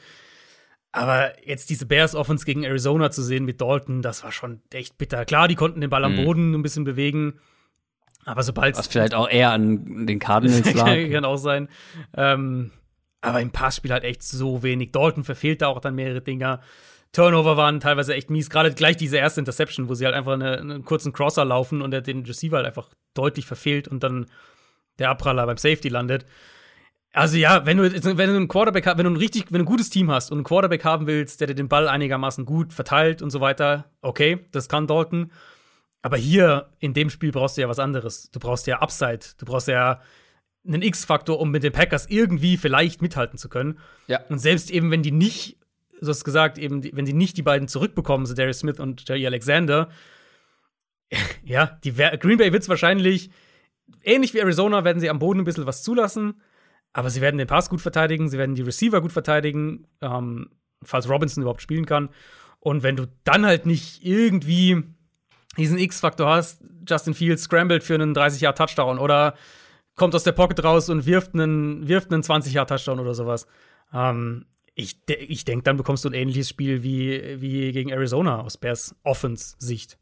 Aber jetzt diese Bears-Offense gegen Arizona zu sehen mit Dalton, das war schon echt bitter. Klar, die konnten den Ball am Boden ein bisschen bewegen. Aber sobald was vielleicht auch eher an den Cardinals lag. Kann auch sein. Ähm, aber im Passspiel halt echt so wenig. Dalton verfehlt da auch dann mehrere Dinger. Turnover waren teilweise echt mies. Gerade gleich diese erste Interception, wo sie halt einfach eine, einen kurzen Crosser laufen und der den Receiver halt einfach deutlich verfehlt und dann der Abpraller beim Safety landet. Also ja, wenn du, wenn du einen Quarterback hast, wenn du ein richtig, wenn du ein gutes Team hast und einen Quarterback haben willst, der dir den Ball einigermaßen gut verteilt und so weiter, okay, das kann Dalton. Aber hier in dem Spiel brauchst du ja was anderes. Du brauchst ja Upside. Du brauchst ja einen X-Faktor, um mit den Packers irgendwie vielleicht mithalten zu können. Ja. Und selbst eben, wenn die nicht, so hast gesagt, eben, wenn die nicht die beiden zurückbekommen, so Darius Smith und Jair Alexander, ja, die Green Bay wird es wahrscheinlich, ähnlich wie Arizona, werden sie am Boden ein bisschen was zulassen. Aber sie werden den Pass gut verteidigen, sie werden die Receiver gut verteidigen, ähm, falls Robinson überhaupt spielen kann. Und wenn du dann halt nicht irgendwie diesen X-Faktor hast, Justin Fields scrambled für einen dreißig-Yard-Touchdown oder kommt aus der Pocket raus und wirft einen, wirft einen zwanzig-Yard-Touchdown oder sowas. Ähm, ich de- ich denke, dann bekommst du ein ähnliches Spiel wie, wie gegen Arizona aus Bears Offense-Sicht.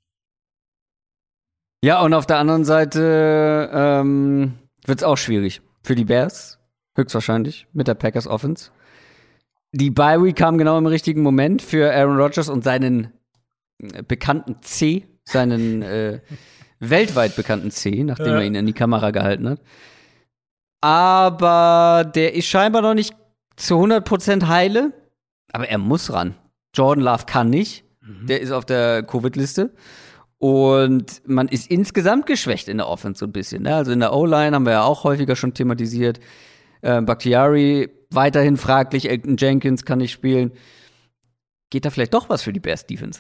Ja, und auf der anderen Seite ähm, wird es auch schwierig. Für die Bears, höchstwahrscheinlich, mit der Packers Offense. Die Bye-Week kam genau im richtigen Moment für Aaron Rodgers und seinen bekannten C, seinen äh, weltweit bekannten C, nachdem ja. er ihn in die Kamera gehalten hat. Aber der ist scheinbar noch nicht zu hundert Prozent heile, aber er muss ran. Jordan Love kann nicht, mhm. der ist auf der Covid-Liste. Und man ist insgesamt geschwächt in der Offense so ein bisschen. Ne? Also in der O-Line haben wir ja auch häufiger schon thematisiert. Äh, Bakhtiari weiterhin fraglich, Elton Jenkins kann nicht spielen. Geht da vielleicht doch was für die Bears Defense?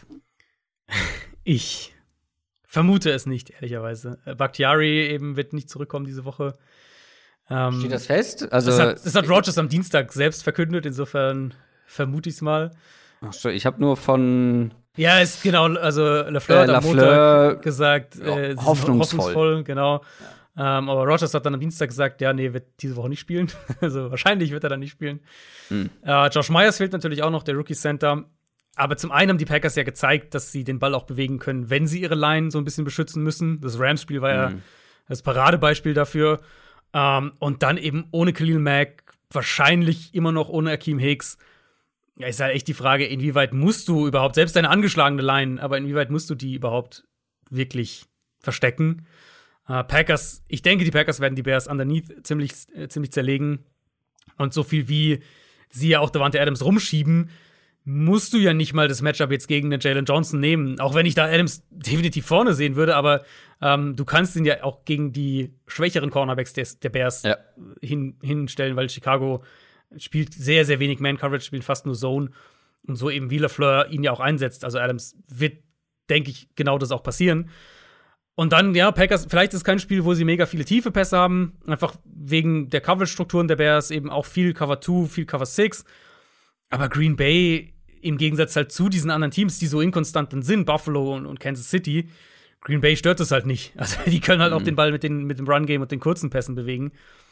Ich vermute es nicht, ehrlicherweise. Bakhtiari eben wird nicht zurückkommen diese Woche. Ähm, Steht das fest? Also, das hat, das hat Rodgers am Dienstag selbst verkündet, insofern vermute ich es mal. Achso, ich habe nur von Ja, ist genau, also LaFleur hat äh, am LaFleur Montag gesagt, äh, ja, hoffnungsvoll. hoffnungsvoll, genau. Ja. Ähm, aber Rodgers hat dann am Dienstag gesagt, ja, nee, wird diese Woche nicht spielen. Also wahrscheinlich wird er dann nicht spielen. Hm. Äh, Josh Myers fehlt natürlich auch noch, der Rookie Center. Aber zum einen haben die Packers ja gezeigt, dass sie den Ball auch bewegen können, wenn sie ihre Line so ein bisschen beschützen müssen. Das Rams-Spiel war ja hm. das Paradebeispiel dafür. Ähm, und dann eben ohne Khalil Mack, wahrscheinlich immer noch ohne Akeem Hicks. Ja, ist halt echt die Frage, inwieweit musst du überhaupt, selbst deine angeschlagene Line, aber inwieweit musst du die überhaupt wirklich verstecken? Äh, Packers, ich denke, die Packers werden die Bears underneath ziemlich, äh, ziemlich zerlegen. Und so viel wie sie ja auch Davante Adams rumschieben, musst du ja nicht mal das Matchup jetzt gegen den Jalen Johnson nehmen. Auch wenn ich da Adams definitiv vorne sehen würde, aber ähm, du kannst ihn ja auch gegen die schwächeren Cornerbacks des, der Bears ja. hin, hinstellen, weil Chicago spielt sehr, sehr wenig Man-Coverage, spielt fast nur Zone. Und so eben wie LaFleur ihn ja auch einsetzt. Also Adams wird, denke ich, genau das auch passieren. Und dann, ja, Packers, vielleicht ist es kein Spiel, wo sie mega viele tiefe Pässe haben. Einfach wegen der Coverage-Strukturen der Bears eben auch viel Cover zwei, viel Cover sechs. Aber Green Bay im Gegensatz halt zu diesen anderen Teams, die so inkonstant dann sind, Buffalo und, und Kansas City, Green Bay stört es halt nicht. Also die können halt mhm. auch den Ball mit, den, mit dem Run-Game und den kurzen Pässen bewegen.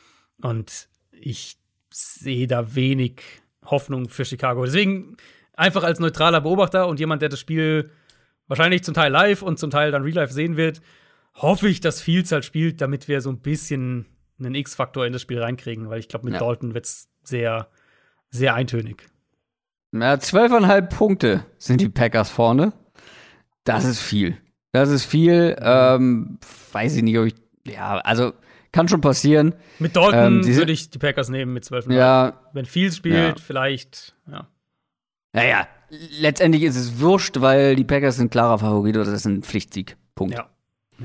Und ich sehe da wenig Hoffnung für Chicago. Deswegen einfach als neutraler Beobachter und jemand, der das Spiel wahrscheinlich zum Teil live und zum Teil dann real life sehen wird, hoffe ich, dass Fields halt spielt, damit wir so ein bisschen einen X-Faktor in das Spiel reinkriegen, weil ich glaube, mit ja. Dalton wird es sehr, sehr eintönig. Ja, zwölfeinhalb Punkte sind die Packers vorne. Das ist viel. Das ist viel. Ähm, weiß ich nicht, ob ich. Ja, also kann schon passieren. Mit Dalton ähm, würde ich die Packers nehmen mit zwölf. Ja. Wenn Fields spielt, ja. vielleicht, ja. Naja, letztendlich ist es wurscht, weil die Packers sind klarer Favorit oder das ist ein Pflichtsieg. Punkt. Ja. ja.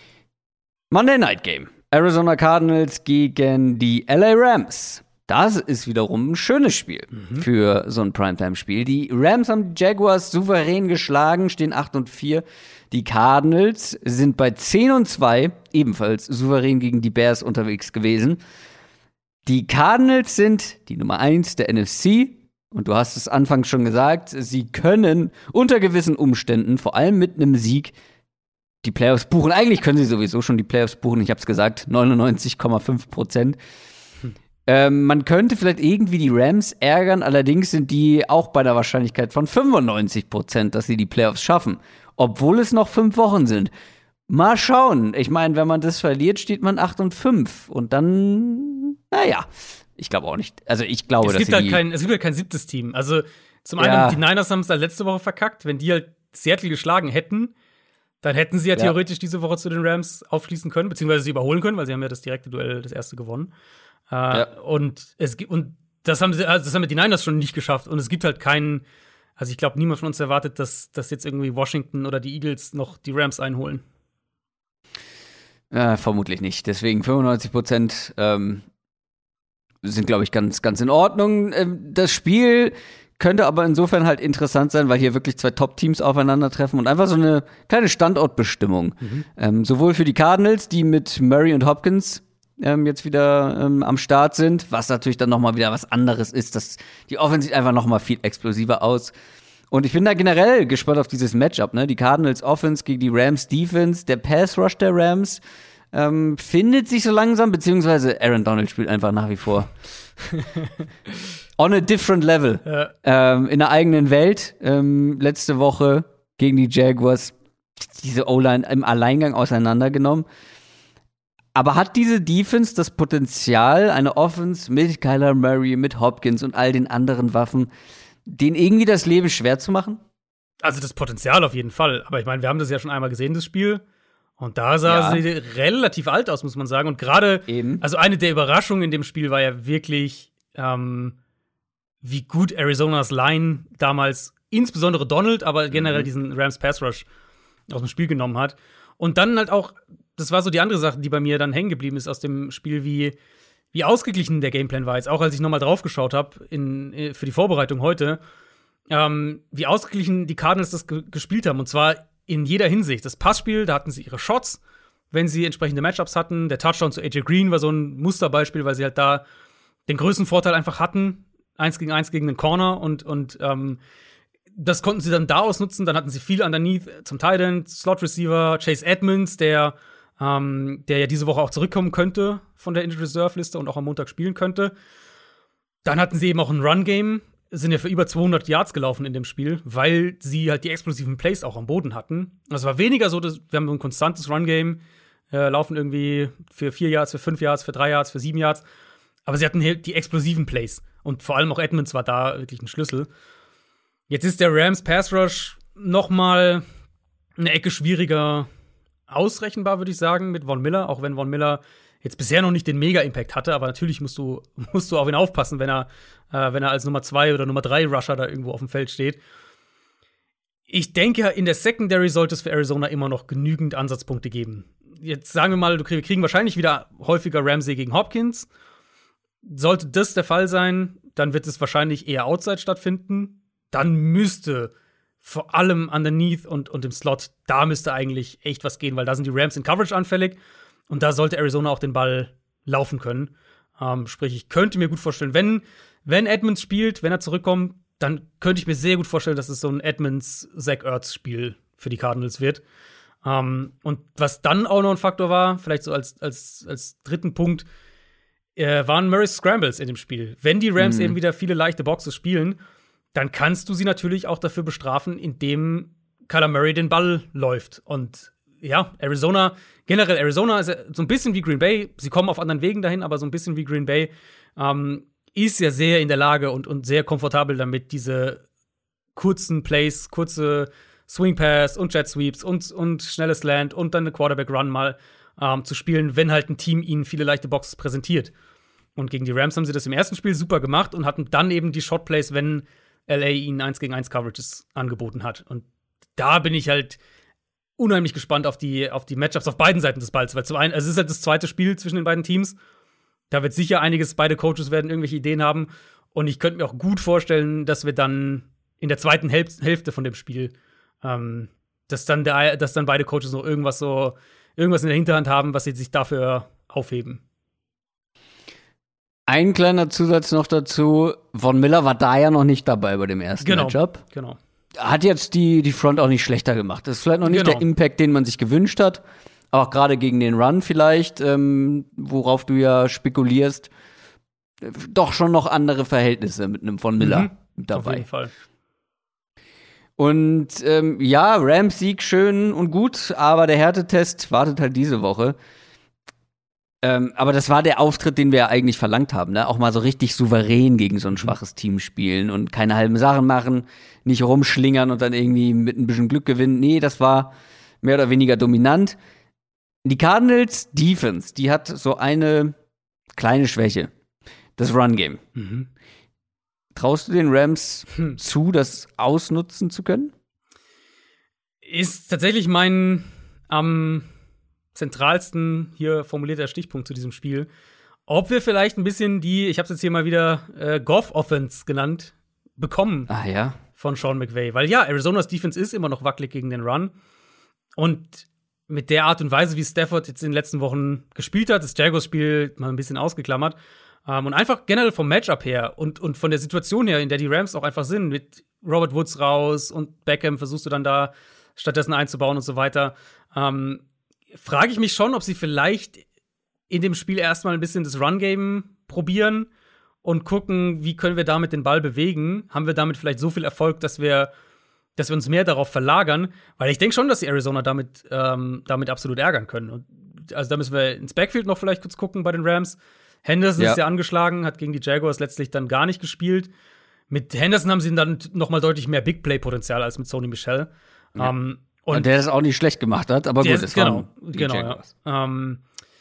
Monday Night Game. Arizona Cardinals gegen die L A Rams. Das ist wiederum ein schönes Spiel mhm. für so ein Primetime-Spiel. Die Rams haben die Jaguars souverän geschlagen, stehen acht und vier. Die Cardinals sind bei zehn und zwei, ebenfalls souverän gegen die Bears unterwegs gewesen. Die Cardinals sind die Nummer eins der N F C. Und du hast es anfangs schon gesagt, sie können unter gewissen Umständen, vor allem mit einem Sieg, die Playoffs buchen. Eigentlich können sie sowieso schon die Playoffs buchen. Ich habe es gesagt, neunundneunzig Komma fünf Prozent. Ähm, man könnte vielleicht irgendwie die Rams ärgern, allerdings sind die auch bei der Wahrscheinlichkeit von fünfundneunzig Prozent, dass sie die Playoffs schaffen, obwohl es noch fünf Wochen sind. Mal schauen. Ich meine, wenn man das verliert, steht man acht und fünf und dann, naja, ich glaube auch nicht. Also ich glaube, es dass gibt sie halt die kein, es gibt halt kein siebtes Team. Also Zum einen, Ja. die Niners haben es halt letzte Woche verkackt. Wenn die halt Seattle geschlagen hätten, dann hätten sie ja, Ja. theoretisch diese Woche zu den Rams aufschließen können, beziehungsweise sie überholen können, weil sie haben ja das direkte Duell, das erste gewonnen. Äh, Ja. Und es gibt, und das haben sie, also das haben die Niners schon nicht geschafft. Und es gibt halt keinen, also ich glaube, niemand von uns erwartet, dass, dass jetzt irgendwie Washington oder die Eagles noch die Rams einholen. Ja, vermutlich nicht. Deswegen fünfundneunzig Prozent ähm, sind, glaube ich, ganz, ganz in Ordnung. Ähm, das Spiel könnte aber insofern halt interessant sein, weil hier wirklich zwei Top-Teams aufeinandertreffen und einfach so eine kleine Standortbestimmung. Mhm. Ähm, sowohl für die Cardinals, die mit Murray und Hopkins ähm, jetzt wieder ähm, am Start sind, was natürlich dann noch mal wieder was anderes ist. Das, die Offense sieht einfach noch mal viel explosiver aus. Und ich bin da generell gespannt auf dieses Matchup, ne? Die Cardinals Offense gegen die Rams Defense, der Pass Rush der Rams ähm, findet sich so langsam, beziehungsweise Aaron Donald spielt einfach nach wie vor on a different level. Ja. Ähm, in der eigenen Welt. Ähm, letzte Woche gegen die Jaguars diese O-Line im Alleingang auseinandergenommen. Aber hat diese Defense das Potenzial, eine Offense mit Kyler Murray, mit Hopkins und all den anderen Waffen, denen irgendwie das Leben schwer zu machen? Also das Potenzial auf jeden Fall. Aber ich meine, wir haben das ja schon einmal gesehen, das Spiel. Und da sah Ja. sie relativ alt aus, muss man sagen. Und gerade, Eben. also eine der Überraschungen in dem Spiel war ja wirklich, ähm, wie gut Arizonas Line damals, insbesondere Donald, aber generell diesen Rams Pass Rush aus dem Spiel genommen hat. Und dann halt auch, das war so die andere Sache, die bei mir dann hängen geblieben ist aus dem Spiel, wie, wie ausgeglichen der Gameplan war. Jetzt auch, als ich nochmal drauf geschaut habe für die Vorbereitung heute, ähm, wie ausgeglichen die Cardinals das ge- gespielt haben. Und zwar in jeder Hinsicht. Das Passspiel, da hatten sie ihre Shots, wenn sie entsprechende Matchups hatten. Der Touchdown zu A J Green war so ein Musterbeispiel, weil sie halt da den größten Vorteil einfach hatten. Eins gegen eins gegen den Corner. Und, und ähm, das konnten sie dann da ausnutzen. Dann hatten sie viel underneath zum Tight End, Slot Receiver, Chase Edmonds, der, ähm, der ja diese Woche auch zurückkommen könnte von der Injured Reserve Liste und auch am Montag spielen könnte. Dann hatten sie eben auch ein Run-Game, sind ja für über zweihundert Yards gelaufen in dem Spiel, weil sie halt die explosiven Plays auch am Boden hatten. Es war weniger so, dass wir haben so ein konstantes Run-Game, äh, laufen irgendwie für vier Yards, für fünf Yards, für drei Yards, für sieben Yards. Aber sie hatten halt die explosiven Plays. Und vor allem auch Edmonds war da wirklich ein Schlüssel. Jetzt ist der Rams Pass Rush noch mal eine Ecke schwieriger ausrechenbar, würde ich sagen, mit Von Miller. Auch wenn Von Miller jetzt bisher noch nicht den Mega-Impact hatte, aber natürlich musst du, musst du auf ihn aufpassen, wenn er, äh, wenn er als Nummer zwei oder Nummer drei Rusher da irgendwo auf dem Feld steht. Ich denke, in der Secondary sollte es für Arizona immer noch genügend Ansatzpunkte geben. Jetzt sagen wir mal, wir kriegen wahrscheinlich wieder häufiger Ramsey gegen Hopkins. Sollte das der Fall sein, dann wird es wahrscheinlich eher outside stattfinden. Dann müsste vor allem underneath und, und im Slot, da müsste eigentlich echt was gehen, weil da sind die Rams in Coverage anfällig. Und da sollte Arizona auch den Ball laufen können. Ähm, sprich, ich könnte mir gut vorstellen, wenn, wenn Edmonds spielt, wenn er zurückkommt, dann könnte ich mir sehr gut vorstellen, dass es so ein Edmonds-Zach Ertz-Spiel für die Cardinals wird. Ähm, und was dann auch noch ein Faktor war, vielleicht so als, als, als dritten Punkt, äh, waren Murray's Scrambles in dem Spiel. Wenn die Rams Mhm. eben wieder viele leichte Boxes spielen, dann kannst du sie natürlich auch dafür bestrafen, indem Kyler Murray den Ball läuft. Und ja, Arizona, generell Arizona ist ja so ein bisschen wie Green Bay. Sie kommen auf anderen Wegen dahin, aber so ein bisschen wie Green Bay ähm, ist ja sehr in der Lage und, und sehr komfortabel damit, diese kurzen Plays, kurze Swing Pass und Jet Sweeps und, und schnelles Land und dann eine Quarterback Run mal ähm, zu spielen, wenn halt ein Team ihnen viele leichte Boxes präsentiert. Und gegen die Rams haben sie das im ersten Spiel super gemacht und hatten dann eben die Shot Plays, wenn L A ihnen eins gegen eins Coverages angeboten hat. Und da bin ich halt unheimlich gespannt auf die, auf die Matchups auf beiden Seiten des Balls. Weil zum einen, also es ist halt das zweite Spiel zwischen den beiden Teams. Da wird sicher einiges, beide Coaches werden irgendwelche Ideen haben. Und ich könnte mir auch gut vorstellen, dass wir dann in der zweiten Hälf- Hälfte von dem Spiel, ähm, dass, dann der, dass dann beide Coaches noch irgendwas so, irgendwas in der Hinterhand haben, was sie sich dafür aufheben. Ein kleiner Zusatz noch dazu. Von Miller war da ja noch nicht dabei bei dem ersten Genau. Matchup. Genau. Hat jetzt die, die Front auch nicht schlechter gemacht. Das ist vielleicht noch nicht Genau. der Impact, den man sich gewünscht hat. Aber auch gerade gegen den Run vielleicht, ähm, worauf du ja spekulierst, äh, doch schon noch andere Verhältnisse mit einem Von Miller Mhm. mit Auf dabei. jeden Fall. Und ähm, ja, Rams Sieg schön und gut, aber der Härtetest wartet halt diese Woche. Ähm, aber das war der Auftritt, den wir ja eigentlich verlangt haben, ne? Auch mal so richtig souverän gegen so ein schwaches Team spielen und keine halben Sachen machen, nicht rumschlingern und dann irgendwie mit ein bisschen Glück gewinnen. Nee, das war mehr oder weniger dominant. Die Cardinals Defense, die hat so eine kleine Schwäche. Das Run-Game. Mhm. Traust du den Rams hm. zu, das ausnutzen zu können? Ist tatsächlich mein am zentralsten hier formulierter Stichpunkt zu diesem Spiel. Ob wir vielleicht ein bisschen die, ich habe es jetzt hier mal wieder äh, Goff-Offense genannt, bekommen Ah ja. von Sean McVay. Weil ja, Arizonas Defense ist immer noch wackelig gegen den Run. Und mit der Art und Weise, wie Stafford jetzt in den letzten Wochen gespielt hat, das Jaguars-Spiel mal ein bisschen ausgeklammert, ähm, und einfach generell vom Matchup her und, und von der Situation her, in der die Rams auch einfach sind, mit Robert Woods raus und Beckham versuchst du dann da stattdessen einzubauen und so weiter, ähm, frage ich mich schon, ob sie vielleicht in dem Spiel erstmal ein bisschen das Run-Game probieren und gucken, wie können wir damit den Ball bewegen. Haben wir damit vielleicht so viel Erfolg, dass wir, dass wir uns mehr darauf verlagern? Weil ich denke schon, dass die Arizona damit, ähm, damit absolut ärgern können. Und also da müssen wir ins Backfield noch vielleicht kurz gucken bei den Rams. Henderson Ja. ist ja angeschlagen, hat gegen die Jaguars letztlich dann gar nicht gespielt. Mit Henderson haben sie dann noch mal deutlich mehr Big-Play-Potenzial als mit Sony Michel. Ja. Ähm, Und, und der das auch nicht schlecht gemacht hat, aber der gut, ist- es genau, waren die genau, Jaguars. ja. Ähm,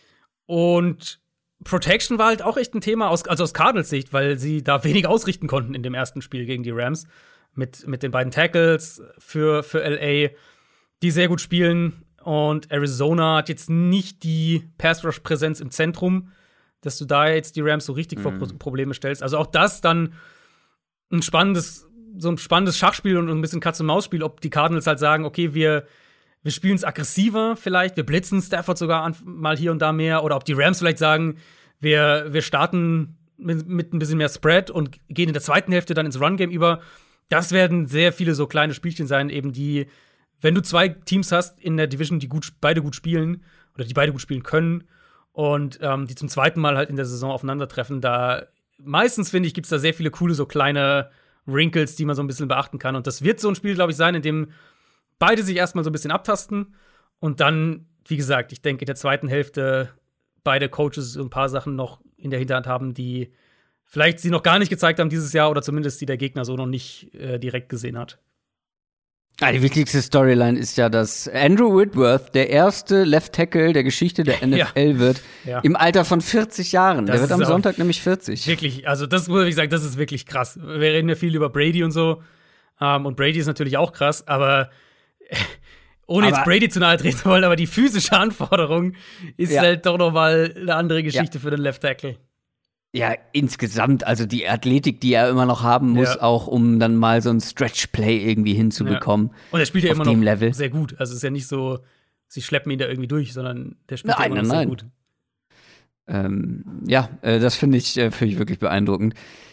und Protection war halt auch echt ein Thema, aus, also aus Cardinals Sicht, weil sie da wenig ausrichten konnten in dem ersten Spiel gegen die Rams. Mit, mit den beiden Tackles für, für L A, die sehr gut spielen. Und Arizona hat jetzt nicht die Pass-Rush-Präsenz im Zentrum, dass du da jetzt die Rams so richtig vor Pro- Probleme stellst. Also auch das dann ein spannendes, so ein spannendes Schachspiel und ein bisschen Katz-und-Maus-Spiel, ob die Cardinals halt sagen, okay, wir, wir spielen es aggressiver vielleicht, wir blitzen Stafford sogar an, mal hier und da mehr, oder ob die Rams vielleicht sagen, wir, wir starten mit, mit ein bisschen mehr Spread und gehen in der zweiten Hälfte dann ins Run-Game über. Das werden sehr viele so kleine Spielchen sein, eben die, wenn du zwei Teams hast in der Division, die gut, beide gut spielen oder die beide gut spielen können und ähm, die zum zweiten Mal halt in der Saison aufeinandertreffen, da meistens, finde ich, gibt es da sehr viele coole so kleine Wrinkles, die man so ein bisschen beachten kann. Und das wird so ein Spiel, glaube ich, sein, in dem beide sich erstmal so ein bisschen abtasten und dann, wie gesagt, ich denke, in der zweiten Hälfte beide Coaches so ein paar Sachen noch in der Hinterhand haben, die vielleicht sie noch gar nicht gezeigt haben dieses Jahr oder zumindest die der Gegner so noch nicht äh, direkt gesehen hat. Ah, die wichtigste Storyline ist ja, dass Andrew Whitworth der erste Left Tackle der Geschichte der N F L Ja. wird, Ja. im Alter von vierzig Jahren. Das Der wird ist am auch Sonntag nämlich vierzig. Wirklich, also das muss ich sagen, das ist wirklich krass. Wir reden ja viel über Brady und so. Ähm, und Brady ist natürlich auch krass, aber ohne Aber- jetzt Brady zu nahe treten zu wollen, aber die physische Anforderung ist Ja. halt doch noch mal eine andere Geschichte für den Left Tackle. Ja, insgesamt, also die Athletik, die er immer noch haben muss, Ja. auch um dann mal so ein Stretch-Play irgendwie hinzubekommen. Und er spielt ja Auf immer noch dem Level. sehr gut. Also es ist ja nicht so, sie schleppen ihn da irgendwie durch, sondern der spielt Nein, ja immer noch nein, sehr nein. gut. Ähm, ja, äh, das finde ich, äh, find ich wirklich beeindruckend.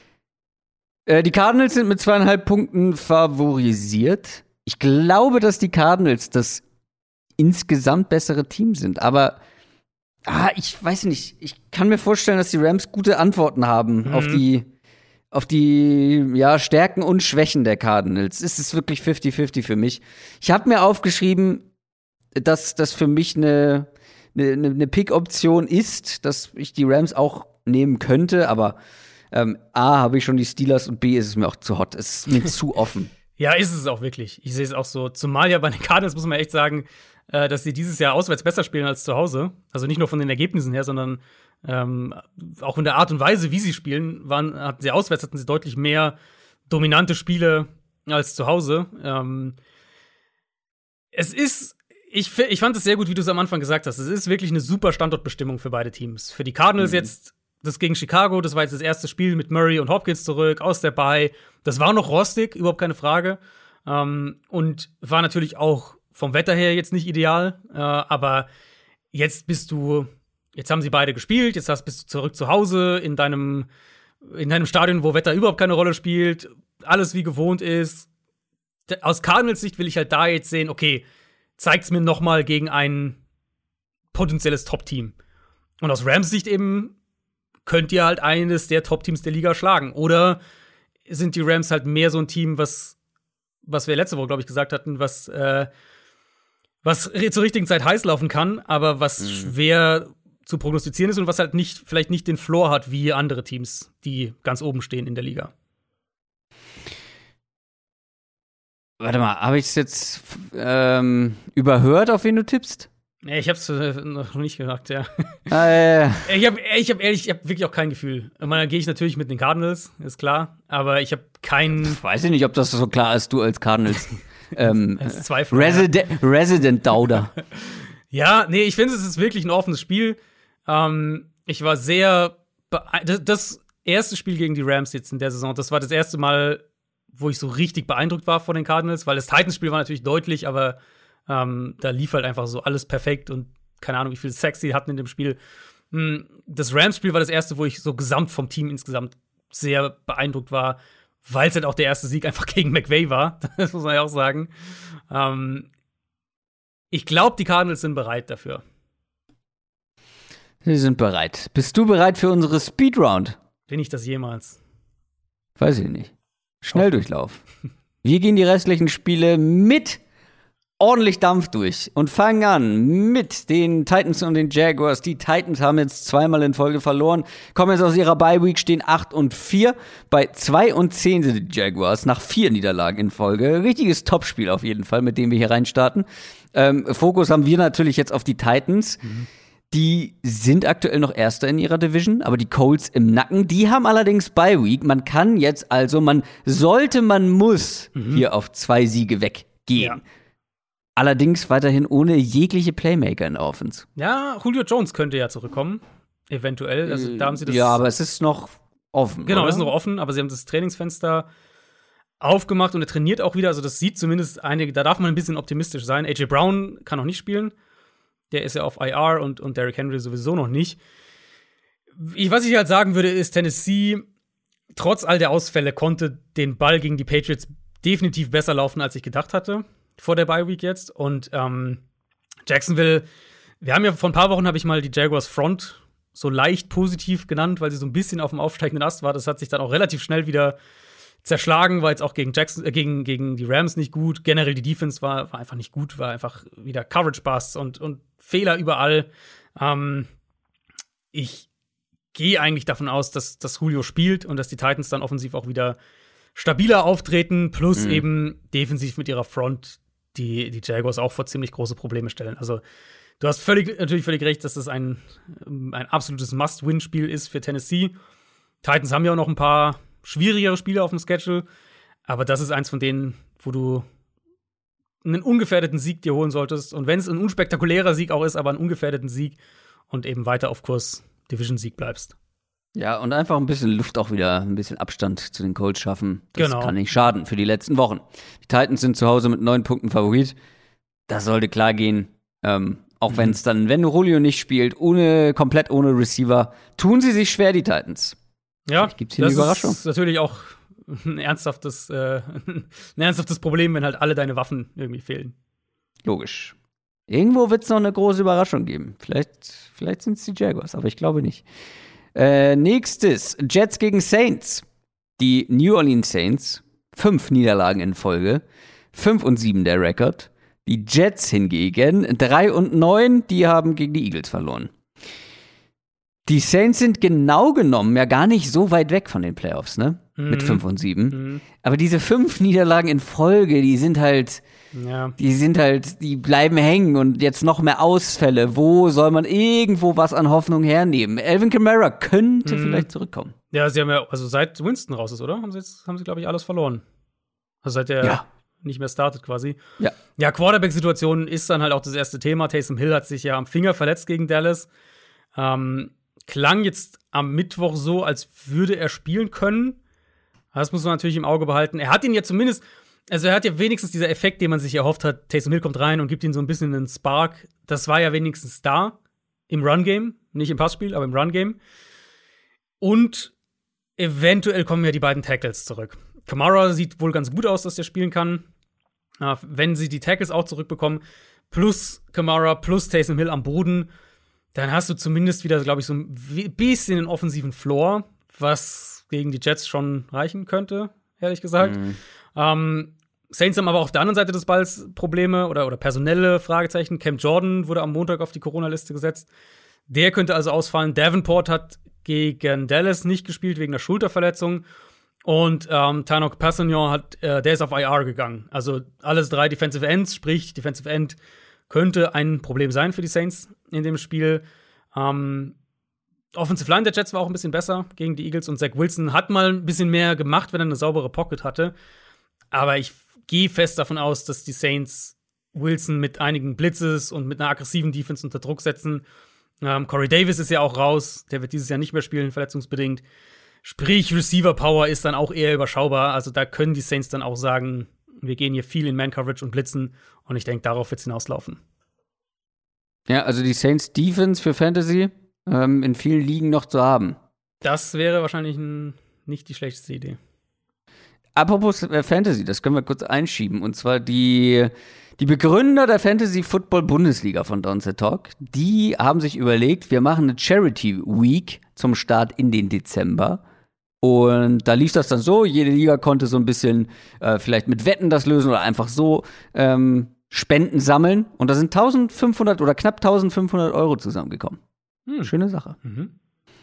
Äh, die Cardinals sind mit zweieinhalb Punkten favorisiert. Ich glaube, dass die Cardinals das insgesamt bessere Team sind, aber ah, ich weiß nicht. Ich kann mir vorstellen, dass die Rams gute Antworten haben Mhm. auf die auf die ja, Stärken und Schwächen der Cardinals. Es ist wirklich fifty fifty für mich. Ich habe mir aufgeschrieben, dass das für mich eine eine, eine Pick-Option ist, dass ich die Rams auch nehmen könnte, aber ähm, A, habe ich schon die Steelers und B, ist es mir auch zu hot. Es ist mir zu offen. Ja, ist es auch wirklich. Ich sehe es auch so. Zumal ja bei den Cardinals muss man echt sagen, äh, dass sie dieses Jahr auswärts besser spielen als zu Hause. Also nicht nur von den Ergebnissen her, sondern ähm, auch in der Art und Weise, wie sie spielen, waren, hatten sie auswärts hatten sie deutlich mehr dominante Spiele als zu Hause. Ähm, es ist, ich, fi- ich fand es sehr gut, wie du es am Anfang gesagt hast. Es ist wirklich eine super Standortbestimmung für beide Teams. Für die Cardinals Mhm. jetzt das gegen Chicago, das war jetzt das erste Spiel mit Murray und Hopkins zurück, aus der Bye. Das war noch rostig, überhaupt keine Frage. Ähm, und war natürlich auch vom Wetter her jetzt nicht ideal. Äh, aber jetzt bist du, jetzt haben sie beide gespielt, jetzt hast, bist du zurück zu Hause in deinem, in deinem Stadion, wo Wetter überhaupt keine Rolle spielt, alles wie gewohnt ist. D- Aus Cardinals Sicht will ich halt da jetzt sehen, okay, zeigt's mir noch mal gegen ein potenzielles Top-Team. Und aus Rams Sicht eben könnt ihr halt eines der Top-Teams der Liga schlagen. Oder sind die Rams halt mehr so ein Team, was, was wir letzte Woche, glaube ich, gesagt hatten, was, äh, was re- zur richtigen Zeit heiß laufen kann, aber was schwer zu prognostizieren ist und was halt nicht, vielleicht nicht den Floor hat wie andere Teams, die ganz oben stehen in der Liga. Warte mal, habe ich es jetzt ähm, überhört, auf wen du tippst? Nee, ich hab's äh, noch nicht gesagt, ja. Äh. Ich habe ich hab ehrlich, ich habe wirklich auch kein Gefühl. Ich meine, da gehe ich natürlich mit den Cardinals, ist klar, aber ich habe kein Weiß ich nicht, ob das so klar ist, du als Cardinals. ähm, als Zweifel. Resident, Resident Dauder. Ja, nee, ich finde, es ist wirklich ein offenes Spiel. Ähm, ich war sehr das, das erste Spiel gegen die Rams jetzt in der Saison, das war das erste Mal, wo ich so richtig beeindruckt war von den Cardinals, weil das Titans-Spiel war natürlich deutlich, aber ähm, da lief halt einfach so alles perfekt und keine Ahnung, wie viel Sex sie hatten in dem Spiel. Das Rams-Spiel war das erste, wo ich so gesamt vom Team insgesamt sehr beeindruckt war, weil es halt auch der erste Sieg einfach gegen McVay war. Das muss man ja auch sagen. Ähm, ich glaube, die Cardinals sind bereit dafür. Sie sind bereit. Bist du bereit für unsere Speedround? Bin ich das jemals? Weiß ich nicht. Schnelldurchlauf. Wir gehen die restlichen Spiele mit ordentlich Dampf durch und fangen an mit den Titans und den Jaguars. Die Titans haben jetzt zweimal in Folge verloren, kommen jetzt aus ihrer Bye-Week, stehen acht und vier. Bei zwei und zehn sind die Jaguars nach vier Niederlagen in Folge. Richtiges Topspiel auf jeden Fall, mit dem wir hier reinstarten. Ähm, Fokus haben wir natürlich jetzt auf die Titans. Mhm. Die sind aktuell noch Erster in ihrer Division, aber die Colts im Nacken. Die haben allerdings Bye-Week. Man kann jetzt also, man sollte, man muss mhm. hier auf zwei Siege weggehen. Ja. Allerdings weiterhin ohne jegliche Playmaker in der Offense. Ja, Julio Jones könnte ja zurückkommen, eventuell. Also, da haben sie das ja, aber es ist noch offen. Genau, oder? Es ist noch offen, aber sie haben das Trainingsfenster aufgemacht und er trainiert auch wieder. Also das sieht zumindest einige, da darf man ein bisschen optimistisch sein. A J Brown kann noch nicht spielen. Der ist ja auf I R und, und Derrick Henry sowieso noch nicht. Ich, was ich halt sagen würde, ist, Tennessee, trotz all der Ausfälle, konnte den Ball gegen die Patriots definitiv besser laufen, als ich gedacht hatte. Vor der Bye-Week jetzt. Und ähm, Jacksonville, wir haben ja vor ein paar Wochen, habe ich mal die Jaguars Front so leicht positiv genannt, weil sie so ein bisschen auf dem aufsteigenden Ast war. Das hat sich dann auch relativ schnell wieder zerschlagen, war jetzt auch gegen Jackson, äh, gegen, gegen die Rams nicht gut. Generell die Defense war, war einfach nicht gut, war einfach wieder Coverage-Busts und, und Fehler überall. Ähm, ich gehe eigentlich davon aus, dass, dass Julio spielt und dass die Titans dann offensiv auch wieder stabiler auftreten, plus mhm. eben defensiv mit ihrer Front die, die Jaguars auch vor ziemlich große Probleme stellen. Also du hast völlig, natürlich völlig recht, dass das ein, ein absolutes Must-Win-Spiel ist für Tennessee. Titans haben ja auch noch ein paar schwierigere Spiele auf dem Schedule, aber das ist eins von denen, wo du einen ungefährdeten Sieg dir holen solltest. Und wenn es ein unspektakulärer Sieg auch ist, aber einen ungefährdeten Sieg und eben weiter auf Kurs Division-Sieg bleibst. Ja, und einfach ein bisschen Luft auch wieder, ein bisschen Abstand zu den Colts schaffen. Das genau. kann nicht schaden für die letzten Wochen. Die Titans sind zu Hause mit neun Punkten Favorit. Das sollte klar gehen. Ähm, auch mhm. wenn es dann, wenn Julio nicht spielt, ohne, komplett ohne Receiver, tun sie sich schwer, die Titans. Ja, gibt's hier eine Überraschung. Das ist natürlich auch ein ernsthaftes, äh, ein ernsthaftes Problem, wenn halt alle deine Waffen irgendwie fehlen. Logisch. Irgendwo wird es noch eine große Überraschung geben. Vielleicht, vielleicht sind es die Jaguars, aber ich glaube nicht. Äh, nächstes, Jets gegen Saints. Die New Orleans Saints, fünf Niederlagen in Folge, fünf und sieben der Rekord. Die Jets hingegen, drei und neun, die haben gegen die Eagles verloren. Die Saints sind genau genommen ja gar nicht so weit weg von den Playoffs, ne? Mhm. Mit fünf und sieben. Mhm. Aber diese fünf Niederlagen in Folge, die sind halt Ja. Die sind halt, die bleiben hängen und jetzt noch mehr Ausfälle. Wo soll man irgendwo was an Hoffnung hernehmen? Alvin Kamara könnte mhm. vielleicht zurückkommen. Ja, sie haben ja, also seit Winston raus ist, oder? Haben sie jetzt, haben sie, glaube ich, alles verloren. Also seit der ja. nicht mehr startet quasi. Ja. Ja, Quarterback-Situation ist dann halt auch das erste Thema. Taysom Hill hat sich ja am Finger verletzt gegen Dallas. Ähm, klang jetzt am Mittwoch so, als würde er spielen können. Das muss man natürlich im Auge behalten. Er hat ihn ja zumindest Also er hat ja wenigstens dieser Effekt, den man sich erhofft hat. Taysom Hill kommt rein und gibt ihm so ein bisschen einen Spark. Das war ja wenigstens da im Run-Game. Nicht im Passspiel, aber im Run-Game. Und eventuell kommen ja die beiden Tackles zurück. Kamara sieht wohl ganz gut aus, dass der spielen kann. Äh, wenn sie die Tackles auch zurückbekommen, plus Kamara, plus Taysom Hill am Boden, dann hast du zumindest wieder, glaube ich, so ein bisschen einen offensiven Floor, was gegen die Jets schon reichen könnte, ehrlich gesagt. Mhm. Ähm, Saints haben aber auf der anderen Seite des Balls Probleme oder, oder personelle Fragezeichen. Cam Jordan wurde am Montag auf die Corona-Liste gesetzt. Der könnte also ausfallen. Davenport hat gegen Dallas nicht gespielt wegen der Schulterverletzung. Und ähm, Tanoch Kpassagnon hat, äh, der ist auf I R gegangen. Also alles drei Defensive Ends, sprich Defensive End könnte ein Problem sein für die Saints in dem Spiel. Ähm, Offensive Line der Jets war auch ein bisschen besser gegen die Eagles und Zach Wilson hat mal ein bisschen mehr gemacht, wenn er eine saubere Pocket hatte. Aber ich gehe fest davon aus, dass die Saints Wilson mit einigen Blitzes und mit einer aggressiven Defense unter Druck setzen. Ähm, Corey Davis ist ja auch raus, der wird dieses Jahr nicht mehr spielen, verletzungsbedingt. Sprich, Receiver-Power ist dann auch eher überschaubar. Also da können die Saints dann auch sagen, wir gehen hier viel in Man-Coverage und blitzen. Und ich denke, darauf wird es hinauslaufen. Ja, also die Saints Defense für Fantasy ähm, in vielen Ligen noch zu haben. Das wäre wahrscheinlich ein, nicht die schlechteste Idee. Apropos äh, Fantasy, das können wir kurz einschieben. Und zwar die, die Begründer der Fantasy-Football-Bundesliga von Downset Talk, die haben sich überlegt, wir machen eine Charity-Week zum Start in den Dezember. Und da lief das dann so, jede Liga konnte so ein bisschen äh, vielleicht mit Wetten das lösen oder einfach so ähm, Spenden sammeln. Und da sind eintausendfünfhundert oder knapp eintausendfünfhundert Euro zusammengekommen. Hm. Schöne Sache. Mhm.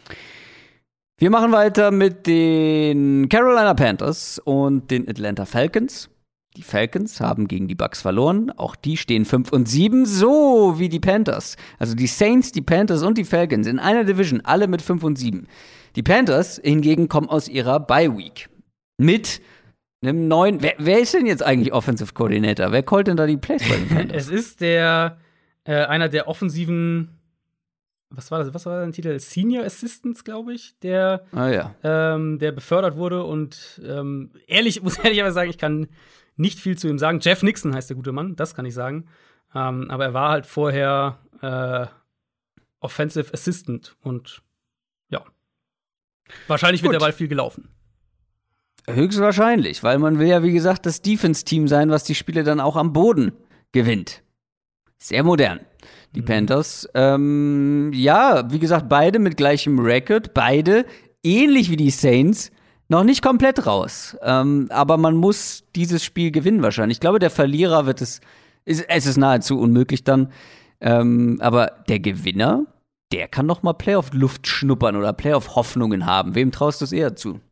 Wir machen weiter mit den Carolina Panthers und den Atlanta Falcons. Die Falcons haben gegen die Bucks verloren. Auch die stehen fünf und sieben, so wie die Panthers. Also die Saints, die Panthers und die Falcons in einer Division, alle mit fünf und sieben. Die Panthers hingegen kommen aus ihrer Bye-Week mit einem neuen. Wer, wer ist denn jetzt eigentlich Offensive Coordinator? Wer callt denn da die Plays bei den Panthers? Es ist der äh, einer der offensiven. Was war das? Was war sein Titel? Senior Assistants, glaube ich, der, ah, ja. ähm, der befördert wurde. Und ähm, ehrlich, muss ehrlicherweise sagen, ich kann nicht viel zu ihm sagen. Jeff Nixon heißt der gute Mann, das kann ich sagen. Ähm, aber er war halt vorher äh, Offensive Assistant und ja. Wahrscheinlich wird Gut. er bald viel gelaufen. Höchstwahrscheinlich, weil man will ja, wie gesagt, das Defense-Team sein, was die Spiele dann auch am Boden gewinnt. Sehr modern. Die mhm. Panthers, ähm, ja, wie gesagt, beide mit gleichem Record, beide, ähnlich wie die Saints, noch nicht komplett raus. Ähm, aber man muss dieses Spiel gewinnen wahrscheinlich. Ich glaube, der Verlierer wird es, ist, es ist nahezu unmöglich dann. Ähm, aber der Gewinner, der kann noch mal Playoff-Luft schnuppern oder Playoff-Hoffnungen haben. Wem traust du es eher zu?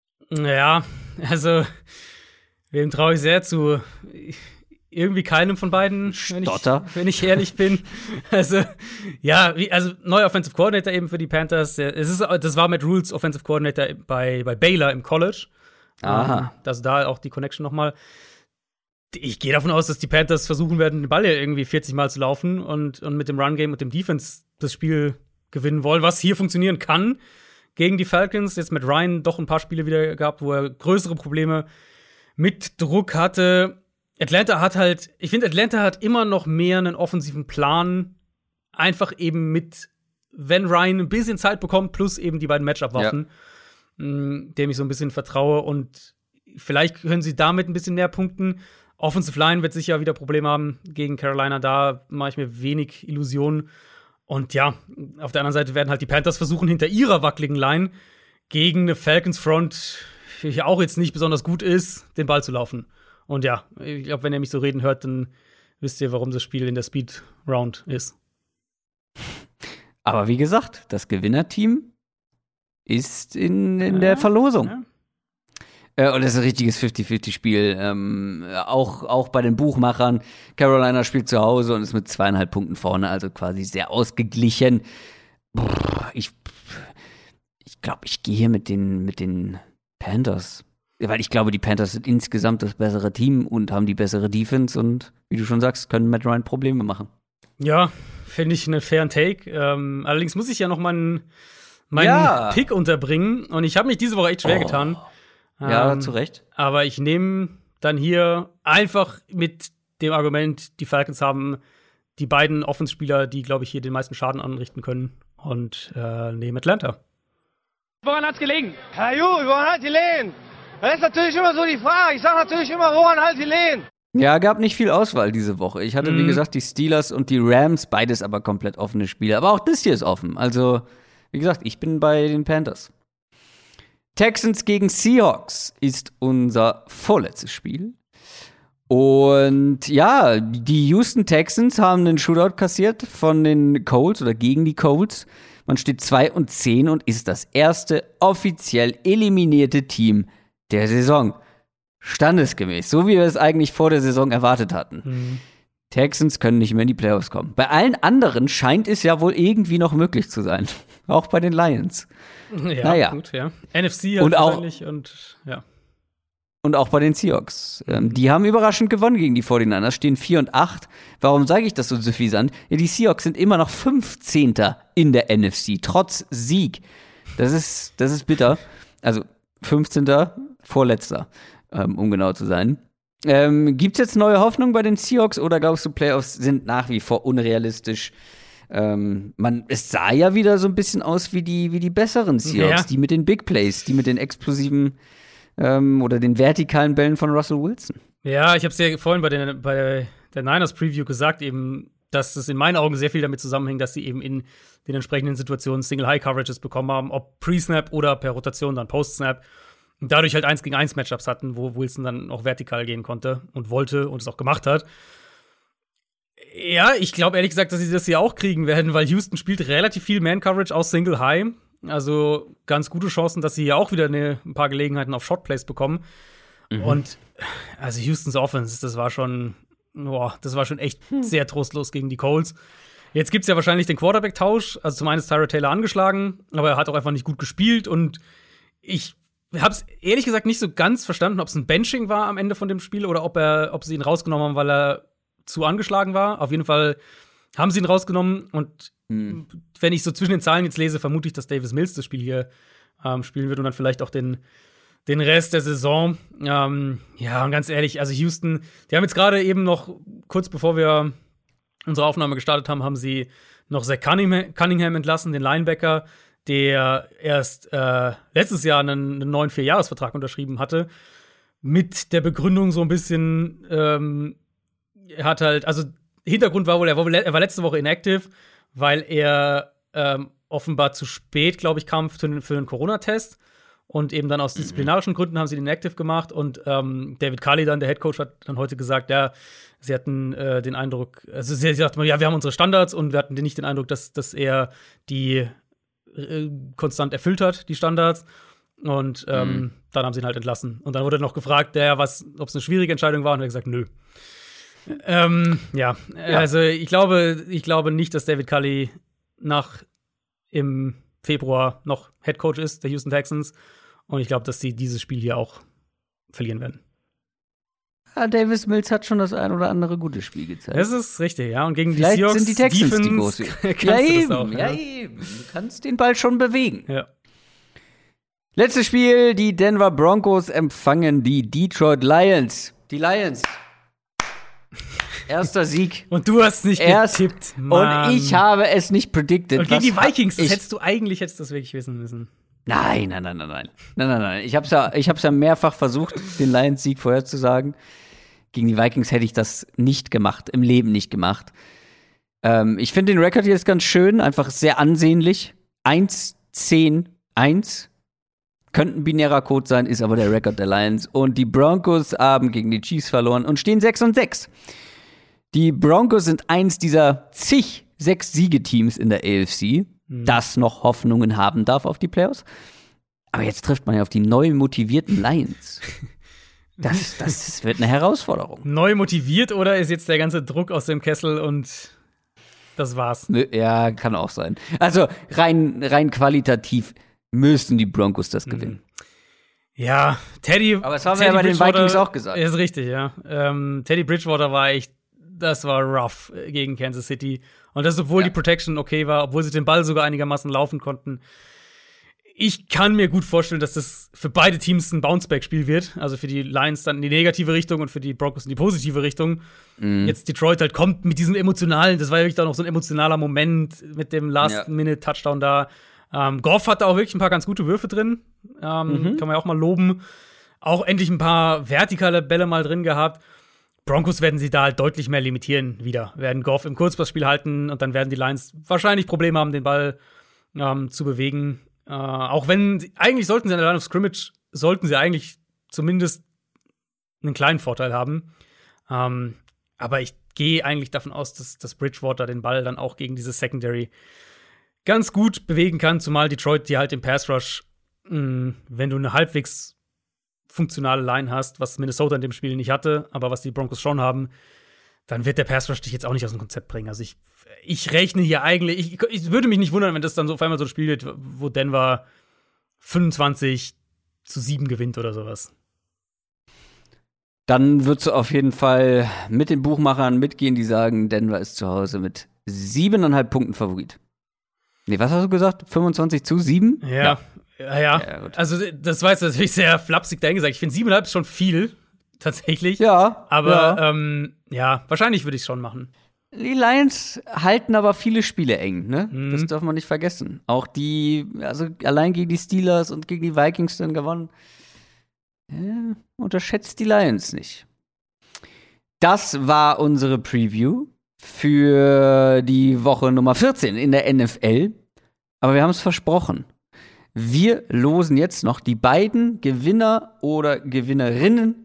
Ja, also, wem traue ich sehr zu? Irgendwie keinem von beiden, wenn ich, wenn ich ehrlich bin. Also, ja, wie, also neuer Offensive Coordinator eben für die Panthers. Es ist, das war Matt Rules Offensive Coordinator bei, bei Baylor im College. Aha. Also da auch die Connection noch mal. Ich gehe davon aus, dass die Panthers versuchen werden, den Ball ja irgendwie vierzig Mal zu laufen und, und mit dem Run-Game und dem Defense das Spiel gewinnen wollen, was hier funktionieren kann gegen die Falcons. Jetzt mit Ryan doch ein paar Spiele wieder gehabt, wo er größere Probleme mit Druck hatte. Atlanta hat halt, ich finde, Atlanta hat immer noch mehr einen offensiven Plan. Einfach eben mit, wenn Ryan ein bisschen Zeit bekommt, plus eben die beiden Matchup-Waffen, ja. dem ich so ein bisschen vertraue. Und vielleicht können sie damit ein bisschen mehr punkten. Offensive Line wird sicher wieder Probleme haben gegen Carolina. Da mache ich mir wenig Illusionen. Und ja, auf der anderen Seite werden halt die Panthers versuchen, hinter ihrer wackeligen Line gegen eine Falcons-Front, die auch jetzt nicht besonders gut ist, den Ball zu laufen. Und ja, ich glaube, wenn ihr mich so reden hört, dann wisst ihr, warum das Spiel in der Speed Round ist. Aber wie gesagt, das Gewinnerteam ist in, in ja, der Verlosung. Ja. Äh, und das ist ein richtiges fifty-fifty-Spiel. Ähm, auch, auch bei den Buchmachern. Carolina spielt zu Hause und ist mit zweieinhalb Punkten vorne, also quasi sehr ausgeglichen. Brr, ich ich glaube, ich gehe hier mit den, mit den Panthers. Weil ich glaube, die Panthers sind insgesamt das bessere Team und haben die bessere Defense und, wie du schon sagst, können Matt Ryan Probleme machen. Ja, finde ich einen fairen Take. Ähm, allerdings muss ich ja noch meinen, meinen ja. Pick unterbringen. Und ich habe mich diese Woche echt schwer oh. getan. Ähm, ja, zu Recht. Aber ich nehme dann hier einfach mit dem Argument, die Falcons haben die beiden Offenspieler, die, glaube ich, hier den meisten Schaden anrichten können. Und äh, nehme Atlanta. Woran hat's gelegen? Herr Ju, woran hat die Lehen? Das ist natürlich immer so die Frage. Ich sage natürlich immer, woran halt die Lehen? Ja, gab nicht viel Auswahl diese Woche. Ich hatte, mhm. wie gesagt, die Steelers und die Rams, beides aber komplett offene Spiele. Aber auch das hier ist offen. Also, wie gesagt, ich bin bei den Panthers. Texans gegen Seahawks ist unser vorletztes Spiel. Und ja, die Houston Texans haben einen Shootout kassiert von den Colts oder gegen die Colts. Man steht zwei und zehn und ist das erste offiziell eliminierte Team der Saison. Standesgemäß, so wie wir es eigentlich vor der Saison erwartet hatten. Mhm. Texans können nicht mehr in die Playoffs kommen. Bei allen anderen scheint es ja wohl irgendwie noch möglich zu sein. Auch bei den Lions. Ja, naja. gut, ja. N F C halt und auch, wahrscheinlich und ja. Und auch bei den Seahawks. Ähm, die haben überraschend gewonnen gegen die forty-niners, stehen vier und acht. Warum sage ich das so suffisant? Ja, die Seahawks sind immer noch fünfzehnter in der N F C, trotz Sieg. Das ist, das ist bitter. Also fünfzehnter vorletzter, ähm, um genau zu sein. Ähm, gibt's jetzt neue Hoffnung bei den Seahawks oder glaubst du, Playoffs sind nach wie vor unrealistisch? Ähm, man, es sah ja wieder so ein bisschen aus wie die, wie die besseren Seahawks, ja. die mit den Big Plays, die mit den explosiven ähm, oder den vertikalen Bällen von Russell Wilson. Ja, ich habe es ja vorhin bei, den, bei der Niners Preview gesagt, eben, dass es in meinen Augen sehr viel damit zusammenhängt, dass sie eben in den entsprechenden Situationen Single-High-Coverages bekommen haben, ob Pre-Snap oder per Rotation dann Post-Snap. Und dadurch halt eins gegen eins Matchups hatten, wo Wilson dann auch vertikal gehen konnte und wollte und es auch gemacht hat. Ja, ich glaube ehrlich gesagt, dass sie das hier auch kriegen werden, weil Houston spielt relativ viel Man-Coverage aus Single High. Also ganz gute Chancen, dass sie hier auch wieder eine, ein paar Gelegenheiten auf Shotplays bekommen. Mhm. Und also Houstons Offense, das war schon, boah, das war schon echt hm. sehr trostlos gegen die Colts. Jetzt gibt's ja wahrscheinlich den Quarterback-Tausch. Also zum einen ist Tyrod Taylor angeschlagen, aber er hat auch einfach nicht gut gespielt. Und ich hab's ehrlich gesagt nicht so ganz verstanden, ob es ein Benching war am Ende von dem Spiel oder ob er, ob sie ihn rausgenommen haben, weil er zu angeschlagen war. Auf jeden Fall haben sie ihn rausgenommen. Und hm. wenn ich so zwischen den Zahlen jetzt lese, vermute ich, dass Davis Mills das Spiel hier ähm, spielen wird und dann vielleicht auch den, den Rest der Saison. Ähm, ja, und ganz ehrlich, also Houston, die haben jetzt gerade eben noch, kurz bevor wir unsere Aufnahme gestartet haben, haben sie noch Zach Cunningham entlassen, den Linebacker, der erst äh, letztes Jahr einen, einen neuen Vierjahresvertrag unterschrieben hatte. Mit der Begründung so ein bisschen, ähm, er hat halt, also Hintergrund war wohl, er war, er war letzte Woche inactive, weil er ähm, offenbar zu spät, glaube ich, kam für den, für den Corona-Test. Und eben dann aus disziplinarischen Gründen haben sie den inactive gemacht. Und ähm, David Culley, dann der Headcoach, hat dann heute gesagt, ja, sie hatten äh, den Eindruck, also sie, sie sagten, ja, wir haben unsere Standards und wir hatten nicht den Eindruck, dass, dass er die äh, konstant erfüllt hat, die Standards. Und ähm, mhm. dann haben sie ihn halt entlassen. Und dann wurde noch gefragt, ja, was, ob es eine schwierige Entscheidung war. Und er hat gesagt, nö. ähm, ja. ja, also ich glaube, ich glaube nicht, dass David Culley nach im Februar noch Headcoach ist, der Houston Texans. Und ich glaube, dass sie dieses Spiel hier auch verlieren werden. Ja, Davis Mills hat schon das ein oder andere gute Spiel gezeigt. Das ist richtig, ja. Und gegen Vielleicht die Seahawks sind die Texans Defense die große. kannst ja, du das eben, auch, ja, ja, eben. Du kannst den Ball schon bewegen. Ja. Letztes Spiel, die Denver Broncos empfangen die Detroit Lions. Die Lions. Erster Sieg. Und du hast nicht Erst, getippt, Mann. Und ich habe es nicht predicted. Und gegen Was die Vikings, das ich? hättest du eigentlich hättest das wirklich wissen müssen. Nein, nein, nein, nein, nein. Nein, nein, nein. Ich hab's ja, ich hab's ja mehrfach versucht, den Lions-Sieg vorherzusagen. Gegen die Vikings hätte ich das nicht gemacht, im Leben nicht gemacht. Ähm, ich finde den Rekord hier ist ganz schön, einfach sehr ansehnlich. eins, zehn, eins. Könnte ein binärer Code sein, ist aber der Rekord der Lions. Und die Broncos haben gegen die Chiefs verloren und stehen sechs und sechs. Die Broncos sind eins dieser zig Sechs-Siege-Teams in der A F C, mhm. das noch Hoffnungen haben darf auf die Playoffs. Aber jetzt trifft man ja auf die neu motivierten Lions. Das, das wird eine Herausforderung. Neu motiviert oder ist jetzt der ganze Druck aus dem Kessel und das war's? Ja, kann auch sein. Also rein, rein qualitativ müssen die Broncos das gewinnen. Ja, Teddy. Aber das haben Teddy wir ja bei den Vikings auch gesagt. Ist richtig, ja. Ähm, Teddy Bridgewater war echt, das war rough gegen Kansas City. Und das, obwohl ja. die Protection okay war, obwohl sie den Ball sogar einigermaßen laufen konnten. Ich kann mir gut vorstellen, dass das für beide Teams ein Bounceback-Spiel wird. Also für die Lions dann in die negative Richtung und für die Broncos in die positive Richtung. Mhm. Jetzt Detroit halt kommt mit diesem emotionalen, das war ja wirklich auch noch so ein emotionaler Moment mit dem Last-Minute-Touchdown da. Ähm, Goff hatte auch wirklich ein paar ganz gute Würfe drin. Ähm, mhm. Kann man ja auch mal loben. Auch endlich ein paar vertikale Bälle mal drin gehabt. Broncos werden sie da halt deutlich mehr limitieren wieder. Werden Goff im Kurzpassspiel halten und dann werden die Lions wahrscheinlich Probleme haben, den Ball ähm, zu bewegen. Äh, auch wenn, sie, eigentlich sollten sie in der Line of Scrimmage, sollten sie eigentlich zumindest einen kleinen Vorteil haben. Ähm, aber ich gehe eigentlich davon aus, dass, dass Bridgewater den Ball dann auch gegen diese Secondary ganz gut bewegen kann, zumal Detroit dir halt im Pass Rush, mh, wenn du eine halbwegs funktionale Line hast, was Minnesota in dem Spiel nicht hatte, aber was die Broncos schon haben, dann wird der Pass Rush dich jetzt auch nicht aus dem Konzept bringen. Also ich, ich rechne hier eigentlich, ich, ich würde mich nicht wundern, wenn das dann so auf einmal so ein Spiel wird, wo Denver fünfundzwanzig zu sieben gewinnt oder sowas. Dann würdest du auf jeden Fall mit den Buchmachern mitgehen, die sagen, Denver ist zu Hause mit siebeneinhalb Punkten Favorit. Nee, was hast du gesagt? fünfundzwanzig zu sieben? Ja, ja. ja, ja. ja also das war jetzt natürlich sehr flapsig dahingesagt. Ich finde siebeneinhalb ist schon viel, tatsächlich. Ja. Aber ja, ähm, ja wahrscheinlich würde ich es schon machen. Die Lions halten aber viele Spiele eng, ne? Mhm. Das darf man nicht vergessen. Auch die, also allein gegen die Steelers und gegen die Vikings dann gewonnen. Ja, unterschätzt die Lions nicht. Das war unsere Preview für die Woche Nummer vierzehn in der N F L. Aber wir haben es versprochen. Wir losen jetzt noch die beiden Gewinner oder Gewinnerinnen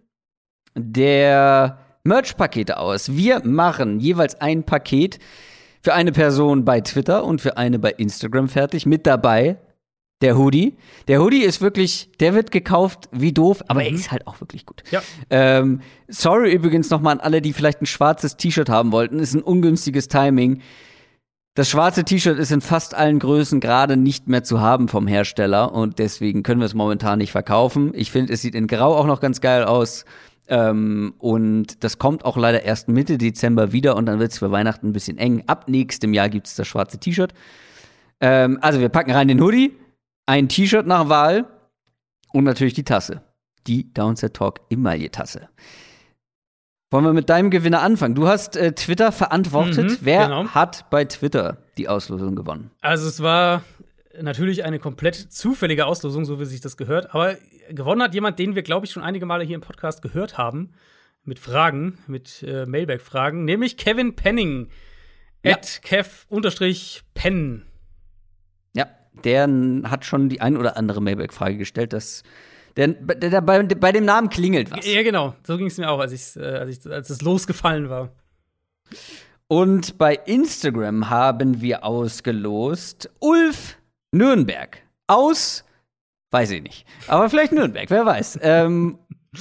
der Merch-Pakete aus. Wir machen jeweils ein Paket für eine Person bei Twitter und für eine bei Instagram fertig. Mit dabei der Hoodie. Der Hoodie ist wirklich, der wird gekauft wie doof, aber mhm. er ist halt auch wirklich gut. Ja. Ähm, sorry übrigens nochmal an alle, die vielleicht ein schwarzes T-Shirt haben wollten. Ist ein ungünstiges Timing. Das schwarze T-Shirt ist in fast allen Größen gerade nicht mehr zu haben vom Hersteller und deswegen können wir es momentan nicht verkaufen. Ich finde, es sieht in Grau auch noch ganz geil aus. Ähm, und das kommt auch leider erst Mitte Dezember wieder und dann wird es für Weihnachten ein bisschen eng. Ab nächstem Jahr gibt es das schwarze T-Shirt. Ähm, also wir packen rein den Hoodie, ein T-Shirt nach Wahl und natürlich die Tasse. Die Downset Talk Emaille-Tasse. Wollen wir mit deinem Gewinner anfangen? Du hast äh, Twitter verantwortet. Mhm, Wer genau. hat bei Twitter die Auslosung gewonnen? Also es war natürlich eine komplett zufällige Auslosung, so wie sich das gehört. Aber gewonnen hat jemand, den wir, glaube ich, schon einige Male hier im Podcast gehört haben. Mit Fragen, mit äh, Mailback-Fragen. Nämlich Kevin Penning. Ja. At Kev-Penn. Ja, der hat schon die ein oder andere Mailback-Frage gestellt. Das, der, der, der, bei, bei dem Namen klingelt was. Ja, genau. So ging es mir auch, als, ich's, äh, als, ich, als es losgefallen war. Und bei Instagram haben wir ausgelost Ulf Nürnberg aus, weiß ich nicht, aber vielleicht Nürnberg, wer weiß. Ähm,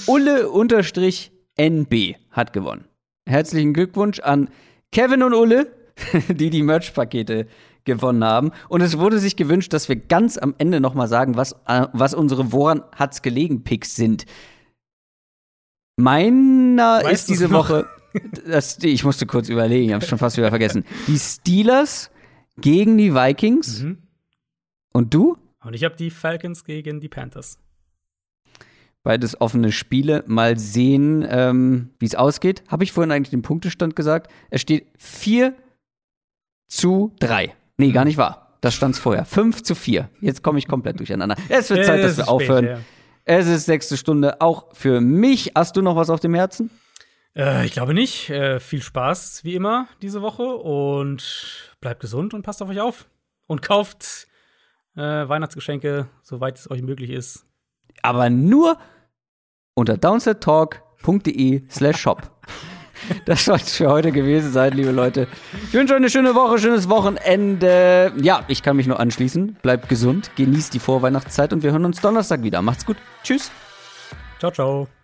Ulle-N B hat gewonnen. Herzlichen Glückwunsch an Kevin und Ulle, die die Merch-Pakete gewonnen haben. Und es wurde sich gewünscht, dass wir ganz am Ende noch mal sagen, was, äh, was unsere Woran hat's gelegen Picks sind. Meiner Weißt ist diese noch? Woche, das, ich musste kurz überlegen, ich hab's schon fast wieder vergessen. Die Steelers gegen die Vikings. Mhm. Und du? Und ich habe die Falcons gegen die Panthers. Beides offene Spiele. Mal sehen, ähm, wie es ausgeht. Habe ich vorhin eigentlich den Punktestand gesagt? Es steht vier zu drei. Nee, gar nicht wahr. Das stand's vorher. fünf zu vier. Jetzt komme ich komplett durcheinander. Es wird Zeit, Äh, dass es wir ist aufhören. spät, ja. Es ist sechste Stunde, auch für mich. Hast du noch was auf dem Herzen? Äh, ich glaube nicht. Äh, viel Spaß, wie immer, diese Woche. Und bleibt gesund und passt auf euch auf. Und kauft äh, Weihnachtsgeschenke, soweit es euch möglich ist. Aber nur unter downsettalk.de slash shop. Das soll es für heute gewesen sein, liebe Leute. Ich wünsche euch eine schöne Woche, schönes Wochenende. Ja, ich kann mich nur anschließen. Bleibt gesund, genießt die Vorweihnachtszeit und wir hören uns Donnerstag wieder. Macht's gut. Tschüss. Ciao, ciao.